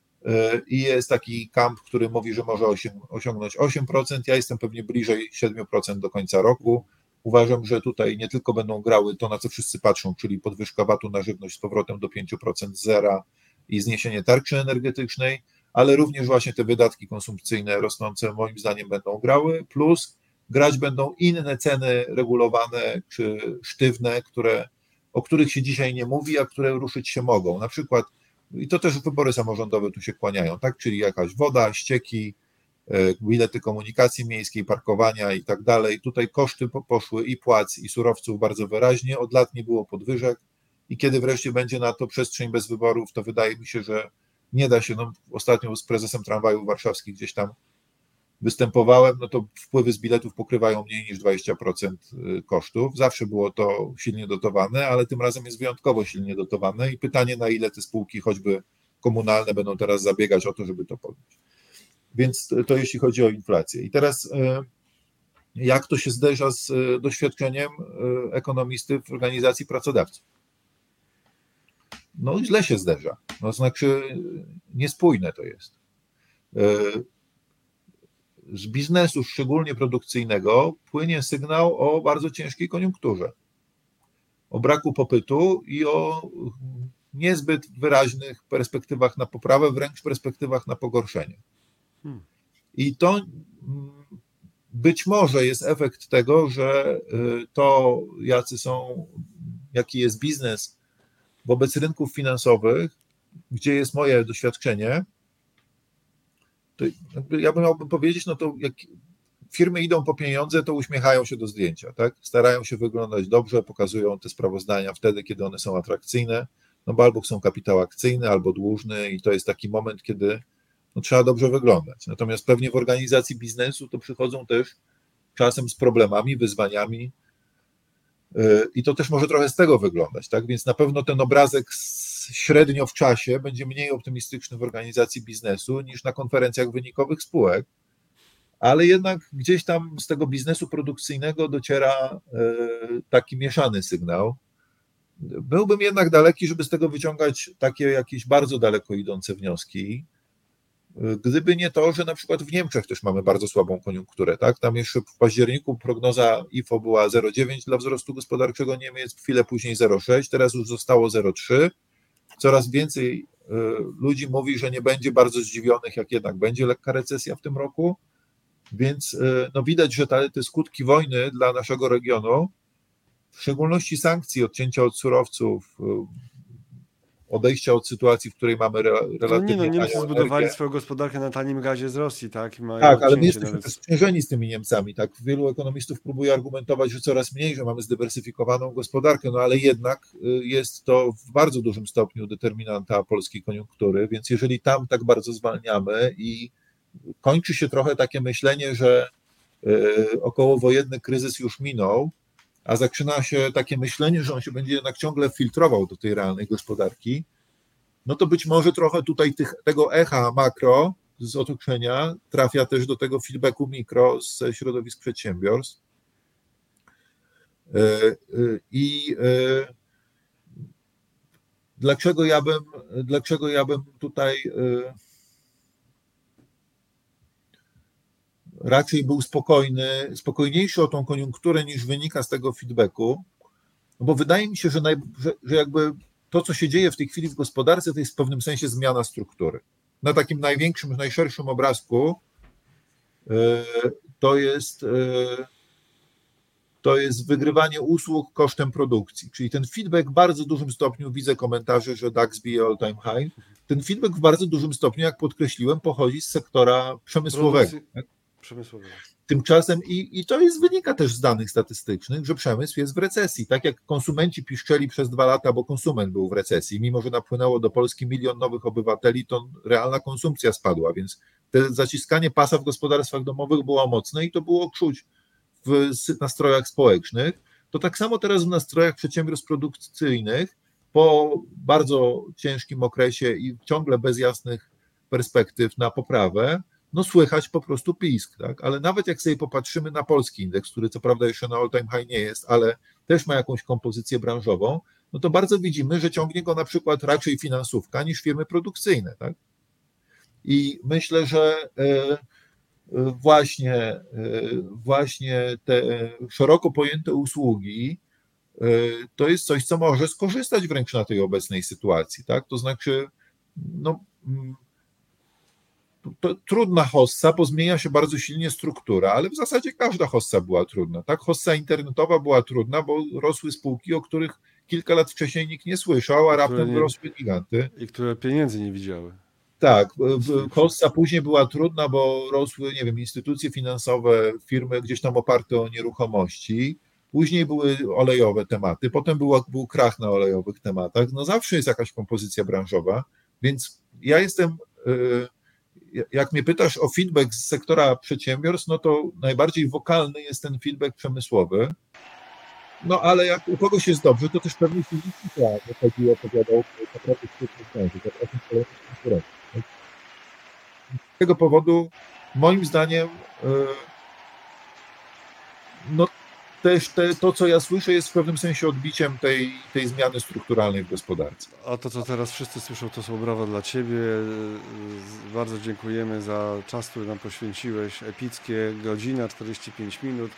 i jest taki kamp, który mówi, że może osiągnąć osiem procent. Ja jestem pewnie bliżej siedem procent do końca roku. Uważam, że tutaj nie tylko będą grały to, na co wszyscy patrzą, czyli podwyżka vatu na żywność z powrotem do pięć procent z zera i zniesienie tarczy energetycznej, ale również właśnie te wydatki konsumpcyjne rosnące moim zdaniem będą grały, plus grać będą inne ceny regulowane czy sztywne, które, o których się dzisiaj nie mówi, a które ruszyć się mogą. Na przykład i to też wybory samorządowe tu się kłaniają, tak? Czyli jakaś woda, ścieki, bilety komunikacji miejskiej, parkowania i tak dalej. Tutaj koszty poszły i płac, i surowców bardzo wyraźnie. Od lat nie było podwyżek i kiedy wreszcie będzie na to przestrzeń bez wyborów, to wydaje mi się, że nie da się. No, ostatnio z prezesem tramwajów warszawskich gdzieś tam występowałem, no to wpływy z biletów pokrywają mniej niż dwadzieścia procent kosztów. Zawsze było to silnie dotowane, ale tym razem jest wyjątkowo silnie dotowane i pytanie, na ile te spółki, choćby komunalne, będą teraz zabiegać o to, żeby to podnieść. Więc to jeśli chodzi o inflację. I teraz jak to się zderza z doświadczeniem ekonomisty w organizacji pracodawców? No źle się zderza. No znaczy niespójne to jest. Z biznesu, szczególnie produkcyjnego, płynie sygnał o bardzo ciężkiej koniunkturze, o braku popytu i o niezbyt wyraźnych perspektywach na poprawę, wręcz perspektywach na pogorszenie. I to być może jest efekt tego, że to, jacy są, jaki jest biznes wobec rynków finansowych, gdzie jest moje doświadczenie, to ja bym miałbym powiedzieć, no to jak firmy idą po pieniądze, to uśmiechają się do zdjęcia, tak? Starają się wyglądać dobrze, pokazują te sprawozdania wtedy, kiedy one są atrakcyjne, no bo albo chcą kapitał akcyjny, albo dłużny i to jest taki moment, kiedy no, trzeba dobrze wyglądać. Natomiast pewnie w organizacji biznesu to przychodzą też czasem z problemami, wyzwaniami i to też może trochę z tego wyglądać, tak? Więc na pewno ten obrazek średnio w czasie będzie mniej optymistyczny w organizacji biznesu niż na konferencjach wynikowych spółek, ale jednak gdzieś tam z tego biznesu produkcyjnego dociera taki mieszany sygnał. Byłbym jednak daleki, żeby z tego wyciągać takie jakieś bardzo daleko idące wnioski, gdyby nie to, że na przykład w Niemczech też mamy bardzo słabą koniunkturę, tak? Tam jeszcze w październiku prognoza I F O była zero przecinek dziewięć dla wzrostu gospodarczego Niemiec, chwilę później zero przecinek sześć, teraz już zostało zero przecinek trzy. Coraz więcej ludzi mówi, że nie będzie bardzo zdziwionych, jak jednak będzie lekka recesja w tym roku, więc no widać, że te, te skutki wojny dla naszego regionu, w szczególności sankcji, odcięcia od surowców, odejścia od sytuacji, w której mamy relatywnie no nie, no Niemcy tanią zbudowali energię. swoją gospodarkę na tanim gazie z Rosji, tak? I mają Tak, ale my odcięcie jesteśmy nawet. też sprzężeni z tymi Niemcami, tak? Wielu ekonomistów próbuje argumentować, że coraz mniej, że mamy zdywersyfikowaną gospodarkę, no ale jednak jest to w bardzo dużym stopniu determinanta polskiej koniunktury, więc jeżeli tam tak bardzo zwalniamy i kończy się trochę takie myślenie, że okołowojenny kryzys już minął, a zaczyna się takie myślenie, że on się będzie jednak ciągle filtrował do tej realnej gospodarki, no to być może trochę tutaj tych, tego echa makro z otoczenia trafia też do tego feedbacku mikro ze środowisk przedsiębiorstw. I dlaczego ja bym, dlaczego ja bym tutaj raczej był spokojny, spokojniejszy o tą koniunkturę niż wynika z tego feedbacku, no bo wydaje mi się, że, naj, że, że jakby to, co się dzieje w tej chwili w gospodarce, to jest w pewnym sensie zmiana struktury. Na takim największym, najszerszym obrazku to jest, to jest wygrywanie usług kosztem produkcji. Czyli ten feedback w bardzo dużym stopniu, widzę komentarze, że D A X bije all time high, ten feedback w bardzo dużym stopniu, jak podkreśliłem, pochodzi z sektora przemysłowego. Produkcji przemysłowego. Tymczasem, i, i to jest, wynika też z danych statystycznych, że przemysł jest w recesji. Tak jak konsumenci piszczeli przez dwa lata, bo konsument był w recesji, mimo że napłynęło do Polski milion nowych obywateli, to realna konsumpcja spadła, więc te zaciskanie pasa w gospodarstwach domowych było mocne i to było czuć w nastrojach społecznych. To tak samo teraz w nastrojach przedsiębiorstw produkcyjnych po bardzo ciężkim okresie i ciągle bez jasnych perspektyw na poprawę, no słychać po prostu pisk, tak? Ale nawet jak sobie popatrzymy na polski indeks, który co prawda jeszcze na all time high nie jest, ale też ma jakąś kompozycję branżową, no to bardzo widzimy, że ciągnie go na przykład raczej finansówka niż firmy produkcyjne, tak? I myślę, że właśnie, właśnie te szeroko pojęte usługi to jest coś, co może skorzystać wręcz na tej obecnej sytuacji, tak? To znaczy, no to trudna hossa, bo zmienia się bardzo silnie struktura, ale w zasadzie każda hossa była trudna. Tak, hossa internetowa była trudna, bo rosły spółki, o których kilka lat wcześniej nikt nie słyszał, a raptem nie, wyrosły giganty. I które pieniędzy nie widziały. Tak, hossa później była trudna, bo rosły, nie wiem, instytucje finansowe, firmy gdzieś tam oparte o nieruchomości. Później były olejowe tematy, potem był, był krach na olejowych tematach. No zawsze jest jakaś kompozycja branżowa, więc ja jestem... Yy, jak mnie pytasz o feedback z sektora przedsiębiorstw, no to najbardziej wokalny jest ten feedback przemysłowy. No ale jak u kogoś jest dobrze, to też pewnie się nie chodzi, opowiadał naprawdę świetnie zdąży, zapraszam kolejnych konkurentów. Z tego powodu moim zdaniem no też te, to, co ja słyszę, jest w pewnym sensie odbiciem tej, tej zmiany strukturalnej w gospodarce. A to, co teraz wszyscy słyszą, to są brawa dla Ciebie. Bardzo dziękujemy za czas, który nam poświęciłeś. Epickie, godzina, czterdzieści pięć minut.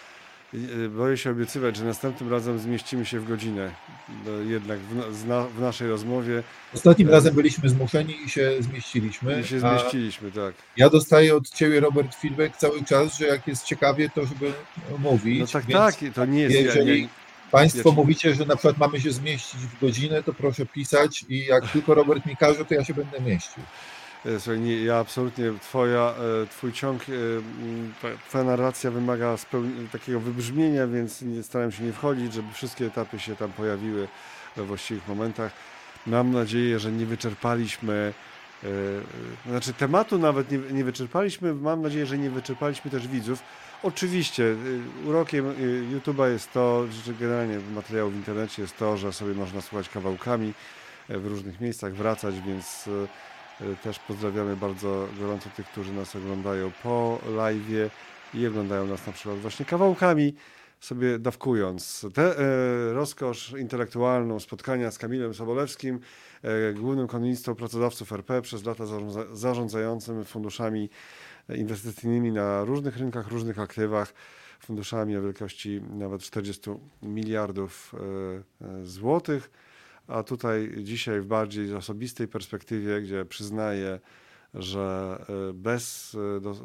Boję się obiecywać, że następnym razem zmieścimy się w godzinę, jednak w, na, w naszej rozmowie. Ostatnim razem byliśmy zmuszeni i się zmieściliśmy. I się zmieściliśmy, tak. Ja dostaję od Ciebie, Robert, feedback cały czas, że jak jest ciekawie, to żeby mówić. No tak, tak, to nie jest... Jeżeli ja, nie, Państwo ja, mówicie, że na przykład mamy się zmieścić w godzinę, to proszę pisać i jak tylko Robert mi każe, to ja się będę mieścił. Słuchaj, nie, ja absolutnie, twoja, twój ciąg, twoja narracja wymaga spełni- takiego wybrzmienia, więc nie, staram się nie wchodzić, żeby wszystkie etapy się tam pojawiły we właściwych momentach. Mam nadzieję, że nie wyczerpaliśmy, yy, znaczy tematu nawet nie, nie wyczerpaliśmy, mam nadzieję, że nie wyczerpaliśmy też widzów. Oczywiście yy, urokiem yy, YouTube'a jest to, że generalnie materiału w internecie jest to, że sobie można słuchać kawałkami yy, w różnych miejscach, wracać, więc yy, też pozdrawiamy bardzo gorąco tych, którzy nas oglądają po live'ie i oglądają nas na przykład właśnie kawałkami, sobie dawkując. Tę e, rozkosz intelektualną spotkania z Kamilem Sobolewskim, e, głównym kanonistą pracodawców R P, przez lata zarządza, zarządzającym funduszami inwestycyjnymi na różnych rynkach, różnych aktywach, funduszami o wielkości nawet czterdzieści miliardów e, e, złotych. A tutaj dzisiaj w bardziej osobistej perspektywie, gdzie przyznaję, że bez,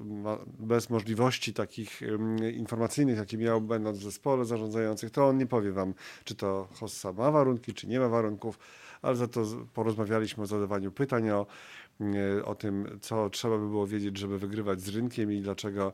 bez możliwości takich informacyjnych, jakie miał będąc w zespole zarządzających, to on nie powie wam, czy to hossa ma warunki, czy nie ma warunków, ale za to porozmawialiśmy o zadawaniu pytań, o, o tym, co trzeba by było wiedzieć, żeby wygrywać z rynkiem i dlaczego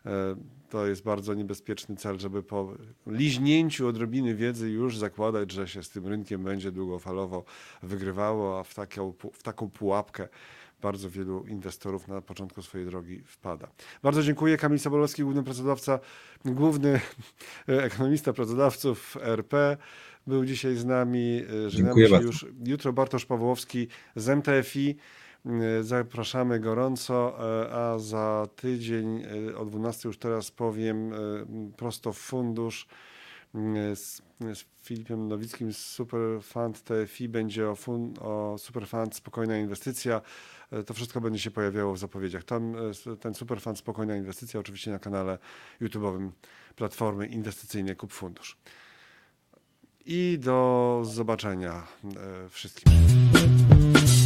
to jest bardzo niebezpieczny cel, żeby po liźnięciu odrobiny wiedzy już zakładać, że się z tym rynkiem będzie długofalowo wygrywało, a w taką, w taką pułapkę bardzo wielu inwestorów na początku swojej drogi wpada. Bardzo dziękuję. Kamil Sobolewski, główny pracodawca, główny ekonomista pracodawców R P, był dzisiaj z nami. Żegnamy się już. Jutro Bartosz Pawłowski z M T F I. Zapraszamy gorąco, a za tydzień o dwunastej już teraz powiem prosto w fundusz z, z Filipem Nowickim z Superfund T F I będzie o, fun, o Superfund Spokojna Inwestycja. To wszystko będzie się pojawiało w zapowiedziach. Tam ten Superfund Spokojna Inwestycja oczywiście na kanale YouTube'owym Platformy Inwestycyjnej Kup Fundusz. I do zobaczenia wszystkim.